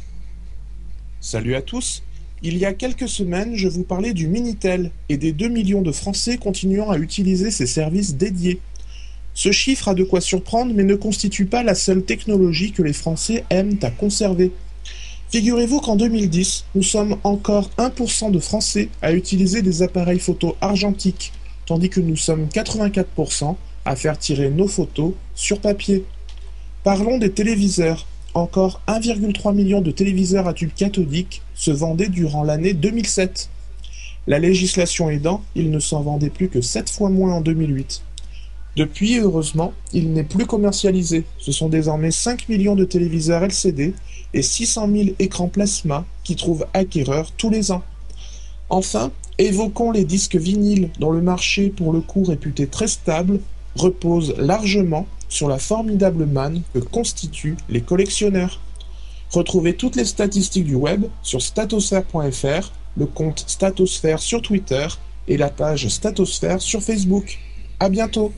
Salut à tous. Il y a quelques semaines, je vous parlais du Minitel et des deux millions de Français continuant à utiliser ces services dédiés. Ce chiffre a de quoi surprendre, mais ne constitue pas la seule technologie que les Français aiment à conserver. Figurez-vous qu'en deux mille dix, nous sommes encore un pour cent de Français à utiliser des appareils photo argentiques, tandis que nous sommes quatre-vingt-quatre pour cent à faire tirer nos photos sur papier. Parlons des téléviseurs. Encore un virgule trois million de téléviseurs à tube cathodique se vendaient durant l'année deux mille sept. La législation aidant, il ne s'en vendait plus que sept fois moins en deux mille huit. Depuis, heureusement, il n'est plus commercialisé. Ce sont désormais cinq millions de téléviseurs L C D et six cent mille écrans plasma qui trouvent acquéreurs tous les ans. Enfin, évoquons les disques vinyles dont le marché, pour le coup réputé très stable, repose largement sur la formidable manne que constituent les collectionneurs. Retrouvez toutes les statistiques du web sur statosphère point f r, le compte Statosphère sur Twitter et la page Statosphère sur Facebook. À bientôt.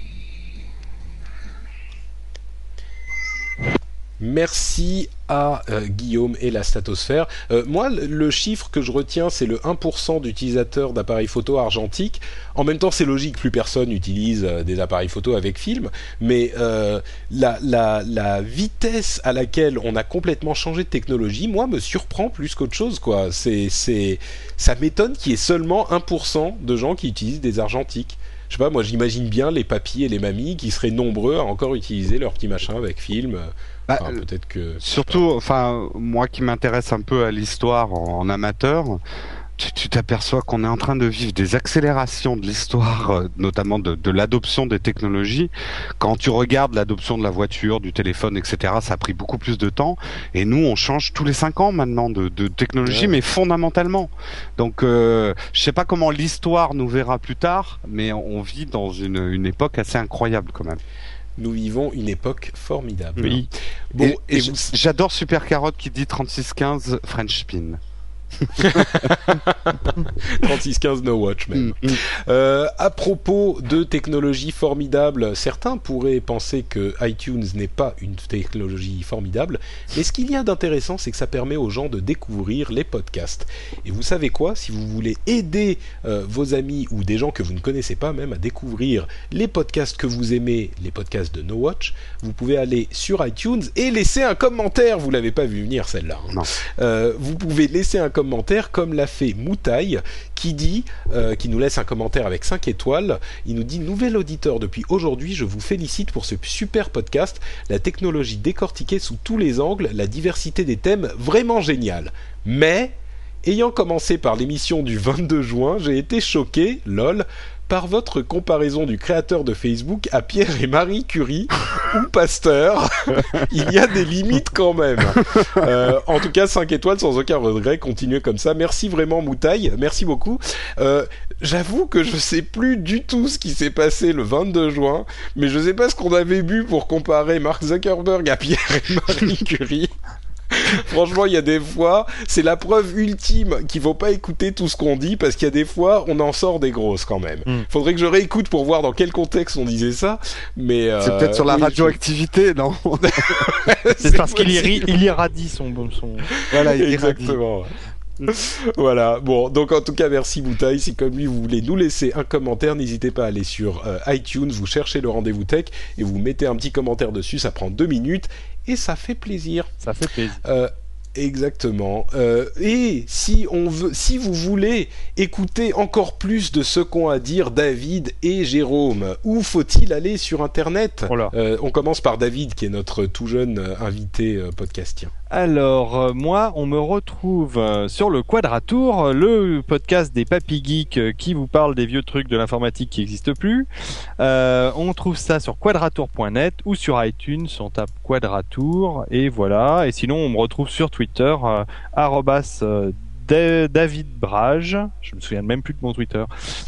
Merci à euh, Guillaume et la Statosphère. Euh, moi, le chiffre que je retiens, c'est le un pour cent d'utilisateurs d'appareils photo argentiques. En même temps, c'est logique, plus personne n'utilise euh, des appareils photo avec film, mais euh, la, la, la vitesse à laquelle on a complètement changé de technologie, moi, me surprend plus qu'autre chose, quoi. C'est, c'est, ça m'étonne qu'il y ait seulement un pour cent de gens qui utilisent des argentiques. Je sais pas, moi j'imagine bien les papis et les mamies qui seraient nombreux à encore utiliser leur petit machin avec film. Bah, enfin, peut-être que surtout, enfin, moi qui m'intéresse un peu à l'histoire en, en amateur, tu, tu t'aperçois qu'on est en train de vivre des accélérations de l'histoire, notamment de, de l'adoption des technologies. Quand tu regardes l'adoption de la voiture, du téléphone, et cetera, ça a pris beaucoup plus de temps. Et nous, on change tous les cinq ans maintenant de, de technologie, ouais. mais fondamentalement. Donc, euh, je sais pas comment l'histoire nous verra plus tard, mais on vit dans une, une époque assez incroyable quand même. Nous vivons une époque formidable. Oui. Bon, et, et, et vous... j'adore Super Carotte qui dit trente-six quinze French Spin. trente-six quinze No Watch même. Mm, mm. Euh, à propos de technologie formidable, certains pourraient penser que iTunes n'est pas une technologie formidable, mais ce qu'il y a d'intéressant, c'est que ça permet aux gens de découvrir les podcasts. Et vous savez quoi ? Si vous voulez aider euh, vos amis ou des gens que vous ne connaissez pas même à découvrir les podcasts que vous aimez, les podcasts de No Watch, vous pouvez aller sur iTunes et laisser un commentaire. Vous l'avez pas vu venir celle-là. Hein. Non. Euh, vous pouvez laisser un commentaire comme l'a fait Moutaille qui dit, euh, qui nous laisse un commentaire avec cinq étoiles. Il nous dit: nouvel auditeur depuis aujourd'hui, je vous félicite pour ce super podcast, la technologie décortiquée sous tous les angles, la diversité des thèmes vraiment géniale. Mais ayant commencé par l'émission du vingt-deux juin, j'ai été choqué, lol, par votre comparaison du créateur de Facebook à Pierre et Marie Curie ou Pasteur. Il y a des limites quand même. Euh, en tout cas, cinq étoiles sans aucun regret. Continuez comme ça. Merci vraiment, Moutaille. Merci beaucoup. Euh, j'avoue que je sais plus du tout ce qui s'est passé le vingt-deux juin, mais je sais pas ce qu'on avait bu pour comparer Mark Zuckerberg à Pierre et Marie Curie. Franchement, il y a des fois, c'est la preuve ultime qu'il faut pas écouter tout ce qu'on dit, parce qu'il y a des fois, on en sort des grosses quand même. Mm. Faudrait que je réécoute pour voir dans quel contexte on disait ça, mais euh, c'est peut-être sur la oui, radioactivité, je... non c'est, c'est parce qu'il irri- il irradie son son. Voilà, il exactement. Voilà, bon, donc en tout cas merci Moutaille, si comme lui vous voulez nous laisser un commentaire, n'hésitez pas à aller sur euh, iTunes, vous cherchez le Rendez-vous Tech et vous mettez un petit commentaire dessus, ça prend deux minutes et ça fait plaisir. Ça fait plaisir. Euh, Exactement. Euh, et si on veut, si vous voulez écouter encore plus de ce qu'ont à dire David et Jérôme, où faut-il aller sur Internet ? euh, On commence par David, qui est notre tout jeune euh, invité euh, podcastien. Alors, euh, moi, on me retrouve euh, sur le Quadratour, le podcast des papy geeks euh, qui vous parle des vieux trucs de l'informatique qui n'existent plus. Euh, on trouve ça sur quadratour point net ou sur iTunes, on tape Quadratour, et voilà. Et sinon, on me retrouve sur Twitter, euh, arrobas euh, David Brage, je me souviens même plus de mon Twitter.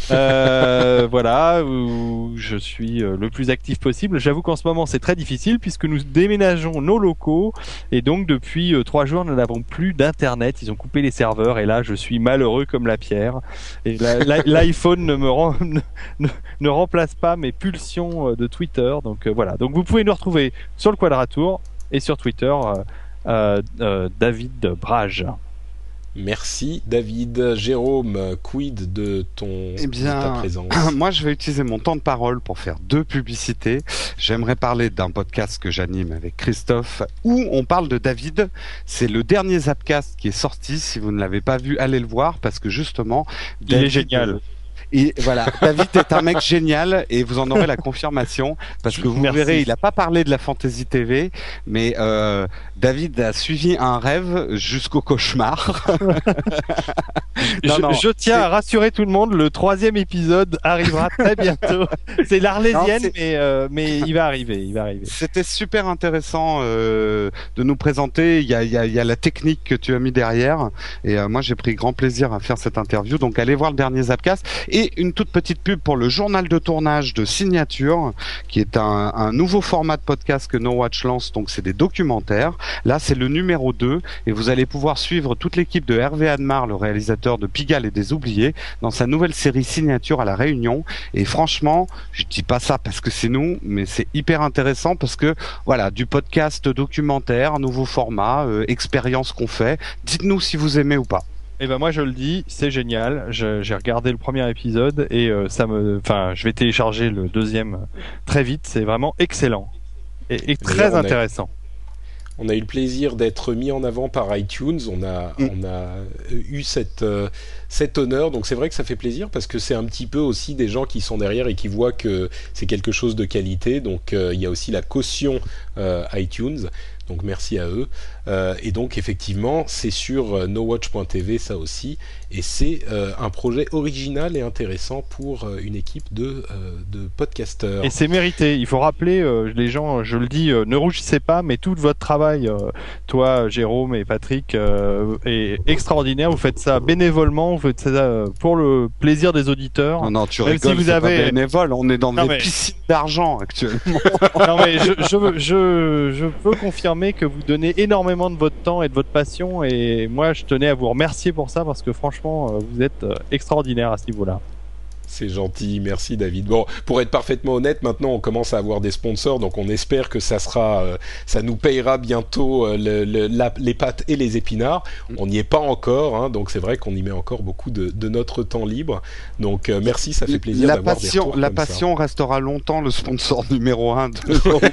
Euh, voilà, où je suis le plus actif possible. J'avoue qu'en ce moment c'est très difficile puisque nous déménageons nos locaux et donc depuis euh, trois jours nous n'avons plus d'internet. Ils ont coupé les serveurs et là je suis malheureux comme la pierre. Et la, la, l'iPhone ne me rend, ne, ne, ne remplace pas mes pulsions de Twitter. Donc euh, voilà. Donc vous pouvez nous retrouver sur le Quadratour et sur Twitter, euh, euh, euh, David Brage. Merci David. Jérôme, quid de ton eh bien, de ta présence ? Moi je vais utiliser mon temps de parole pour faire deux publicités. J'aimerais parler d'un podcast que j'anime avec Christophe où on parle de David. C'est le dernier Zapcast qui est sorti. Si vous ne l'avez pas vu, allez le voir parce que justement il David, est génial. Et voilà, David est un mec génial et vous en aurez la confirmation parce que vous Merci. verrez, il n'a pas parlé de la Fantasy T V, mais euh, David a suivi un rêve jusqu'au cauchemar. non, je, non, je tiens c'est... à rassurer tout le monde, le troisième épisode arrivera très bientôt. C'est l'Arlésienne, Non, c'est... mais euh, mais il va arriver, il va arriver. C'était super intéressant euh, de nous présenter. Il y a, il y a, il y a la technique que tu as mis derrière, et euh, moi j'ai pris grand plaisir à faire cette interview. Donc allez voir le dernier Zapcast et une toute petite pub pour le journal de tournage de Signature, qui est un, un nouveau format de podcast que No Watch lance. Donc c'est des documentaires. Là c'est le numéro deux et vous allez pouvoir suivre toute l'équipe de Hervé Admar, le réalisateur de Pigalle et des Oubliés, dans sa nouvelle série Signature à La Réunion. Et franchement, je dis pas ça parce que c'est nous, mais c'est hyper intéressant parce que voilà, du podcast documentaire, un nouveau format, euh, expérience qu'on fait. Dites-nous si vous aimez ou pas. Eh ben moi je le dis, c'est génial. Je, j'ai regardé le premier épisode et euh, ça me, enfin, je vais télécharger le deuxième très vite. C'est vraiment excellent et, et très intéressant. On a eu le plaisir d'être mis en avant par iTunes. On a, mm. on a eu cette, euh, cet honneur. Donc c'est vrai que ça fait plaisir parce que c'est un petit peu aussi des gens qui sont derrière et qui voient que c'est quelque chose de qualité. Donc euh, il y a aussi la caution euh, iTunes. Donc merci à eux. Euh, et donc effectivement, c'est sur euh, nowatch point t v ça aussi. Et c'est euh, un projet original et intéressant pour euh, une équipe de, euh, de podcasteurs. Et c'est mérité. Il faut rappeler, euh, les gens, je le dis, euh, ne rougissez pas, mais tout votre travail, euh, toi, Jérôme et Patrick, euh, est extraordinaire. Vous faites ça bénévolement, vous faites ça euh, pour le plaisir des auditeurs. Non, non, tu Même rigoles, si vous c'est avez... pas bénévole. On est dans non, des mais... piscines d'argent actuellement. non mais je, je, je, je peux confirmer que vous donnez énormément de votre temps et de votre passion et moi je tenais à vous remercier pour ça parce que franchement vous êtes extraordinaire à ce niveau-là. C'est gentil, merci David. Bon, pour être parfaitement honnête, maintenant on commence à avoir des sponsors, donc on espère que ça sera, euh, ça nous payera bientôt euh, le, le, la, les pâtes et les épinards. On n'y est pas encore, hein, donc c'est vrai qu'on y met encore beaucoup de, de notre temps libre. Donc euh, merci, ça fait plaisir la d'avoir passion, des retours La comme passion ça. restera longtemps le sponsor numéro un de No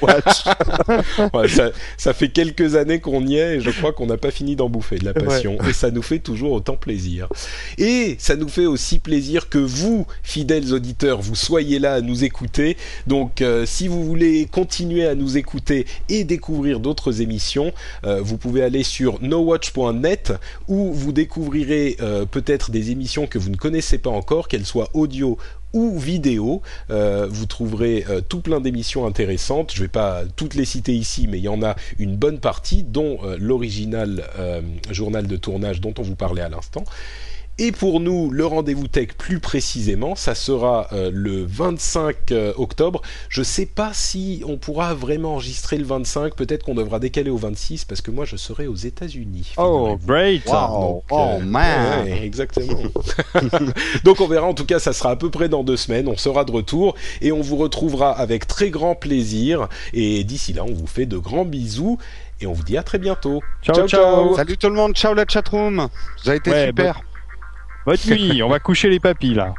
Watch. Ouais, ça, ça fait quelques années qu'on y est et je crois qu'on n'a pas fini d'en bouffer de la passion. Ouais. Et ça nous fait toujours autant plaisir. Et ça nous fait aussi plaisir que vous, fidèles auditeurs, vous soyez là à nous écouter. Donc euh, si vous voulez continuer à nous écouter et découvrir d'autres émissions, euh, vous pouvez aller sur nowatch point net où vous découvrirez euh, peut-être des émissions que vous ne connaissez pas encore, qu'elles soient audio ou vidéo. Euh, vous trouverez euh, tout plein d'émissions intéressantes. Je ne vais pas toutes les citer ici, mais il y en a une bonne partie, dont euh, l'original euh, journal de tournage dont on vous parlait à l'instant. Et pour nous, le rendez-vous tech plus précisément, ça sera euh, le vingt-cinq octobre. Je ne sais pas si on pourra vraiment enregistrer le vingt-cinq. Peut-être qu'on devra décaler au vingt-six parce que moi, je serai aux États-Unis. Oh, great! Wow. Donc, oh euh, man! Ouais, exactement. Donc on verra. En tout cas, ça sera à peu près dans deux semaines. On sera de retour et on vous retrouvera avec très grand plaisir. Et d'ici là, on vous fait de grands bisous. Et on vous dit à très bientôt. Ciao, ciao! ciao. Salut tout le monde, ciao la chatroom! Vous avez été ouais, super! Bon... Bonne nuit, on va coucher les papilles là.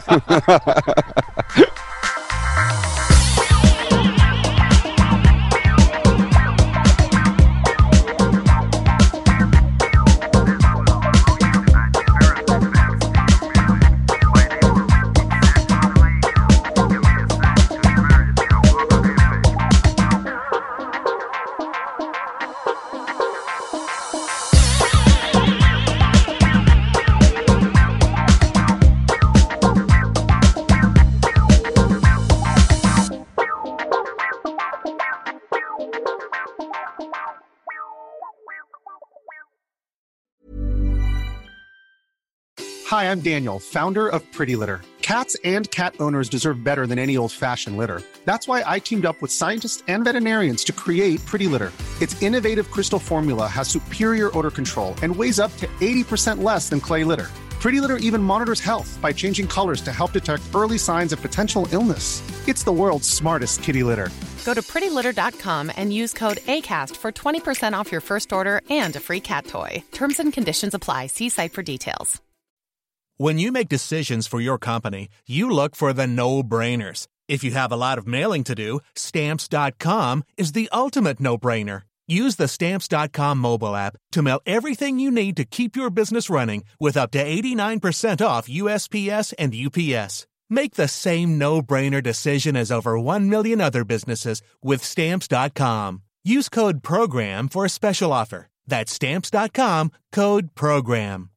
Hi, I'm Daniel, founder of Pretty Litter. Cats and cat owners deserve better than any old-fashioned litter. That's why I teamed up with scientists and veterinarians to create Pretty Litter. Its innovative crystal formula has superior odor control and weighs up to eighty percent less than clay litter. Pretty Litter even monitors health by changing colors to help detect early signs of potential illness. It's the world's smartest kitty litter. Go to pretty litter dot com and use code ACAST for twenty percent off your first order and a free cat toy. Terms and conditions apply. See site for details. When you make decisions for your company, you look for the no-brainers. If you have a lot of mailing to do, stamps dot com is the ultimate no-brainer. Use the Stamps dot com mobile app to mail everything you need to keep your business running with up to eighty-nine percent off U S P S and U P S. Make the same no-brainer decision as over one million other businesses with Stamps dot com. Use code PROGRAM for a special offer. That's Stamps dot com, code PROGRAM.